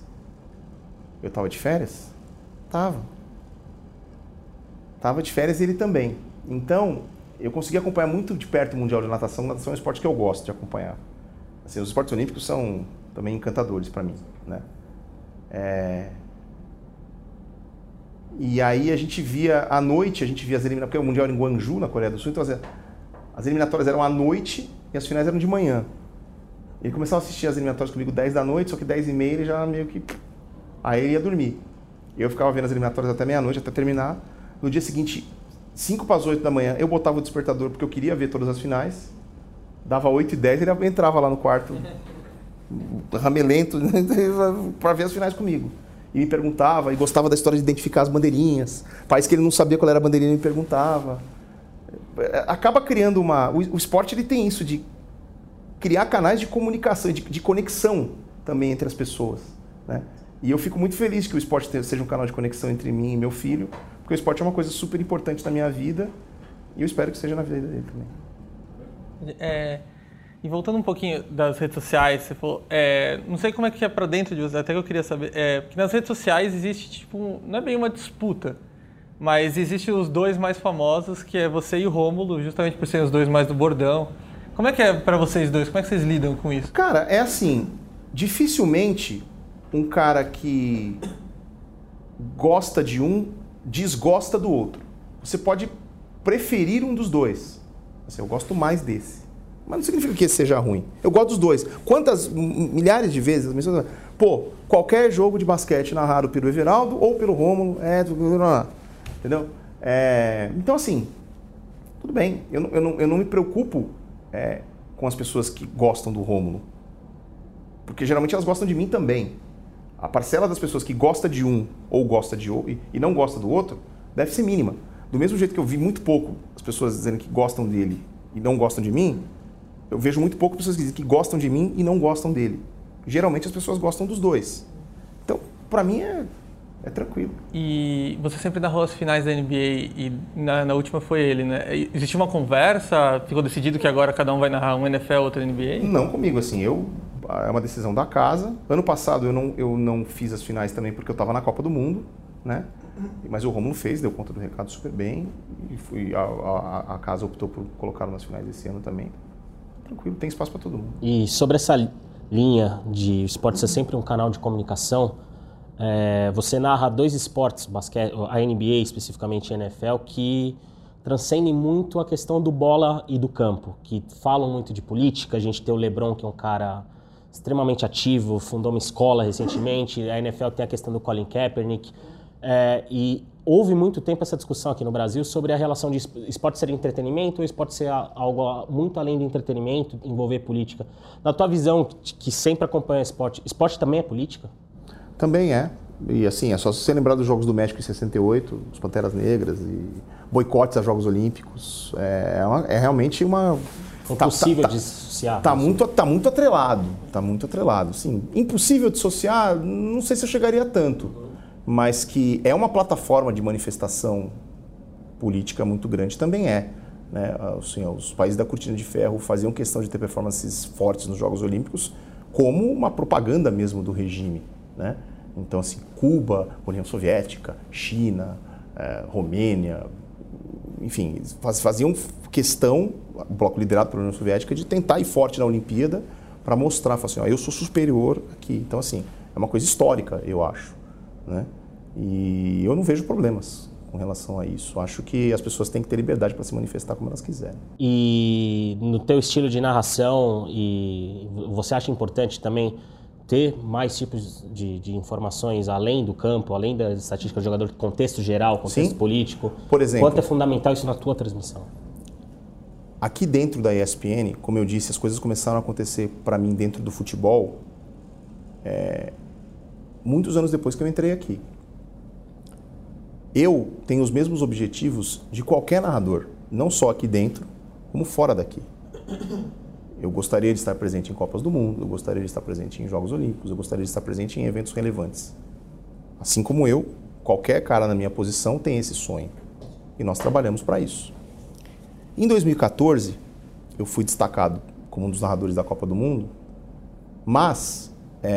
Tava de férias e ele também. Então, eu consegui acompanhar muito de perto o Mundial de Natação. Natação é um esporte que eu gosto de acompanhar. Assim, os esportes olímpicos são também encantadores para mim, né? E aí a gente via, à noite, as eliminatórias, porque o Mundial era em Gwangju, na Coreia do Sul, então as eliminatórias eram à noite e as finais eram de manhã. Ele começava a assistir as eliminatórias comigo 10 da noite, só que 10h30 ele já meio que... Aí ele ia dormir. Eu ficava vendo as eliminatórias até meia-noite, até terminar. No dia seguinte, 5 para as 8 da manhã, eu botava o despertador porque eu queria ver todas as finais. Dava 8h10, ele entrava lá no quarto, ramelento, para ver as finais comigo. E me perguntava, e gostava da história de identificar as bandeirinhas. País que ele não sabia qual era a bandeirinha, ele me perguntava. acaba criando uma... O esporte ele tem isso de criar canais de comunicação, de conexão também entre as pessoas, né? E eu fico muito feliz que o esporte seja um canal de conexão entre mim e meu filho, porque o esporte é uma coisa super importante na minha vida e eu espero que seja na vida dele também. E voltando um pouquinho das redes sociais, você falou, não sei como é que é para dentro de você, até que eu queria saber, porque nas redes sociais existe, tipo, não é bem uma disputa, mas existe os dois mais famosos, que é você e o Rômulo, justamente por serem os dois mais do bordão. Como é que é para vocês dois? Como é que vocês lidam com isso? Cara, é assim, dificilmente um cara que gosta de um desgosta do outro. Você pode preferir um dos dois. Assim, eu gosto mais desse. Mas não significa que esse seja ruim. Eu gosto dos dois. Quantas milhares de vezes... Pô, qualquer jogo de basquete narrado pelo Everaldo ou pelo Rômulo, entendeu? Então, assim, tudo bem. Eu não me preocupo com as pessoas que gostam do Rômulo. Porque geralmente elas gostam de mim também. A parcela das pessoas que gosta de um ou gosta de outro e não gosta do outro deve ser mínima. Do mesmo jeito que eu vi muito pouco as pessoas dizendo que gostam dele e não gostam de mim, eu vejo muito pouco pessoas que dizem que gostam de mim e não gostam dele. Geralmente as pessoas gostam dos dois. Então, pra mim é tranquilo. E você sempre narrou as finais da NBA e na última foi ele, né? Existiu uma conversa? Ficou decidido que agora cada um vai narrar um NFL, outro NBA? Não comigo, assim, é uma decisão da casa. Ano passado eu não fiz as finais também porque eu estava na Copa do Mundo, né? Mas o Rômulo fez, deu conta do recado super bem e a casa optou por colocá-lo nas finais desse ano também. Tranquilo, tem espaço para todo mundo. E sobre essa linha de esporte ser sempre um canal de comunicação, você narra dois esportes, basquete, a NBA especificamente a NFL, que transcendem muito a questão do bola e do campo, que falam muito de política. A gente tem o LeBron, que é um cara extremamente ativo, fundou uma escola recentemente, a NFL tem a questão do Colin Kaepernick, e houve muito tempo essa discussão aqui no Brasil sobre a relação de esporte ser entretenimento ou esporte ser algo muito além do entretenimento, envolver política. Na tua visão, que sempre acompanha esporte também é política? Também é. E assim, é só você lembrar dos Jogos do México em 68, os Panteras Negras e boicotes a Jogos Olímpicos. É realmente uma... Impossível dissociar. Tá muito atrelado. Sim, impossível dissociar, não sei se eu chegaria a tanto. Mas que é uma plataforma de manifestação política muito grande, também é. Né? Assim, os países da Cortina de Ferro faziam questão de ter performances fortes nos Jogos Olímpicos como uma propaganda mesmo do regime. Né? Então, assim, Cuba, União Soviética, China, Romênia, enfim, faziam questão, o bloco liderado pela União Soviética, de tentar ir forte na Olimpíada para mostrar, assim, ó, eu sou superior aqui. Então, assim, é uma coisa histórica, eu acho. Né? E eu não vejo problemas com relação a isso. Acho que as pessoas têm que ter liberdade para se manifestar como elas quiserem. E no teu estilo de narração, você acha importante também ter mais tipos de informações além do campo, além da estatística do jogador, contexto geral, contexto Sim. político? Por exemplo, quanto é fundamental isso na tua transmissão? Aqui dentro da ESPN, como eu disse, as coisas começaram a acontecer para mim dentro do futebol muitos anos depois que eu entrei aqui. Eu tenho os mesmos objetivos de qualquer narrador, não só aqui dentro, como fora daqui. Eu gostaria de estar presente em Copas do Mundo, eu gostaria de estar presente em Jogos Olímpicos, eu gostaria de estar presente em eventos relevantes. Assim como eu, qualquer cara na minha posição tem esse sonho. E nós trabalhamos para isso. Em 2014, eu fui destacado como um dos narradores da Copa do Mundo, mas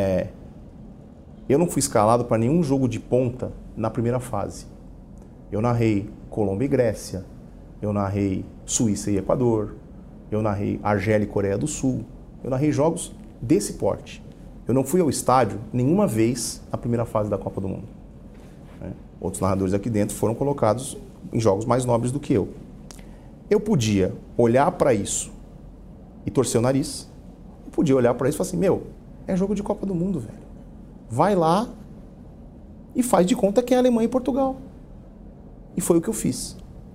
eu não fui escalado para nenhum jogo de ponta na primeira fase. Eu narrei Colômbia e Grécia, eu narrei Suíça e Equador, eu narrei Argélia e Coreia do Sul, eu narrei jogos desse porte. Eu não fui ao estádio nenhuma vez na primeira fase da Copa do Mundo. Outros narradores aqui dentro foram colocados em jogos mais nobres do que eu. Eu podia olhar para isso e torcer o nariz, eu podia olhar para isso e falar assim, é jogo de Copa do Mundo, velho. Vai lá e faz de conta que é Alemanha e Portugal. E foi o que eu fiz.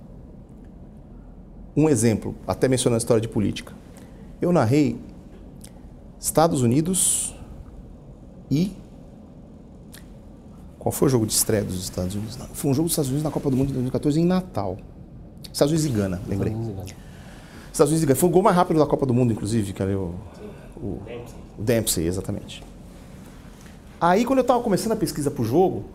Um exemplo, até mencionando a história de política. Eu narrei Estados Unidos e... Qual foi o jogo de estreia dos Estados Unidos? Foi um jogo dos Estados Unidos na Copa do Mundo de 2014 em Natal. Estados Unidos e Gana, lembrei. Estados Unidos e Gana. Foi o gol mais rápido da Copa do Mundo, inclusive, que era o Dempsey, exatamente. Aí, quando eu tava começando a pesquisa pro jogo,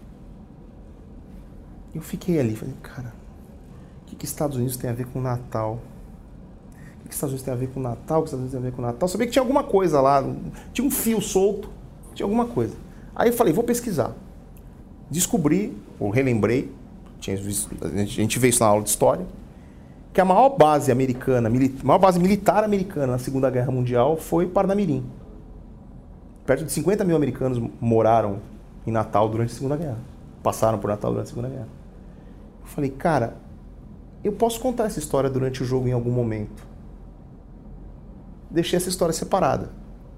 eu fiquei ali, falei, cara, o que Estados Unidos tem a ver com o Natal? O que Estados Unidos tem a ver com o Natal? O que Estados Unidos tem a ver com o Natal? Eu sabia que tinha alguma coisa lá, tinha um fio solto, tinha alguma coisa. Aí eu falei, vou pesquisar. Descobri, ou relembrei, a gente vê isso na aula de história, que a maior base americana, maior base militar americana na Segunda Guerra Mundial foi Parnamirim. Perto de 50 mil americanos moraram em Natal durante a Segunda Guerra. Passaram por Natal durante a Segunda Guerra. Eu falei, cara, eu posso contar essa história durante o jogo em algum momento. Deixei essa história separada.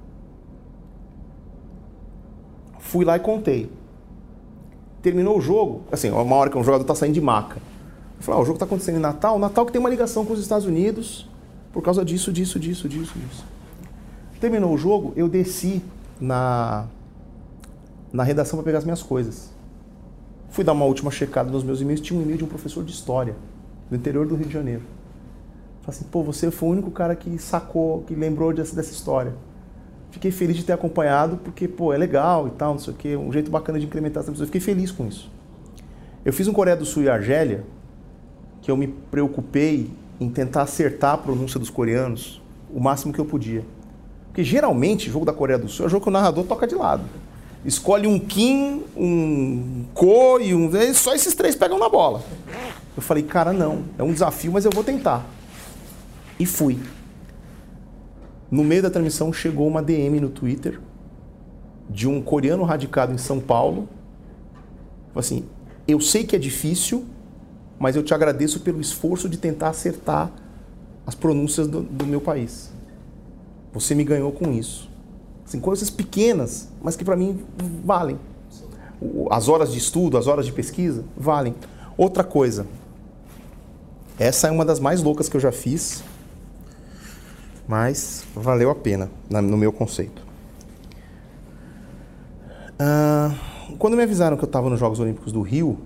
Fui lá e contei. Terminou o jogo, assim, uma hora que um jogador está saindo de maca. Eu falei, o jogo está acontecendo em Natal, o Natal que tem uma ligação com os Estados Unidos por causa disso. Terminou o jogo, eu desci na redação para pegar as minhas coisas. Fui dar uma última checada nos meus e-mails, tinha um e-mail de um professor de história do interior do Rio de Janeiro. Falei assim, pô, você foi o único cara que sacou, que lembrou dessa história. Fiquei feliz de ter acompanhado, porque, pô, é legal e tal, não sei o quê, um jeito bacana de incrementar essa pessoa. Fiquei feliz com isso. Eu fiz um Coreia do Sul e Argélia, que eu me preocupei em tentar acertar a pronúncia dos coreanos o máximo que eu podia. Porque geralmente, o jogo da Coreia do Sul é o jogo que o narrador toca de lado. Escolhe um Kim, um Ko e um... Só esses três pegam na bola. Eu falei, cara, não, é um desafio, mas eu vou tentar. E fui. No meio da transmissão chegou uma DM no Twitter de um coreano radicado em São Paulo. Falei assim, eu sei que é difícil, mas eu te agradeço pelo esforço de tentar acertar as pronúncias do meu país. Você me ganhou com isso. Assim, coisas pequenas, mas que para mim valem. As horas de estudo, as horas de pesquisa, valem. Outra coisa, essa é uma das mais loucas que eu já fiz, mas valeu a pena, no meu conceito. Quando me avisaram que eu estava nos Jogos Olímpicos do Rio,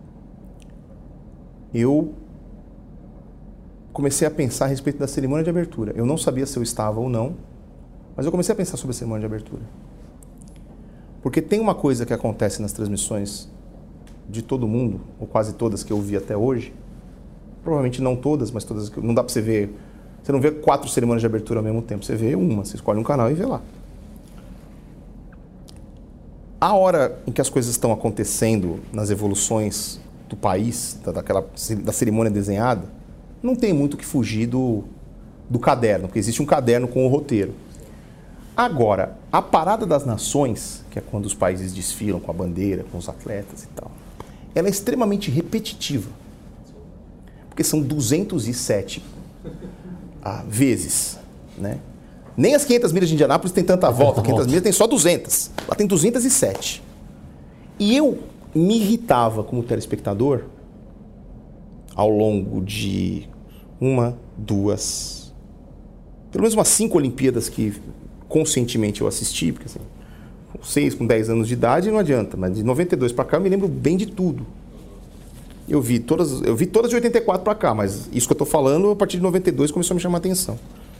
eu comecei a pensar a respeito da cerimônia de abertura. Eu não sabia se eu estava ou não, mas eu comecei a pensar sobre a cerimônia de abertura. Porque tem uma coisa que acontece nas transmissões de todo mundo, ou quase todas que eu vi até hoje, provavelmente não todas, mas todas, não dá para você ver, você não vê 4 cerimônias de abertura ao mesmo tempo, você vê uma, você escolhe um canal e vê lá. A hora em que as coisas estão acontecendo nas evoluções do país, da cerimônia desenhada, não tem muito o que fugir do caderno, porque existe um caderno com o roteiro. Agora, a Parada das Nações, que é quando os países desfilam com a bandeira, com os atletas e tal, ela é extremamente repetitiva, porque são 207 vezes, né? Nem as 500 milhas de Indianápolis tem tanta volta, 500 milhas tem só 200, lá tem 207. E eu me irritava como telespectador ao longo de pelo menos umas 5 Olimpíadas que conscientemente eu assisti, porque assim, com 6, com 10 anos de idade não adianta, mas de 92 para cá eu me lembro bem de tudo. Eu vi todas de 84 para cá, mas isso que eu estou falando, a partir de 92 começou a me chamar a atenção.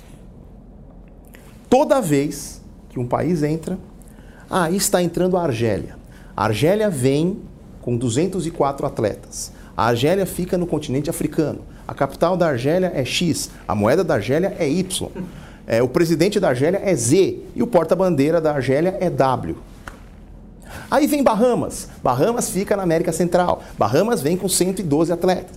Toda vez que um país entra, aí está entrando a Argélia. A Argélia vem com 204 atletas. A Argélia fica no continente africano. A capital da Argélia é X, a moeda da Argélia é Y. O presidente da Argélia é Z e o porta-bandeira da Argélia é W. Aí vem Bahamas. Bahamas fica na América Central. Bahamas vem com 112 atletas.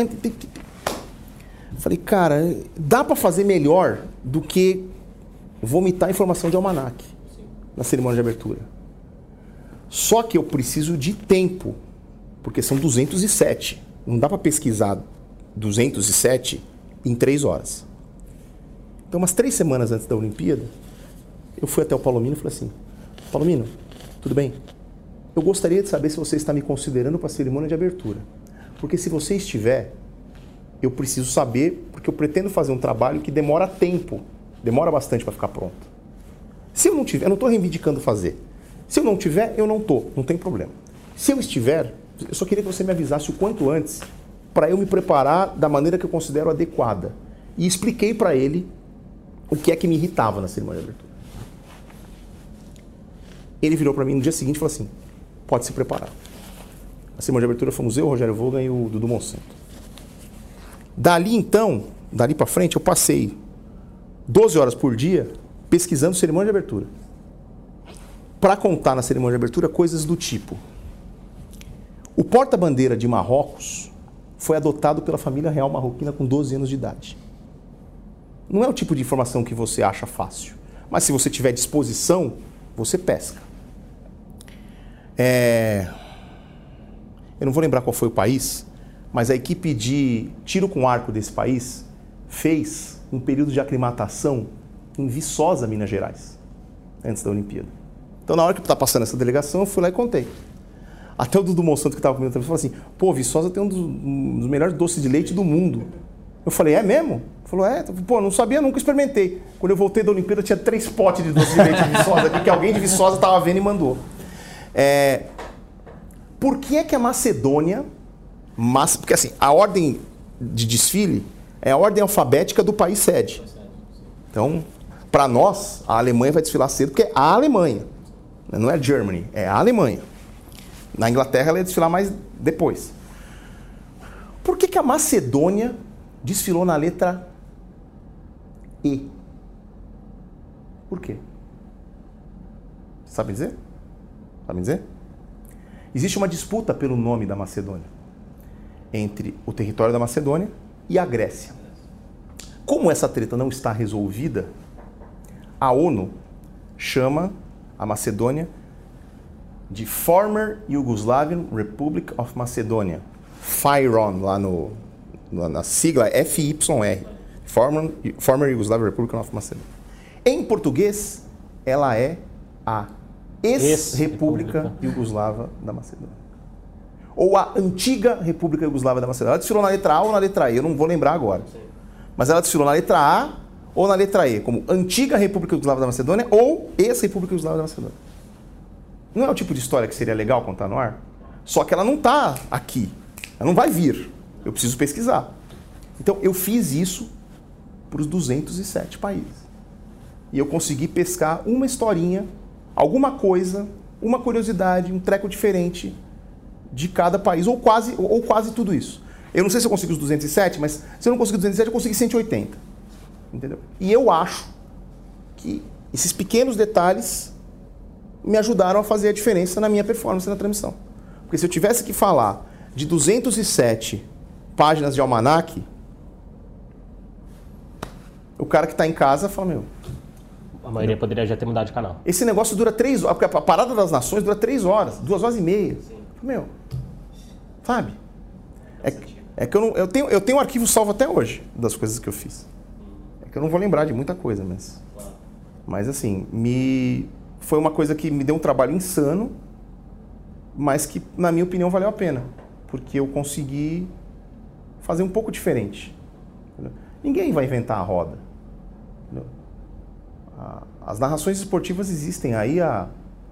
Falei, cara, dá para fazer melhor do que vomitar informação de almanaque na cerimônia de abertura. Só que eu preciso de tempo, porque são 207. Não dá para pesquisar 207 em 3 horas. Então, umas 3 semanas antes da Olimpíada, eu fui até o Palomino e falei assim, Palomino, tudo bem? Eu gostaria de saber se você está me considerando para a cerimônia de abertura. Porque se você estiver, eu preciso saber, porque eu pretendo fazer um trabalho que demora tempo, demora bastante para ficar pronto. Se eu não tiver, eu não estou reivindicando fazer. Se eu não tiver, eu não estou, não tem problema. Se eu estiver, eu só queria que você me avisasse o quanto antes, para eu me preparar da maneira que eu considero adequada. E expliquei para ele o que é que me irritava na cerimônia de abertura. Ele virou para mim no dia seguinte e falou assim, pode se preparar. A cerimônia de abertura fomos eu, o Rogério Vogan e o Dudu Monsanto. Dali para frente, eu passei 12 horas por dia pesquisando cerimônia de abertura. Para contar na cerimônia de abertura coisas do tipo: o porta-bandeira de Marrocos foi adotado pela família real marroquina com 12 anos de idade. Não é o tipo de informação que você acha fácil, mas se você tiver disposição, você pesca. Eu não vou lembrar qual foi o país, mas a equipe de tiro com arco desse país fez um período de aclimatação em Viçosa, Minas Gerais, antes da Olimpíada. Então, na hora que está passando essa delegação, eu fui lá e contei. Até o Dudu Monsanto, que estava comigo, falou assim, pô, Viçosa tem um dos melhores doces de leite do mundo. Eu falei, é mesmo? Ele falou, pô, não sabia, nunca experimentei. Quando eu voltei da Olimpíada, tinha 3 potes de doce de leite de Viçosa aqui, que alguém de Viçosa estava vendo e mandou. Por que é que a Macedônia... Porque assim, a ordem de desfile é a ordem alfabética do país sede. Então, para nós, a Alemanha vai desfilar cedo, porque é a Alemanha. Não é a Germany, é a Alemanha. Na Inglaterra, ela ia desfilar mais depois. Por que que a Macedônia desfilou na letra E? Por quê? Sabe dizer? Sabe dizer? Existe uma disputa pelo nome da Macedônia entre o território da Macedônia e a Grécia. Como essa treta não está resolvida, a ONU chama a Macedônia de Former Yugoslavian Republic of Macedonia. FYROM, lá na sigla FYR. Former Yugoslavian Republic of Macedonia. Em português, ela é a ex-República Iugoslava da Macedônia. Ou a antiga República Iugoslava da Macedônia. Ela desfilou na letra A ou na letra E, eu não vou lembrar agora. Mas ela desfilou na letra A ou na letra E, como antiga República Iugoslava da Macedônia ou ex-República Iugoslava da Macedônia. Não é o tipo de história que seria legal contar no ar? Só que ela não está aqui. Ela não vai vir. Eu preciso pesquisar. Então, eu fiz isso para os 207 países. E eu consegui pescar uma historinha, alguma coisa, uma curiosidade, um treco diferente de cada país, ou quase tudo isso. Eu não sei se eu consigo os 207, mas se eu não conseguir 207, eu consegui 180. Entendeu? E eu acho que esses pequenos detalhes me ajudaram a fazer a diferença na minha performance na transmissão. Porque se eu tivesse que falar de 207 páginas de almanaque, o cara que está em casa fala, meu... A maioria poderia já ter mudado de canal. Esse negócio dura 3 horas, porque a Parada das Nações dura 3 horas, 2 horas e meia. Meu, sabe? É que eu tenho um arquivo salvo até hoje das coisas que eu fiz. É que eu não vou lembrar de muita coisa, mas assim, foi uma coisa que me deu um trabalho insano, mas que, na minha opinião, valeu a pena. Porque eu consegui fazer um pouco diferente. Entendeu? Ninguém vai inventar a roda. Entendeu? As narrações esportivas existem aí há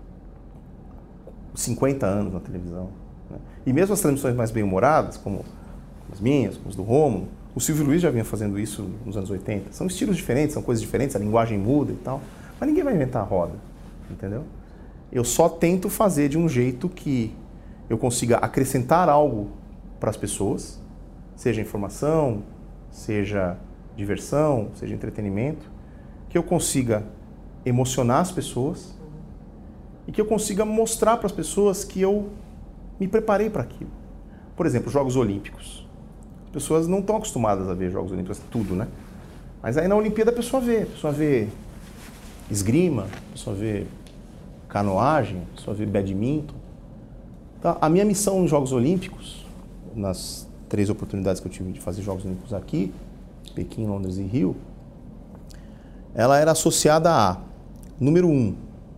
50 anos na televisão. Né? E mesmo as transmissões mais bem-humoradas, como as minhas, como as do Rômulo, o Silvio Luiz já vinha fazendo isso nos anos 80. São estilos diferentes, são coisas diferentes, a linguagem muda e tal. Mas ninguém vai inventar a roda, entendeu? Eu só tento fazer de um jeito que eu consiga acrescentar algo para as pessoas, seja informação, seja diversão, seja entretenimento, que eu consiga emocionar as pessoas e que eu consiga mostrar para as pessoas que eu me preparei para aquilo. Por exemplo, Jogos Olímpicos. As pessoas não estão acostumadas a ver Jogos Olímpicos, tudo, né? Mas aí na Olimpíada a pessoa vê esgrima, a pessoa vê canoagem, a pessoa vê badminton. Então, a minha missão nos Jogos Olímpicos, nas 3 oportunidades que eu tive de fazer Jogos Olímpicos aqui, Pequim, Londres e Rio, ela era associada a, número 1,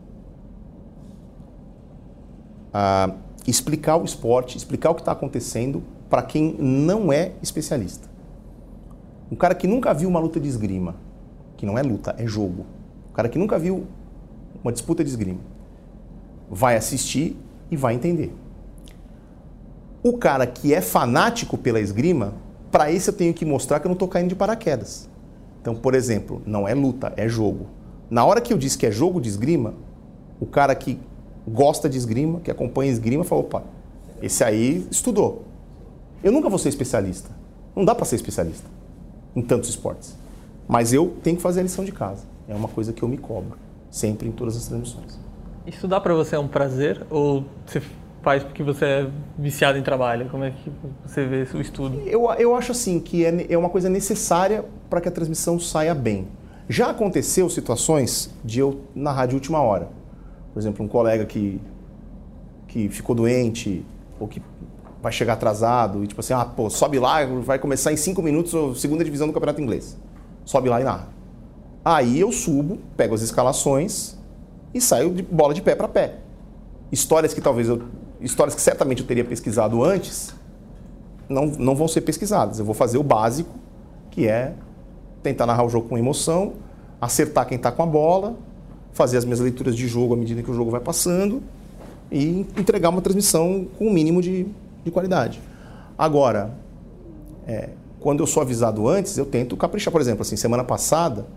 a explicar o esporte, explicar o que está acontecendo para quem não é especialista. Um cara que nunca viu uma luta de esgrima, que não é luta, é jogo. Um cara que nunca viu uma disputa de esgrima, vai assistir e vai entender. O cara que é fanático pela esgrima, para esse eu tenho que mostrar que eu não estou caindo de paraquedas. Então, por exemplo, não é luta, é jogo. Na hora que eu disse que é jogo de esgrima, o cara que gosta de esgrima, que acompanha esgrima, falou, opa, esse aí estudou. Eu nunca vou ser especialista. Não dá para ser especialista em tantos esportes. Mas eu tenho que fazer a lição de casa. É uma coisa que eu me cobro, sempre em todas as transmissões. Estudar para você é um prazer ou você faz porque você é viciado em trabalho? Como é que você vê o estudo? Eu acho assim que é uma coisa necessária para que a transmissão saia bem. Já aconteceu situações de eu narrar de última hora. Por exemplo, um colega que ficou doente ou que vai chegar atrasado e tipo assim, sobe lá, vai começar em 5 minutos a segunda divisão do Campeonato Inglês. Sobe lá e narra. Aí eu subo, pego as escalações e saio de bola de pé para pé. Histórias que certamente eu teria pesquisado antes, não vão ser pesquisadas. Eu vou fazer o básico, que é tentar narrar o jogo com emoção, acertar quem está com a bola, fazer as minhas leituras de jogo à medida que o jogo vai passando e entregar uma transmissão com o mínimo de qualidade. Agora, quando eu sou avisado antes, eu tento caprichar. Por exemplo, assim, semana passada,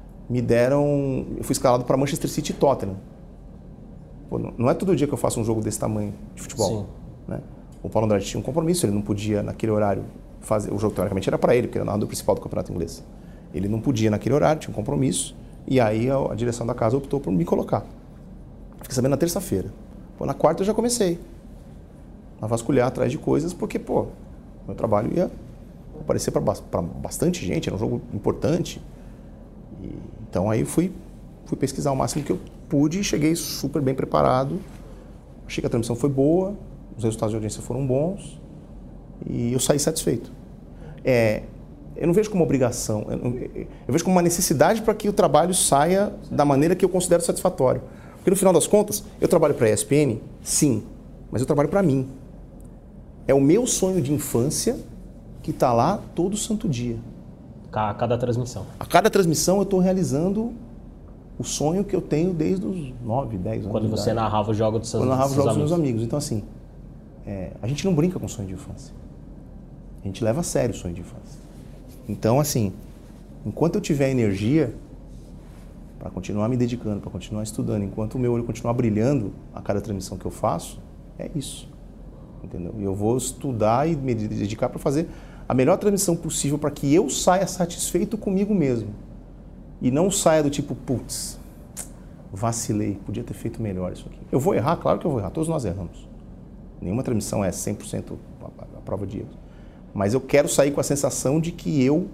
eu fui escalado para Manchester City e Tottenham. Pô, não é todo dia que eu faço um jogo desse tamanho de futebol. Né? O Paulo Andrade tinha um compromisso, ele não podia naquele horário fazer. O jogo teoricamente era para ele, porque ele era o narrador principal do Campeonato Inglês. Ele não podia naquele horário, tinha um compromisso, e aí a direção da casa optou por me colocar. Fiquei sabendo na terça-feira. Na quarta eu já comecei a vasculhar atrás de coisas, porque, meu trabalho ia aparecer para bastante gente, era um jogo importante. Então aí fui pesquisar o máximo que eu pude e cheguei super bem preparado. Achei que a transmissão foi boa, os resultados de audiência foram bons e eu saí satisfeito. Eu não vejo como obrigação, eu vejo como uma necessidade para que o trabalho saia da maneira que eu considero satisfatório. Porque no final das contas, eu trabalho para a ESPN, sim, mas eu trabalho para mim. É o meu sonho de infância que está lá todo santo dia. A cada transmissão. A cada transmissão eu estou realizando o sonho que eu tenho desde os 9, 10 anos. Quando você narrava o jogo dos seus amigos. Quando eu narrava o jogo dos meus amigos. Então, assim, a gente não brinca com o sonho de infância. A gente leva a sério o sonho de infância. Então, assim, enquanto eu tiver energia para continuar me dedicando, para continuar estudando, enquanto o meu olho continuar brilhando a cada transmissão que eu faço, é isso. Entendeu? E eu vou estudar e me dedicar para fazer a melhor transmissão possível para que eu saia satisfeito comigo mesmo. E não saia do tipo, putz, vacilei, podia ter feito melhor isso aqui. Eu vou errar? Claro que eu vou errar, todos nós erramos. Nenhuma transmissão é 100% a prova de erros. Mas eu quero sair com a sensação de que eu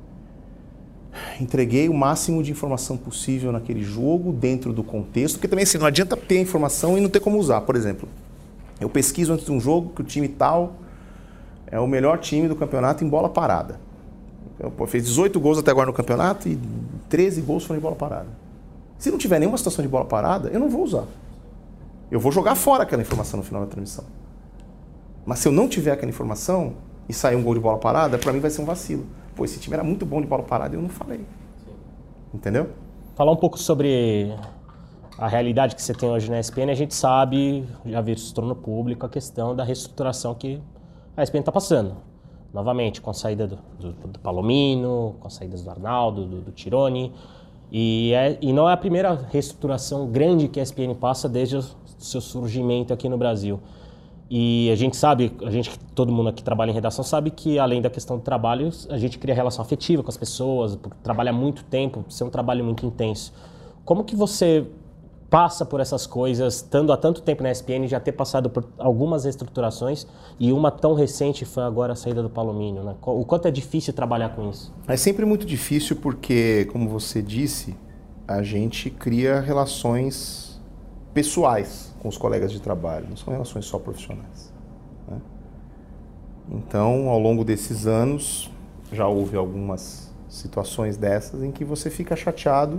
entreguei o máximo de informação possível naquele jogo, dentro do contexto, porque também assim, não adianta ter informação e não ter como usar. Por exemplo, eu pesquiso antes de um jogo que o time tal é o melhor time do campeonato em bola parada. Fez 18 gols até agora no campeonato e 13 gols foram em bola parada. Se não tiver nenhuma situação de bola parada, eu não vou usar. Eu vou jogar fora aquela informação no final da transmissão. Mas se eu não tiver aquela informação e sair um gol de bola parada, para mim vai ser um vacilo. Esse time era muito bom de bola parada e eu não falei. Entendeu? Falar um pouco sobre a realidade que você tem hoje na ESPN, a gente sabe, já viu isso no público, a questão da reestruturação que a ESPN está passando. Novamente, com a saída do Palomino, com as saídas do Arnaldo, do Tironi. E não é a primeira reestruturação grande que a ESPN passa desde o seu surgimento aqui no Brasil. E a gente sabe, todo mundo aqui trabalha em redação sabe que além da questão do trabalho, a gente cria relação afetiva com as pessoas, trabalha muito tempo, ser um trabalho muito intenso. Como que você passa por essas coisas, estando há tanto tempo na ESPN, já ter passado por algumas reestruturações e uma tão recente foi agora a saída do Palomino, né? O quanto é difícil trabalhar com isso? É sempre muito difícil porque, como você disse, a gente cria relações pessoais com os colegas de trabalho, não são relações só profissionais. Né? Então, ao longo desses anos, já houve algumas situações dessas em que você fica chateado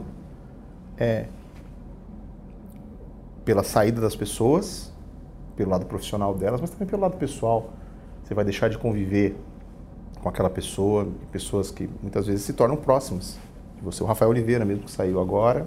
pela saída das pessoas, pelo lado profissional delas, mas também pelo lado pessoal. Você vai deixar de conviver com aquela pessoa, pessoas que muitas vezes se tornam próximas de você. O Rafael Oliveira mesmo, que saiu agora,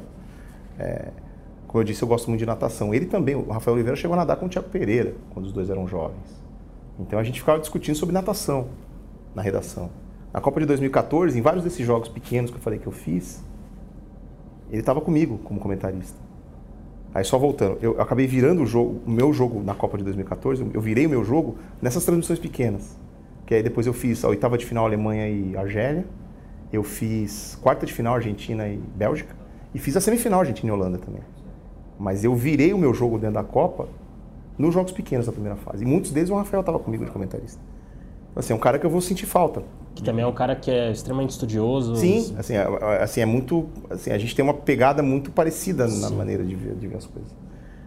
como eu disse, eu gosto muito de natação. Ele também, o Rafael Oliveira, chegou a nadar com o Thiago Pereira, quando os dois eram jovens. Então a gente ficava discutindo sobre natação na redação. Na Copa de 2014, em vários desses jogos pequenos que eu falei que eu fiz, ele estava comigo como comentarista. Aí só voltando, eu acabei virando o meu jogo na Copa de 2014, eu virei o meu jogo nessas transmissões pequenas. Que aí depois eu fiz a oitava de final Alemanha e Argélia, eu fiz quarta de final Argentina e Bélgica, e fiz a semifinal Argentina e Holanda também. Mas eu virei o meu jogo dentro da Copa nos jogos pequenos da primeira fase. E muitos deles o Rafael estava comigo de comentarista. Então, assim, é um cara que eu vou sentir falta. Que também é um cara que é extremamente estudioso. Sim, assim, é muito... Assim, a gente tem uma pegada muito parecida na maneira de ver as coisas.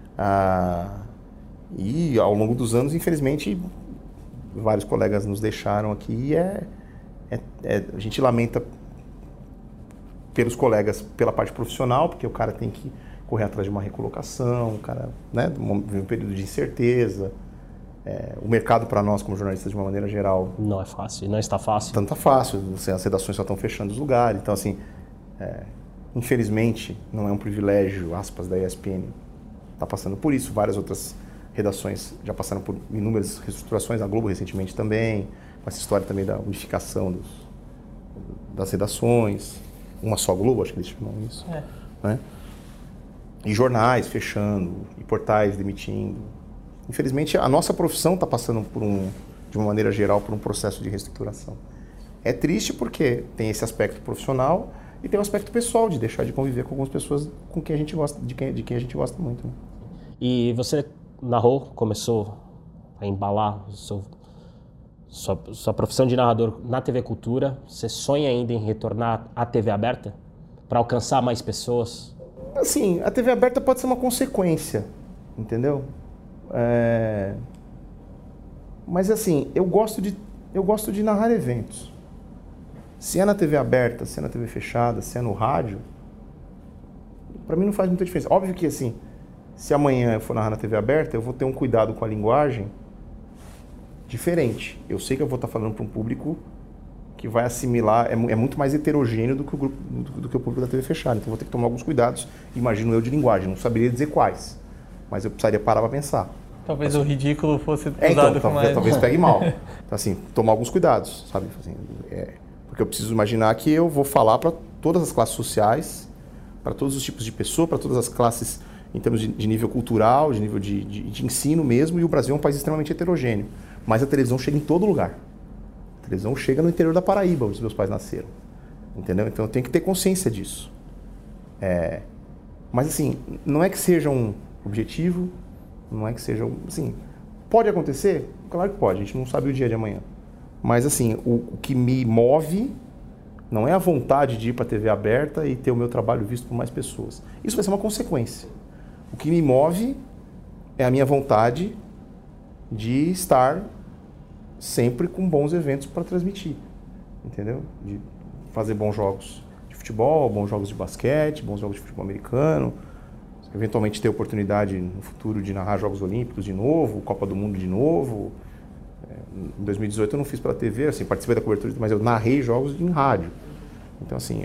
E ao longo dos anos, infelizmente, vários colegas nos deixaram aqui e a gente lamenta pelos colegas pela parte profissional, porque o cara tem que correr atrás de uma recolocação, o cara, né, vive um período de incerteza. O mercado para nós, como jornalistas, de uma maneira geral... Não é fácil, não está fácil. Não está fácil, assim, as redações só estão fechando os lugares. Então, assim, infelizmente, não é um privilégio, aspas, da ESPN está passando por isso. Várias outras redações já passaram por inúmeras reestruturações, a Globo recentemente também, com essa história também da unificação das redações. Uma só Globo, acho que eles chamam isso. Né? E jornais fechando, e portais demitindo. Infelizmente, a nossa profissão está passando de uma maneira geral, por um processo de reestruturação. É triste porque tem esse aspecto profissional e tem o aspecto pessoal, de deixar de conviver com algumas pessoas com quem a gente gosta, de quem a gente gosta muito. Né? E você narrou, começou a embalar sua profissão de narrador na TV Cultura. Você sonha ainda em retornar à TV aberta para alcançar mais pessoas? Assim, a TV aberta pode ser uma consequência, entendeu? Mas assim, eu gosto de narrar eventos. Se é na TV aberta, se é na TV fechada, se é no rádio, para mim não faz muita diferença. Óbvio que assim, se amanhã eu for narrar na TV aberta, eu vou ter um cuidado com a linguagem diferente. Eu sei que eu vou estar falando para um público que vai assimilar, é muito mais heterogêneo do que o público da TV fechada. Então eu vou ter que tomar alguns cuidados, imagino eu, de linguagem. Não saberia dizer quais, mas eu precisaria parar para pensar. Talvez o ridículo fosse usado com mais... Talvez pegue mal. Então, assim, tomar alguns cuidados, sabe? Assim, porque eu preciso imaginar que eu vou falar para todas as classes sociais, para todos os tipos de pessoa, para todas as classes em termos de nível cultural, de nível de ensino mesmo, e o Brasil é um país extremamente heterogêneo. Mas a televisão chega em todo lugar. A televisão chega no interior da Paraíba, onde os meus pais nasceram. Entendeu? Então eu tenho que ter consciência disso. Mas assim, não é que seja um objetivo, não é que seja, assim, pode acontecer? Claro que pode, a gente não sabe o dia de amanhã. Mas assim, o que me move não é a vontade de ir para a TV aberta e ter o meu trabalho visto por mais pessoas. Isso vai ser uma consequência. O que me move é a minha vontade de estar sempre com bons eventos para transmitir, entendeu? De fazer bons jogos de futebol, bons jogos de basquete, bons jogos de futebol americano, eventualmente ter a oportunidade no futuro de narrar Jogos Olímpicos de novo, Copa do Mundo de novo. Em 2018 eu não fiz pela TV, assim, participei da cobertura, mas eu narrei jogos em rádio. Então, assim,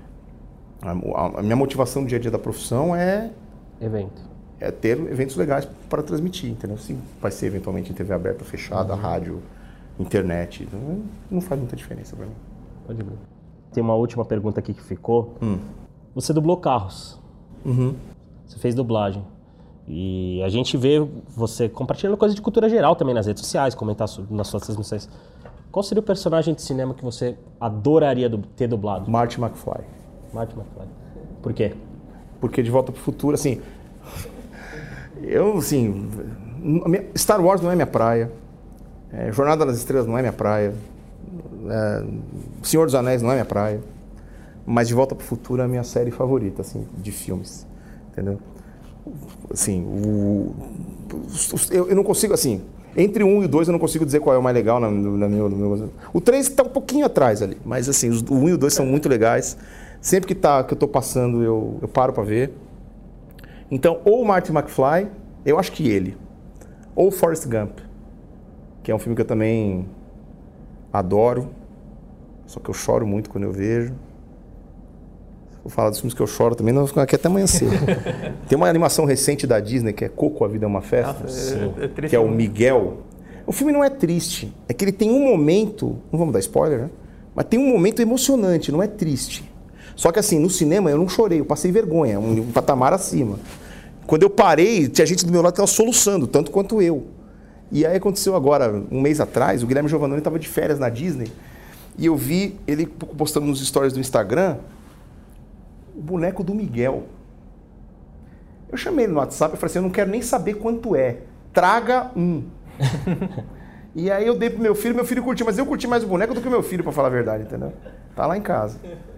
a minha motivação no dia a dia da profissão é ter eventos legais para transmitir, entendeu? Se vai ser eventualmente em TV aberta, fechada, rádio, internet, não faz muita diferença para mim. Pode ver. Tem uma última pergunta aqui que ficou. Você dublou carros. Você fez dublagem. E a gente vê você compartilhando coisas de cultura geral também nas redes sociais, comentar nas suas transmissões. Qual seria o personagem de cinema que você adoraria ter dublado? Marty McFly. Marty McFly. Por quê? Porque De Volta para o Futuro, assim... Star Wars não é minha praia. Jornada nas Estrelas não é minha praia. Senhor dos Anéis não é minha praia. Mas De Volta para o Futuro é a minha série favorita, assim, de filmes. Entendeu? Assim, eu não consigo, assim, entre o 1 e o 2 eu não consigo dizer qual é o mais legal no meu... O 3 está um pouquinho atrás ali, mas assim, o 1 e o 2 são muito legais. Sempre que eu estou passando, eu paro para ver. Então, ou o Marty McFly, eu acho que ele, ou o Forrest Gump, que é um filme que eu também adoro, só que eu choro muito quando eu vejo. Vou falar dos filmes que eu choro também, não vou ficar aqui até amanhã cedo. Tem uma animação recente da Disney que é Coco, A Vida é uma Festa, que é o Miguel. O filme não é triste. É que ele tem um momento... Não vamos dar spoiler, né? Mas tem um momento emocionante, não é triste. Só que assim, no cinema eu não chorei, eu passei vergonha, um patamar acima. Quando eu parei, tinha gente do meu lado que estava soluçando, tanto quanto eu. E aí aconteceu agora, um mês atrás, o Guilherme Giovannone estava de férias na Disney, e eu vi ele postando nos stories do Instagram o boneco do Miguel. Eu chamei ele no WhatsApp e falei assim, eu não quero nem saber quanto é, traga um. E aí eu dei pro meu filho curtiu, mas eu curti mais o boneco do que o meu filho, pra falar a verdade, entendeu? Tá lá em casa.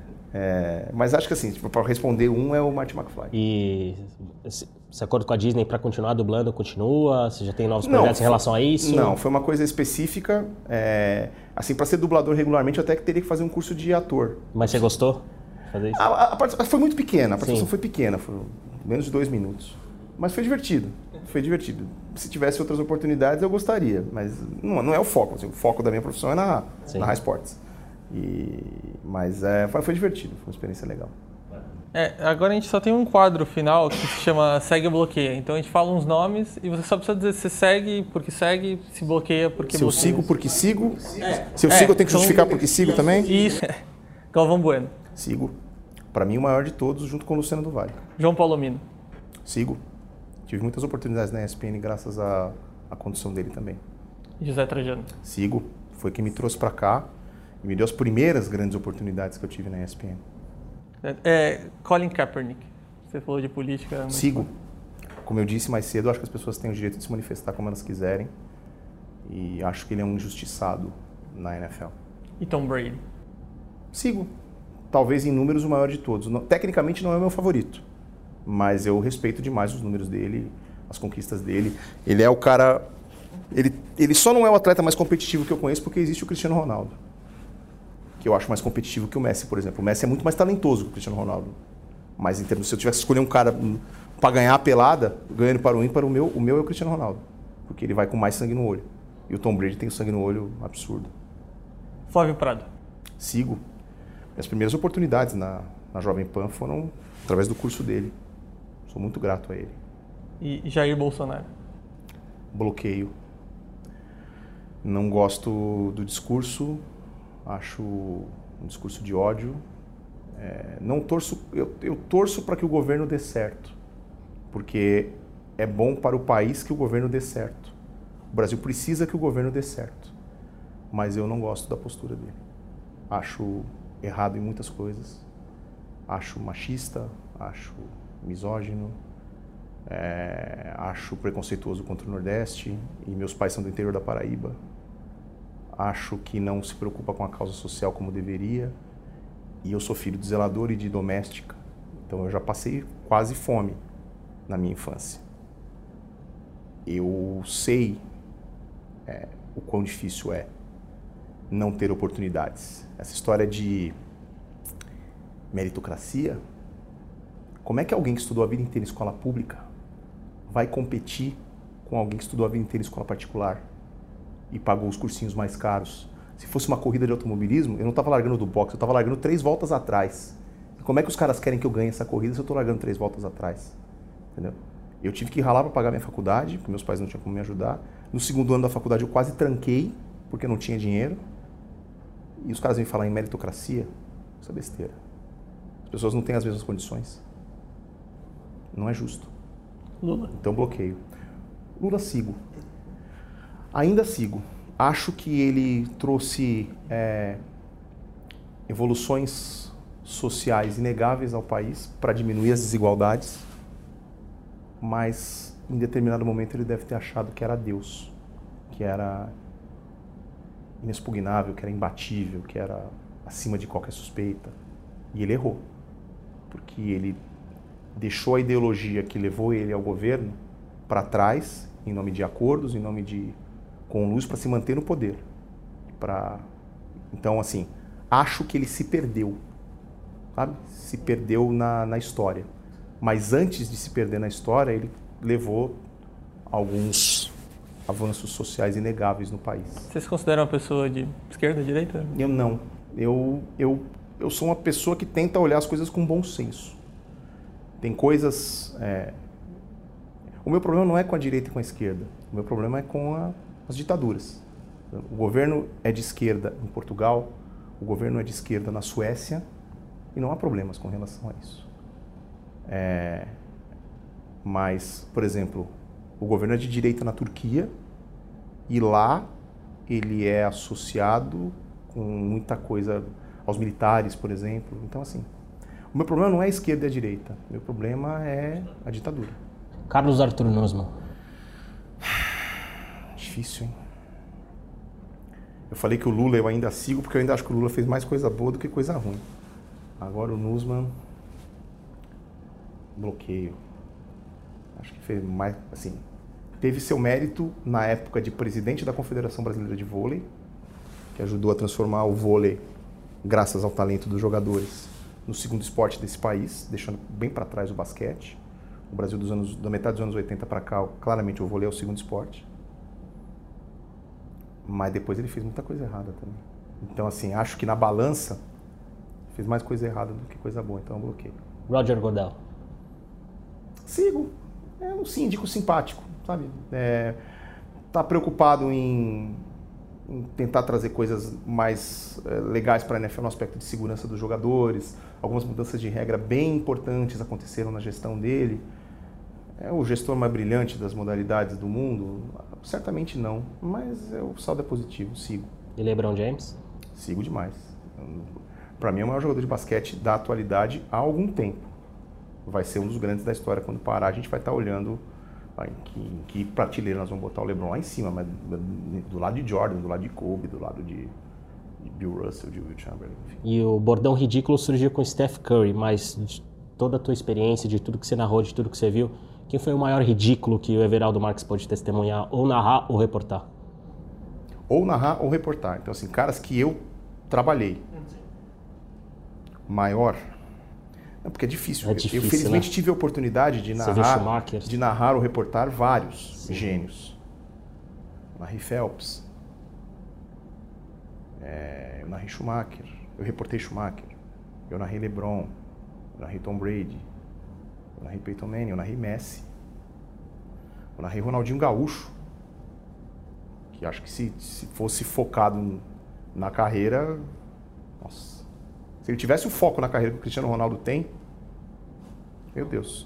Mas acho que assim, tipo, pra responder um é o Marty McFly. E esse acordo com a Disney para continuar dublando, continua? Você já tem novos projetos em relação a isso? Não, foi uma coisa específica. Assim, para ser dublador regularmente, eu até que teria que fazer um curso de ator. Mas você gostou de fazer isso? A participação foi muito pequena, a participação foi pequena, foi menos de 2 minutos. Mas foi divertido, foi divertido. Se tivesse outras oportunidades, eu gostaria, mas não é o foco. Assim, o foco da minha profissão é narrar esportes. Mas foi divertido, foi uma experiência legal. Agora a gente só tem um quadro final que se chama Segue ou Bloqueia. Então a gente fala uns nomes e você só precisa dizer se segue porque segue, se bloqueia porque bloqueia. Se eu sigo porque sigo. Se eu sigo, eu tenho que justificar porque sigo também? Isso. Galvão Bueno. Sigo. Para mim, o maior de todos, junto com o Luciano do Vale. João Paulo Mino. Sigo. Tive muitas oportunidades na ESPN graças à condução dele também. José Trajano. Sigo. Foi quem me trouxe para cá e me deu as primeiras grandes oportunidades que eu tive na ESPN. Colin Kaepernick. Você falou de política. Sigo. Como eu disse mais cedo, acho que as pessoas têm o direito de se manifestar como elas quiserem. E acho que ele é um injustiçado na NFL. E Tom Brady? Sigo. Talvez em números o maior de todos. Tecnicamente não é o meu favorito. Mas eu respeito demais os números dele, as conquistas dele. Ele é o cara... Ele só não é o atleta mais competitivo que eu conheço porque existe o Cristiano Ronaldo. Que eu acho mais competitivo que o Messi, por exemplo. O Messi é muito mais talentoso que o Cristiano Ronaldo. Mas em termos, se eu tivesse que escolher um cara para ganhar a pelada, ganhando para o ímpar, o meu é o Cristiano Ronaldo. Porque ele vai com mais sangue no olho. E o Tom Brady tem o sangue no olho absurdo. Flávio Prado. Sigo. Minhas primeiras oportunidades na Jovem Pan foram através do curso dele. Sou muito grato a ele. E Jair Bolsonaro? Bloqueio. Não gosto do discurso. Acho um discurso de ódio. Não torço, eu torço para que o governo dê certo, porque é bom para o país que o governo dê certo. O Brasil precisa que o governo dê certo, mas eu não gosto da postura dele. Acho errado em muitas coisas. Acho machista, acho misógino, acho preconceituoso contra o Nordeste, e meus pais são do interior da Paraíba. Acho que não se preocupa com a causa social como deveria. E eu sou filho de zelador e de doméstica. Então eu já passei quase fome na minha infância. Eu sei o quão difícil é não ter oportunidades. Essa história de meritocracia. Como é que alguém que estudou a vida inteira em escola pública vai competir com alguém que estudou a vida inteira em escola particular e pagou os cursinhos mais caros? Se fosse uma corrida de automobilismo, eu não estava largando do boxe, eu estava largando 3 voltas atrás. E como é que os caras querem que eu ganhe essa corrida se eu estou largando 3 voltas atrás? Entendeu? Eu tive que ralar para pagar minha faculdade, porque meus pais não tinham como me ajudar. No 2º ano da faculdade eu quase tranquei, porque não tinha dinheiro. E os caras vêm falar em meritocracia, isso é besteira. As pessoas não têm as mesmas condições. Não é justo. Lula. Então bloqueio. Lula sigo. Ainda sigo. Acho que ele trouxe evoluções sociais inegáveis ao país para diminuir as desigualdades, mas em determinado momento ele deve ter achado que era Deus, que era inexpugnável, que era imbatível, que era acima de qualquer suspeita. E ele errou, porque ele deixou a ideologia que levou ele ao governo para trás, em nome de acordos, em nome de com luz para se manter no poder. Então, assim, acho que ele se perdeu, sabe? Se perdeu na história. Mas antes de se perder na história, ele levou alguns avanços sociais inegáveis no país. Você se considera uma pessoa de esquerda ou direita? Eu não. Eu sou uma pessoa que tenta olhar as coisas com bom senso. Tem coisas... O meu problema não é com a direita e com a esquerda. O meu problema é com as ditaduras. O governo é de esquerda em Portugal, o governo é de esquerda na Suécia e não há problemas com relação a isso. Mas, por exemplo, o governo é de direita na Turquia e lá ele é associado com muita coisa aos militares, por exemplo. Então, assim, o meu problema não é a esquerda e a direita, o meu problema é a ditadura. Carlos Arthur Nussmann. Difícil, hein? Eu falei que o Lula eu ainda sigo porque eu ainda acho que o Lula fez mais coisa boa do que coisa ruim. Agora o Nussmann, bloqueio. Acho que fez mais, assim, teve seu mérito na época de presidente da Confederação Brasileira de Vôlei, que ajudou a transformar o vôlei, graças ao talento dos jogadores, no segundo esporte desse país, deixando bem para trás o basquete. O Brasil da metade dos anos 80 para cá, claramente o vôlei é o segundo esporte. Mas depois ele fez muita coisa errada também. Então, assim, acho que na balança fez mais coisa errada do que coisa boa, então eu bloqueio. Roger Goodell. Sigo. É um síndico simpático, sabe? Tá preocupado em tentar trazer coisas mais legais para a NFL no aspecto de segurança dos jogadores. Algumas mudanças de regra bem importantes aconteceram na gestão dele. É o gestor mais brilhante das modalidades do mundo? Certamente não, mas o saldo é positivo, sigo. E LeBron James? Sigo demais. Para mim é o maior jogador de basquete da atualidade há algum tempo. Vai ser um dos grandes da história. Quando parar, a gente vai estar olhando em que prateleira nós vamos botar o LeBron lá em cima, mas do lado de Jordan, do lado de Kobe, do lado de Bill Russell, de Will Chamberlain, enfim. E o bordão ridículo surgiu com Steph Curry, mas de toda a tua experiência, de tudo que você narrou, de tudo que você viu, quem foi o maior ridículo que o Everaldo Marques pôde testemunhar, ou narrar ou reportar? Ou narrar ou reportar. Então, assim, caras que eu trabalhei. Maior. Não, porque é difícil. Eu, felizmente, tive a oportunidade de narrar ou reportar vários gênios. Eu narrei Phelps. Eu narrei Schumacher. Eu reportei Schumacher. Eu narrei LeBron. Eu narrei Tom Brady. Eu narrei Peyton Manning. Eu narrei Messi. Eu narrei Ronaldinho Gaúcho. Que acho que se fosse focado na carreira... Nossa... Se ele tivesse o foco na carreira que o Cristiano Ronaldo tem, meu Deus.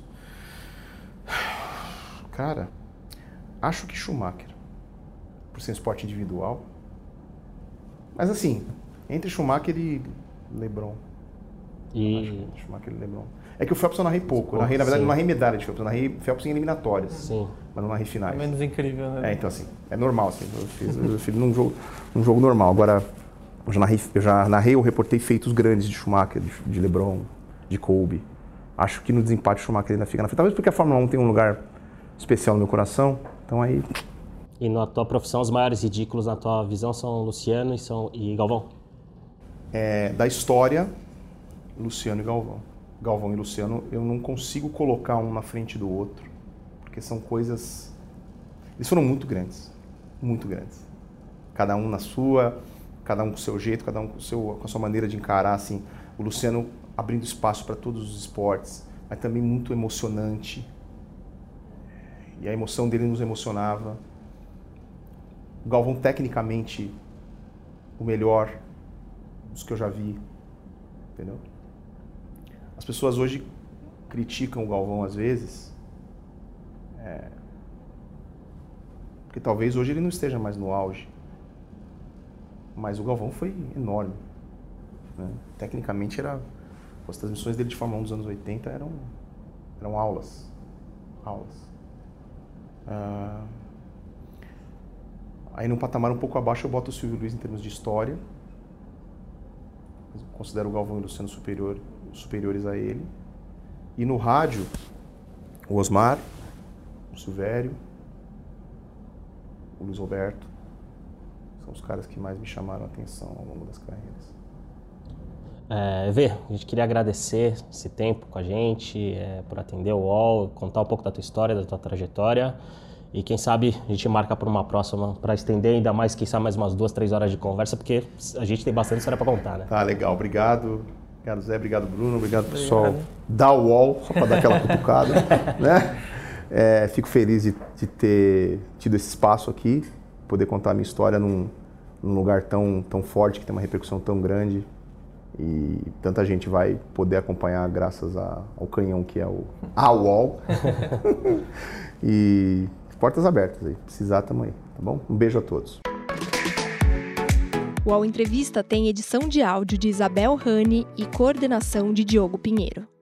Cara, acho que Schumacher, por ser um esporte individual. Mas assim, entre Schumacher e LeBron. Schumacher e LeBron. É que o Phelps eu narrei pouco. Eu narrei, na verdade, não narrei medalha de Phelps. Eu narrei Phelps em eliminatórias. Sim. Mas não narrei finais. É menos incrível, né? Então assim, é normal. Assim, eu fiz num jogo normal. Agora... Eu já narrei ou reportei feitos grandes de Schumacher, de LeBron, de Kobe. Acho que no desempate o Schumacher ainda fica na frente. Talvez porque a Fórmula 1 tem um lugar especial no meu coração. Então aí... E na tua profissão, os maiores ridículos na tua visão são Luciano e Galvão? Da história, Luciano e Galvão. Galvão e Luciano, eu não consigo colocar um na frente do outro. Porque são coisas... Eles foram muito grandes. Muito grandes. Cada um na sua... Cada um com o seu jeito, cada um com a sua maneira de encarar, assim, o Luciano abrindo espaço para todos os esportes, mas também muito emocionante. E a emoção dele nos emocionava. O Galvão, tecnicamente, o melhor dos que eu já vi, entendeu? As pessoas hoje criticam o Galvão às vezes, porque talvez hoje ele não esteja mais no auge. Mas o Galvão foi enorme. Né? Tecnicamente, as transmissões dele de Fórmula 1 dos anos 80 eram aulas. Aí, num patamar um pouco abaixo, eu boto o Silvio Luiz em termos de história. Eu considero o Galvão e o Luciano superiores a ele. E no rádio, o Osmar, o Silvério, o Luiz Roberto. São os caras que mais me chamaram a atenção ao longo das carreiras. Vê, a gente queria agradecer esse tempo com a gente, por atender o UOL, contar um pouco da tua história, da tua trajetória. E quem sabe a gente marca para uma próxima, para estender ainda mais, quem sabe mais umas 2, 3 horas de conversa, porque a gente tem bastante história para contar, né? Tá, legal. Obrigado. Obrigado, Zé. Obrigado, Bruno. Obrigado, pessoal da UOL, só para dar aquela cutucada, né? Fico feliz de ter tido esse espaço aqui. poder contar a minha história num lugar tão forte, que tem uma repercussão tão grande. E tanta gente vai poder acompanhar graças ao canhão que é a UOL. E portas abertas aí. Precisar, tamo aí, tá bom? Um beijo a todos. O UOL Entrevista tem edição de áudio de Isabel Rani e coordenação de Diogo Pinheiro.